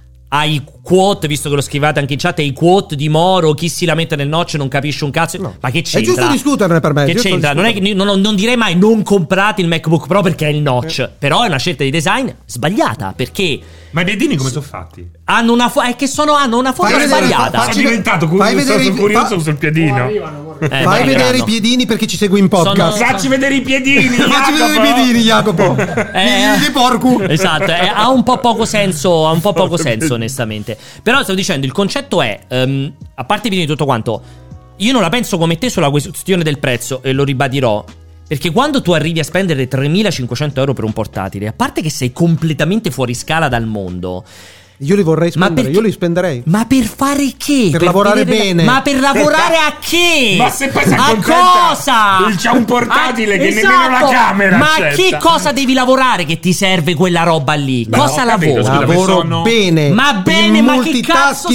ai quote, visto che lo scrivete anche in chat, ai quote di Moro, chi si lamenta nel notch non capisce un cazzo. No. Ma che È c'entra? giusto discuterne per me. è Che giusto c'entra? Non, è che, non, non direi mai non comprate il MacBook Pro perché è il notch. Eh. Però è una scelta di design sbagliata, perché Ma i piedini come sono fatti? hanno una fo- è che sono, hanno una forma Fai vedere- sbagliata. fa- Sono facci- diventato fai curioso, vedere sono i- curioso fa- sul piedino. Eh, Fai ma vedere erano. i piedini per chi ci segue in podcast. Sono- Facci vedere i piedini. Facci vedere i Jacopo. piedini, Jacopo. Eh, di porco. Esatto, eh, ha un po' poco senso, ha un po' poco senso onestamente. Però stavo dicendo, il concetto è, ehm, a parte i piedini e tutto quanto, io non la penso come te sulla questione del prezzo, e lo ribadirò. Perché quando tu arrivi a spendere tremilacinquecento euro per un portatile, a parte che sei completamente fuori scala dal mondo, Io li vorrei Ma spendere, perché- io li spenderei. ma per fare che? Per lavorare vedere- bene. Ma per lavorare a che? Ma se poi si a accontenta, cosa? c'ha un portatile A- che nemmeno la camera Ma accetta. che cosa devi lavorare che ti serve quella roba lì? Beh, cosa ho capito, lavori? scusa, Lavoro sonno- bene. Ma bene, Il ma che cazzo multitasking. si-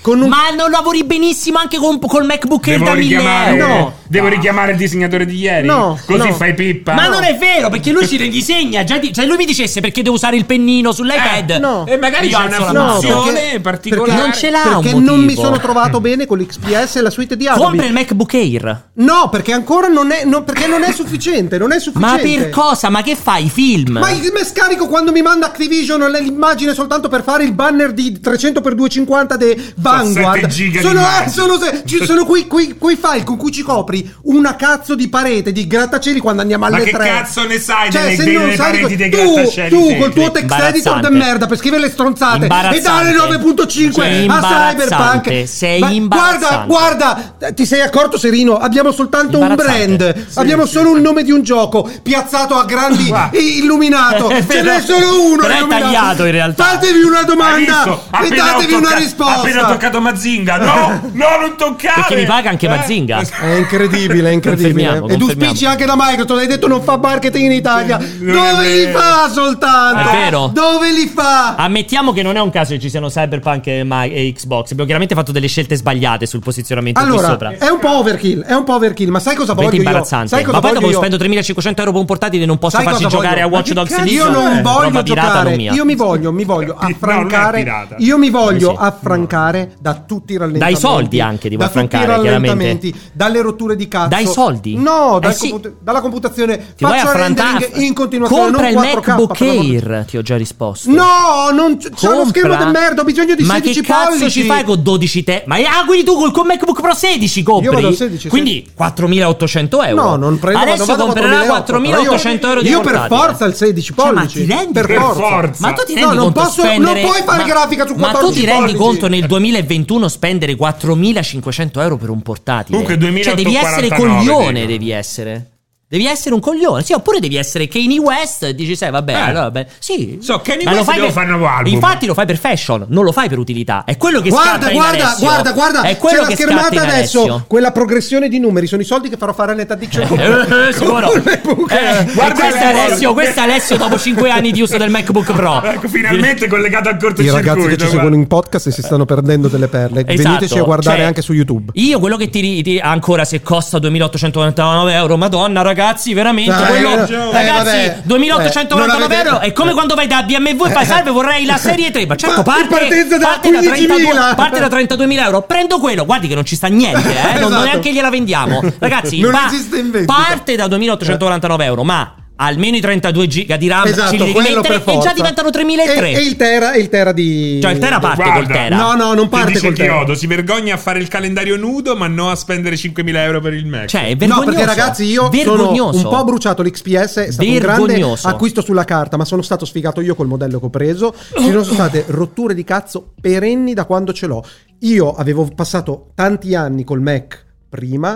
con un... Ma non lavori benissimo anche con, col MacBook Air Devo da mille richiamare, euro? no. Devo richiamare il disegnatore di ieri? No, Così no. fai pippa? Ma No. non è vero, perché lui ci ridisegna. Già di- cioè lui mi dicesse perché devo usare il pennino sull'iPad. Eh, no. E magari Io c'è alzo una la mano. funzione perché- particolare. perché non ce l'ha Perché un non mi motivo. sono trovato bene con l'X P S e la suite di Adobe. Compra il MacBook Air. No, perché ancora non è no, perché non è sufficiente, non è Ma sufficiente. per cosa? Ma che fai? Film? Ma io me scarico quando mi manda Activision l'immagine soltanto per fare il banner di trecento per duecentocinquanta de Vanguard. sette giga di sono, eh, immagini. sono se- ci sono quei, quei, quei file con cui ci copri una cazzo di parete di grattacieli quando andiamo alle Ma che tre. cazzo ne sai Cioè, delle, se delle non sai di pareti que- dei tu, grattacieli? tu te- col tuo te- text editor de Imbarazzante. merda per scrivere le stronzate e Imbarazzante. dare nove virgola cinque Sei a Cyberpunk. imbarazzante, sei Ma imbarazzante. guarda, guarda, ti sei accorto Serino? Abbiamo soltanto un Imbarazzante. brand, abbiamo solo un nome di un gioco piazzato a grandi Guarda. illuminato. È Ce vero. n'è solo uno Però è illuminato. tagliato in realtà. Fatevi una Hai domanda visto? e Appena datevi ho una tocca- risposta. Appena ho toccato Mazinga. No, no, non toccare. Perché mi paga anche Eh. Mazinga. È incredibile, è incredibile. Confermiamo, E tu confermiamo. spicci anche da Microsoft, hai detto non fa marketing in Italia. Non è Dove li vero. fa soltanto? È vero. Dove li fa? Ammettiamo che non è un caso che ci siano Cyberpunk e, Ma- e Xbox. Abbiamo chiaramente fatto delle scelte sbagliate sul posizionamento qui Allora, sopra. è un po' overkill, è un po' overkill, ma sai cosa voglio Veramente io? imbarazzante. Sai cosa Ma poi voglio dopo io? spendo tremilacinquecento euro per un portatile e non posso Sai farci cosa giocare voglio? a Watch Ma che Dogs cazzo? Legion. Io non Eh, voglio roba pirata, giocare. non mia. Io mi voglio, mi voglio non è affrancare. pirata. Io mi voglio Eh sì. affrancare da tutti i rallentamenti. Dai soldi anche ti vuoi da tutti i affrancare, rallentamenti, dalle rotture di cazzo. Dai soldi? No, dal Eh sì. comput- dalla computazione. Ti vuoi Faccio affrontare? rendering in continuazione. Compra non il quattro K, MacBook per l'amor di- Air. Ti ho già risposto. No, non c- c'è uno Compra. schermo di merda. Ho bisogno di Ma sedici che cazzo pollici. ci fai con dodici te? Ma ah, quindi tu col, con MacBook Pro sedici compri? Io vado a sedici, Quindi quattromilaottocento euro. No, non prendo. Adesso vado, vado comprerà quattromilaottocento, quattromilaottocento euro di Io per portatile. forza il sedici Cioè, ma pollici. ti rendi per Per forza. forza. Ma tu ti No, rendi non conto posso- spendere non puoi fare ma, grafica su ma tu quattordici ti rendi pollici? conto nel duemilaventuno spendere quattromilacinquecento euro per un portatile? Comunque Cioè devi essere duemilaottocentoquarantanove, coglione, dico. devi essere. Devi essere un coglione, sì, oppure devi essere Kanye West e dici, sai, vabbè, Eh. allora vabbè. Sì. So, Kanye Ma lo West fai devo per- fare un nuovo album. Infatti lo fai per fashion, non lo fai per utilità. È quello che Guarda, scatta in guarda, Alessio. guarda, guarda, È c'è quello la che schermata scatta in adesso. Alessio. Quella progressione di numeri sono i soldi che farò fare a Net Addiction. con- Eh, sicuro. con il MacBook Air. Eh, Guarda questo è Alessio. Alessio, questo è Alessio dopo cinque anni di uso del MacBook Pro. Ecco, finalmente collegato al I cortocircuito. ragazzi che ci guarda. seguono in podcast e si stanno perdendo delle perle. Esatto, Veniteci a guardare cioè, anche su YouTube. Io quello che ti, ri- ti ancora se costa duemilaottocentonovantanove euro, madonna ragazzi, veramente Dai, quello, eh, ragazzi, vabbè. duemilaottocentonovantanove Eh, non euro avete- è come quando vai da B M W e fai salve, vorrei la serie tre, ma certo Ma parte, in partenza da parte, da quindicimila. trentadue parte da trentaduemila euro, prendo quello, guardi che non ci sta niente, eh, non, Esatto. neanche gliela vendiamo, ragazzi, Non pa- esiste in vendita. parte da duemilaottocentonovantanove euro, ma almeno i trentadue giga di RAM Esatto, ci li devi quello mettere per e forza. già diventano tremilatré. E, e il tera, e il tera di. Cioè il tera parte Guarda, col tera. No, no, non Ti parte dice col tera. Chiodo, si vergogna a fare il calendario nudo, ma no a spendere cinquemila euro per il Mac. Cioè è No, vergognoso. perché ragazzi io Vergognoso. sono un po' bruciato l'X P S, è stato un grande Vergognoso. acquisto sulla carta, ma sono stato sfigato io col modello che ho preso. Ci sono state rotture di cazzo perenni da quando ce l'ho. Io avevo passato tanti anni col Mac prima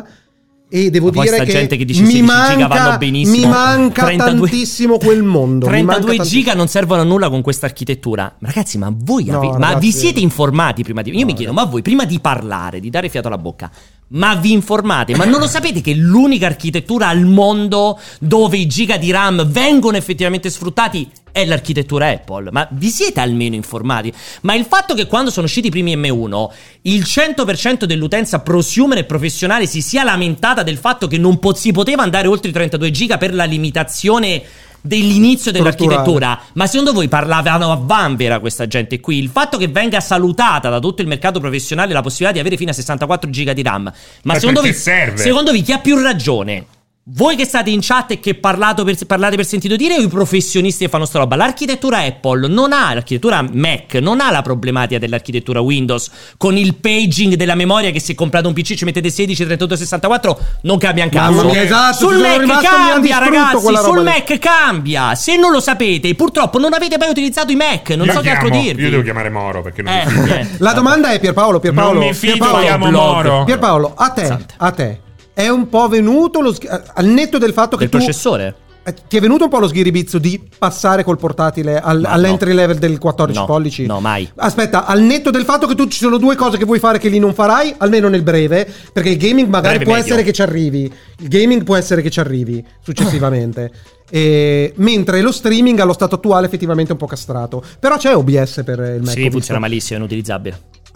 e devo Ma poi dire sta che gente che dice mi sedici giga manca, vanno benissimo. mi manca trentadue tantissimo quel mondo. mi manca trentadue tantissimo. giga non servono a nulla con questa architettura. Ma ragazzi, ma voi No, ave- ma ragazzi, vi siete informati prima di. Io mi chiedo, ma voi prima di parlare, di dare fiato alla bocca, ma vi informate? Ma non lo sapete che l'unica architettura al mondo dove i giga di RAM vengono effettivamente sfruttati è l'architettura Apple? Ma vi siete almeno informati? Ma il fatto che quando sono usciti i primi M uno il cento per cento dell'utenza prosumer e professionale si sia lamentata del fatto che non po- si poteva andare oltre i trentadue giga per la limitazione dell'inizio dell'architettura, ma secondo voi parlavano a vanvera questa gente qui? Il fatto che venga salutata da tutto il mercato professionale la possibilità di avere fino a sessantaquattro giga di RAM, ma Eh, secondo vi, perché serve? secondo vi chi ha più ragione? Voi che state in chat e che parlato per, parlate per sentito dire o i professionisti che fanno sta roba? L'architettura Apple non ha, l'architettura Mac non ha la problematica dell'architettura Windows con il paging della memoria che se comprate un P C ci mettete sedici, trentotto, sessantaquattro non cambia un cazzo. Mamma mia, esatto, sul ci sono Mac rimasto, mi ha cambia distrutto ragazzi, quella roba sul lì. Mac cambia. Se non lo sapete purtroppo non avete mai utilizzato i Mac, non Io so che chiamo- altro dirvi. Io devo chiamare Moro perché non Eh, mi fido. eh. La domanda è Pierpaolo, Pierpaolo, Non mi fido, Pierpaolo, chiamo blog. Moro. Pierpaolo, a te, a te è un po' venuto lo sghi- al netto del fatto che Del tu processore? eh, ti è venuto un po' lo sghiribizzo di passare col portatile al- No, all'entry no. level del quattordici No, pollici? no, mai. Aspetta, al netto del fatto che tu ci sono due cose che vuoi fare che lì non farai, almeno nel breve, perché il gaming magari Breve può medio. essere che ci arrivi. Il gaming può essere che ci arrivi successivamente. E, mentre lo streaming allo stato attuale effettivamente è un po' castrato. Però c'è O B S per il Mac. Sì, ho visto. funziona malissimo, è inutilizzabile.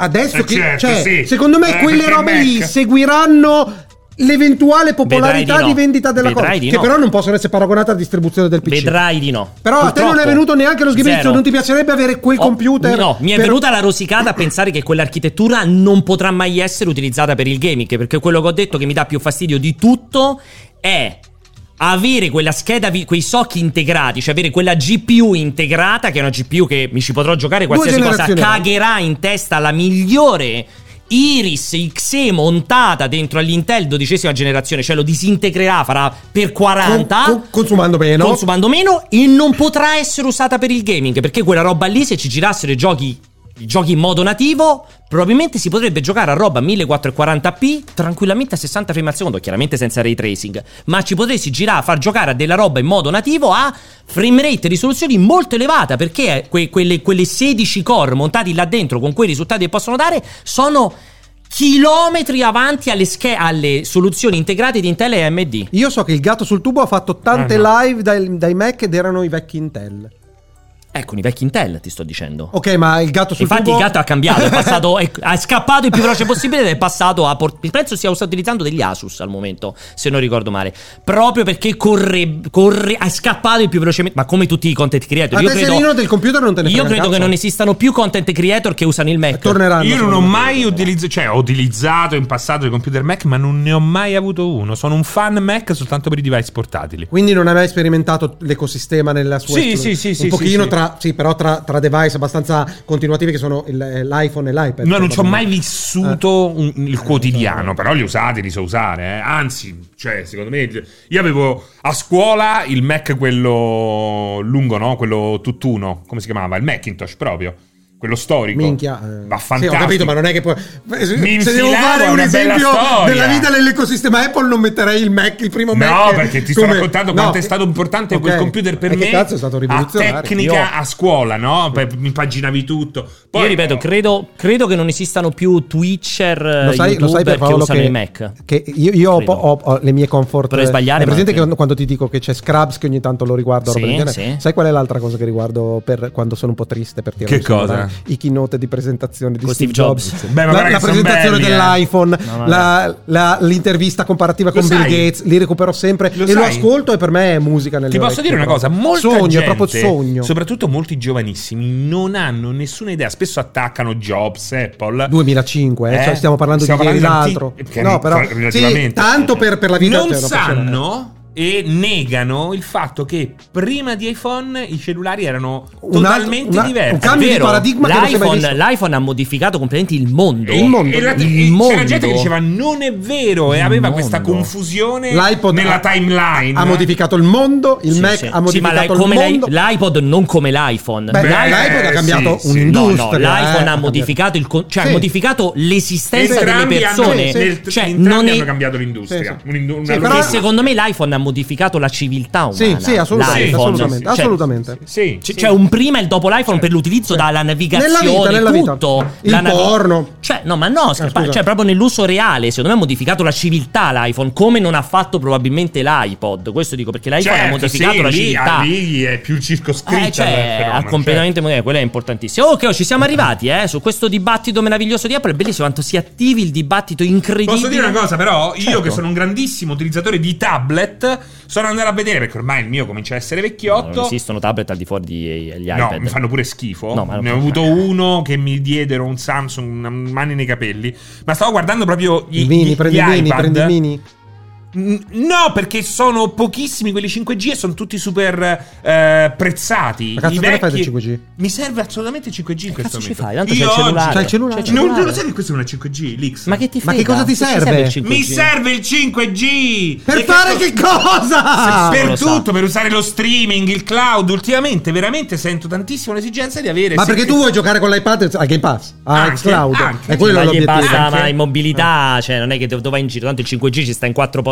Adesso Eh che, certo, cioè, sì. secondo me Eh, quelle perché robe Mac- lì seguiranno l'eventuale popolarità Vedrai di di, no. vendita della Vedrai cosa, di che no. però non possono essere paragonate alla distribuzione del P C. Vedrai di no. Però a te non è Purtroppo. venuto neanche lo sghibizzo, Zero. non ti piacerebbe avere quel Oh, computer? No, mi è per- venuta la rosicata a pensare che quell'architettura non potrà mai essere utilizzata per il gaming, perché quello che ho detto che mi dà più fastidio di tutto è avere quella scheda, vi- quei sock integrati, cioè avere quella G P U integrata, che è una G P U che mi ci potrò giocare qualsiasi cosa, generazioni cagherà in testa la migliore Iris X E montata dentro all'Intel dodicesima generazione, cioè lo disintegrerà, farà per quaranta, Con- con- consumando meno. consumando meno, e non potrà essere usata per il gaming, perché quella roba lì, se ci girassero i giochi i giochi in modo nativo, probabilmente si potrebbe giocare a roba millequattrocentoquaranta p tranquillamente a sessanta frame al secondo, chiaramente senza ray tracing, ma ci potresti girare, far giocare a della roba in modo nativo a frame rate e risoluzioni molto elevata, perché que- quelle, quelle sedici core montati là dentro con quei risultati che possono dare sono chilometri avanti alle, sche- alle soluzioni integrate di Intel e A M D. Io so che il gatto sul tubo ha fatto tante Ah, no. live dai, dai Mac ed erano i vecchi Intel. Ecco, i vecchi Intel ti sto dicendo. Ok, ma il gatto sul Infatti tubo il gatto ha cambiato, è passato, è, è scappato il più veloce possibile ed è passato a port- penso stia utilizzando degli Asus al momento, se non ricordo male, proprio perché corre, corre è scappato il più velocemente, ma come tutti i content creator. A Io te credo, Serino del computer non te ne io frega un credo che cazzo. non esistano più content creator che usano il Mac. Torneranno. Io non ho secondo me. mai utilizzato, cioè ho utilizzato in passato il computer Mac, ma non ne ho mai avuto uno. Sono un fan Mac soltanto per i device portatili. Quindi non hai mai sperimentato l'ecosistema nella sua Sì, esplo- sì, sì, un sì, pochino sì, tra sì, però tra, tra device abbastanza continuativi che sono il- eh, l'iPhone e l'iPad. No, non ci ho mai probabilmente. vissuto un- il quotidiano, però li ho usati, li so usare. eh. Anzi, cioè, secondo me, io avevo a scuola il Mac quello lungo, no? Quello tutt'uno, come si chiamava? Il Macintosh proprio. Quello storico. Minchia. eh. Va Sì, fantastico. ho capito, ma non è che poi se, Mi se devo infilavo fare un una bella esempio storia. della vita nell'ecosistema Apple non metterei il Mac, il primo Mac. No, perché ti sto come- raccontando no, quanto è stato importante ok. quel computer per E me. che cazzo è stato a rivoluzionario. tecnica, Io- a scuola, no? Poi mi impaginavi tutto. Poi Io ripeto, credo, credo che non esistano più Twitcher, Lo sai, lo sai YouTuber per che Paolo usano che, i Mac. che io, io ho, Credo. ho- ho le mie comfort. Potrei sbagliare, Hai presente ma che credo. quando ti dico che c'è Scrubs che ogni tanto lo riguardo, Sì, roba del genere? sì. Sai qual è l'altra cosa che riguardo per quando sono un po' triste per tirare Che su, cosa? dai? I keynote di presentazione di Con Steve Steve Jobs, Jobs. Beh, ma la, guarda la che son presentazione belli, eh. dell'iPhone, No, no, la- la- l'intervista comparativa Lo con Bill sai? Gates, li recupero sempre Lo e lo sai? ascolto e per me è musica nelle Ti posso orecchie, dire una cosa, proprio. molta sogno, gente, è proprio sogno. soprattutto molti giovanissimi, non hanno nessuna idea. Spesso attaccano Jobs, Apple. duemilacinque, eh, Eh? cioè stiamo parlando Stiamo di ieri parlando di l'altro. anti- No, però relativamente. sì, tanto per, per la vita non cioè, una persona- sanno e negano il fatto che prima di iPhone i cellulari erano Un altro- totalmente una- diversi. un cambio di Vero, paradigma che non si è mai L'iPhone, visto. l'iPhone ha modificato completamente il mondo. E- Il mondo. e la- Il e c'era mondo. gente che diceva non è vero e Il aveva mondo. questa confusione L'iPod nella ha- timeline. ha modificato il mondo, il Sì, Mac sì. ha Sì, ma modificato l'i- come il l'i- mondo. l'iPod non come l'iPhone. Beh, Beh, l'iPod ha cambiato sì, sì. un'industria. No, no, l'iPhone eh, ha modificato il con- cioè Sì. ha modificato l'esistenza Entrambi delle persone. hanno, nel- Cioè, entrambi non è hanno cambiato l'industria. Sì, sì. Un'indu- una Sì, loro- però- Perché secondo me l'iPhone ha modificato la civiltà umana. Sì, sì, assolutamente, L'iPhone. assolutamente, Cioè, assolutamente. Sì, c- sì. C'è un prima e il dopo l'iPhone per l'utilizzo dalla navigazione, Nella vita, nella vita. tutto. Il La navi- porno. Cioè, no, ma no, scherzo, scusa. cioè proprio nell'uso reale, secondo me ha modificato la civiltà l'iPhone, come non ha fatto probabilmente l'iPod. Questo dico perché l'iPhone Certo, ha modificato sì, la lì, civiltà. lì è più circoscritta. Eh, cioè, il fenomeno, ha completamente modificato, quello è importantissimo. Ok, oh, ci siamo arrivati, eh, su questo dibattito meraviglioso di Apple. È bellissimo quanto si attivi il dibattito incredibile. Posso dire una cosa, però? Io Certo. che sono un grandissimo utilizzatore di tablet, sono andato a vedere perché ormai il mio comincia a essere vecchiotto. Non esistono tablet al di fuori degli No, iPad. mi fanno pure schifo. No, ma non ne ho fa- avuto uno che mi diedero un Samsung, una mani nei capelli. Ma stavo guardando proprio gli, Il mini, gli- prendi gli il mini, iPad. prendi il mini. Mm, No, perché sono pochissimi quelli cinque G e sono tutti super eh, prezzati. Ma cazzo I te ne fai del vecchi- cinque G? Mi serve assolutamente il cinque G in questo cazzo ci momento. fai? Tanto Io c'è il cellulare. oggi- C'hai il cellulare. C'è il Non, cellulare. non lo sai che questo non è cinque G, l'X? Ma che ti Ma frega? che cosa ti Che ci serve? il cinque G? Mi serve il cinque G! Per E fare che che co- cosa? per non lo tutto, sa. per usare lo streaming, il cloud. Ultimamente veramente sento tantissimo l'esigenza di avere. Ma se- perché tu vuoi giocare con l'iPad al Game Pass? A Anche, xCloud? anche. È quello Ma gli l'obiettivo. basta, Anche- ma in mobilità, cioè non è che dove vai in giro, tanto il cinque G ci sta in quattro posti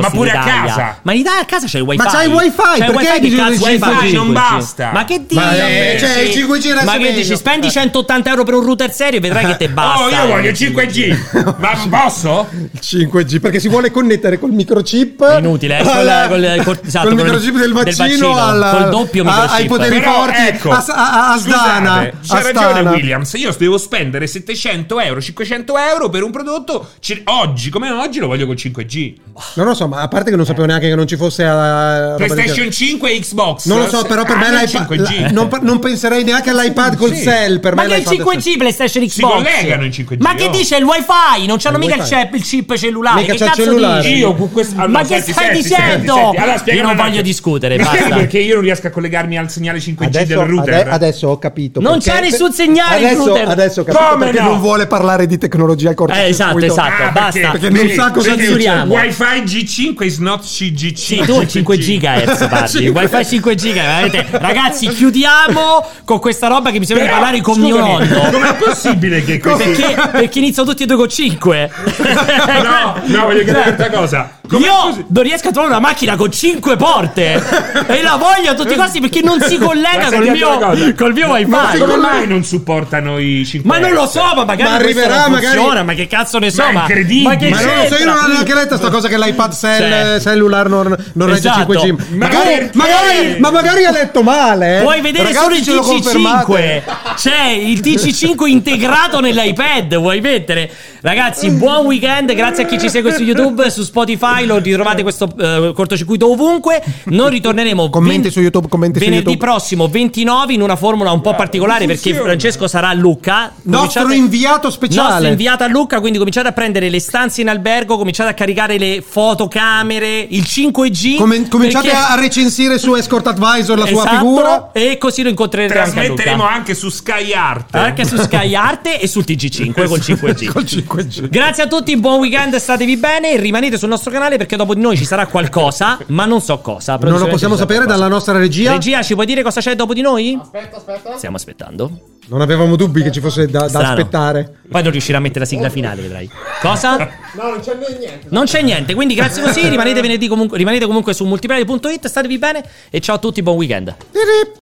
questi Ma pure in a Italia. casa. Ma in Italia a casa c'è il wifi. Ma c'hai il wifi, C'hai il perché hai che bisogno cazzo del vuoi fare? cinque G? Non basta. Ma che dici? Ma eh, cioè, il cinque G era Ma che meglio. dici? Spendi centottanta euro per un router serio e vedrai che te basta. Oh, io voglio il cinque G. Ma posso? Il cinque G, perché si vuole connettere col microchip. È inutile, eh, col, alla- col, col, esatto, col col- microchip del vaccino, del vaccino, alla- col doppio a- microchip. ai poteri Però, forti ecco, a, a, a Sdana. Scusate, c'ha a ragione Stana. Williams. Io devo spendere settecento euro, cinquecento euro per un prodotto. ci- Oggi, come oggi, lo voglio col cinque G. Non lo so, ma a parte che non sapevo neanche che non ci fosse uh, PlayStation cinque e Xbox. Non lo so, però per me hanno il l'iPad cinque G. la- non, non penserei neanche all'iPad col Sì. cell. Per Ma me che il l'iPad cinque G PlayStation Xbox? Si collegano in cinque G. Ma che oh. dice il wifi? Non c'hanno Il mica il wifi. chip, il chip cellulare. Mica Che c'ha il cazzo cellulare. dici? Io con questo. Ma che stai dicendo? Allora, Io spiegami non un voglio attimo. discutere, Ma basta. perché io non riesco a collegarmi al segnale cinque G Adesso, del router. ade- adesso ho capito. Non perché- c'è nessun segnale il Adesso, router. adesso ho capito Come perché no? non vuole parlare di tecnologia al cortocircuito. Eh, esatto, esatto, Ah, basta. Perché non sa cosa perché dice. Wi-Fi G cinque is not C G C. Sì, tu cinque gigahertz parli, il wifi cinque giga, veramente. Ragazzi, chiudiamo con questa roba che mi sembra di Però, parlare con scusami, mio nonno. com'è possibile che così? Perché, perché iniziano tutti e due con cinque. No, no, voglio chiedere un'altra cosa. Com'è Io possi- non riesco a trovare una macchina con cinque porte e la voglio a tutti i costi perché non si collega Ma col senti mio, una cosa. col mio wifi. Ma come mai non supportano i cinque Ma non lo so, ma magari Ma questo arriverà, non magari- funziona, ma che cazzo ne so, Ma è ma, incredibile. ma che Ma non lo so, io c'entra? non ho neanche letto sta cosa che l'iPad cell, Cioè. cellular non, non regge Esatto. cinque G. Ma Magari, perché? magari, ma magari ha letto male. eh. Puoi vedere Ragazzi, solo il ce lo T C cinque. confermate? C'è il T C cinque integrato nell'iPad. Vuoi mettere? Ragazzi, buon weekend. Grazie a chi ci segue su YouTube, su Spotify. Lo ritrovate questo eh, cortocircuito ovunque. Noi ritorneremo Commenti ven- su YouTube, commenti su venerdì YouTube. prossimo ventinove in una formula un po' particolare perché Francesco sarà a Lucca. Nostro Cominciate- inviato speciale. Nostro inviato a Lucca, quindi cominciate a prendere le stanze in albergo, cominciate a caricare le fotocamere, il cinque G. Come- cominciate perché- a recensire su Escort Advisor la sua Esatto, figura. e così lo incontrerete anche a Trasmetteremo Lucca. anche su Sky Art. Anche su Sky Arte e sul T G cinque col cinque G. Col cinque G. Grazie a tutti, buon weekend, statevi bene e rimanete sul nostro canale perché dopo di noi ci sarà qualcosa, ma non so cosa. Non lo possiamo Ci sarà sapere qualcosa. dalla nostra regia. Regia, ci puoi dire cosa c'è dopo di noi? Aspetta, aspetta. Stiamo aspettando. Non avevamo dubbi che ci fosse da, da Strano. aspettare. Poi non riuscirà a mettere la sigla finale, vedrai. Cosa? No, non c'è niente. Non c'è niente, quindi grazie così, rimanete venerdì comunque, rimanete comunque su multiplayer punto it, statevi bene e ciao a tutti, buon weekend.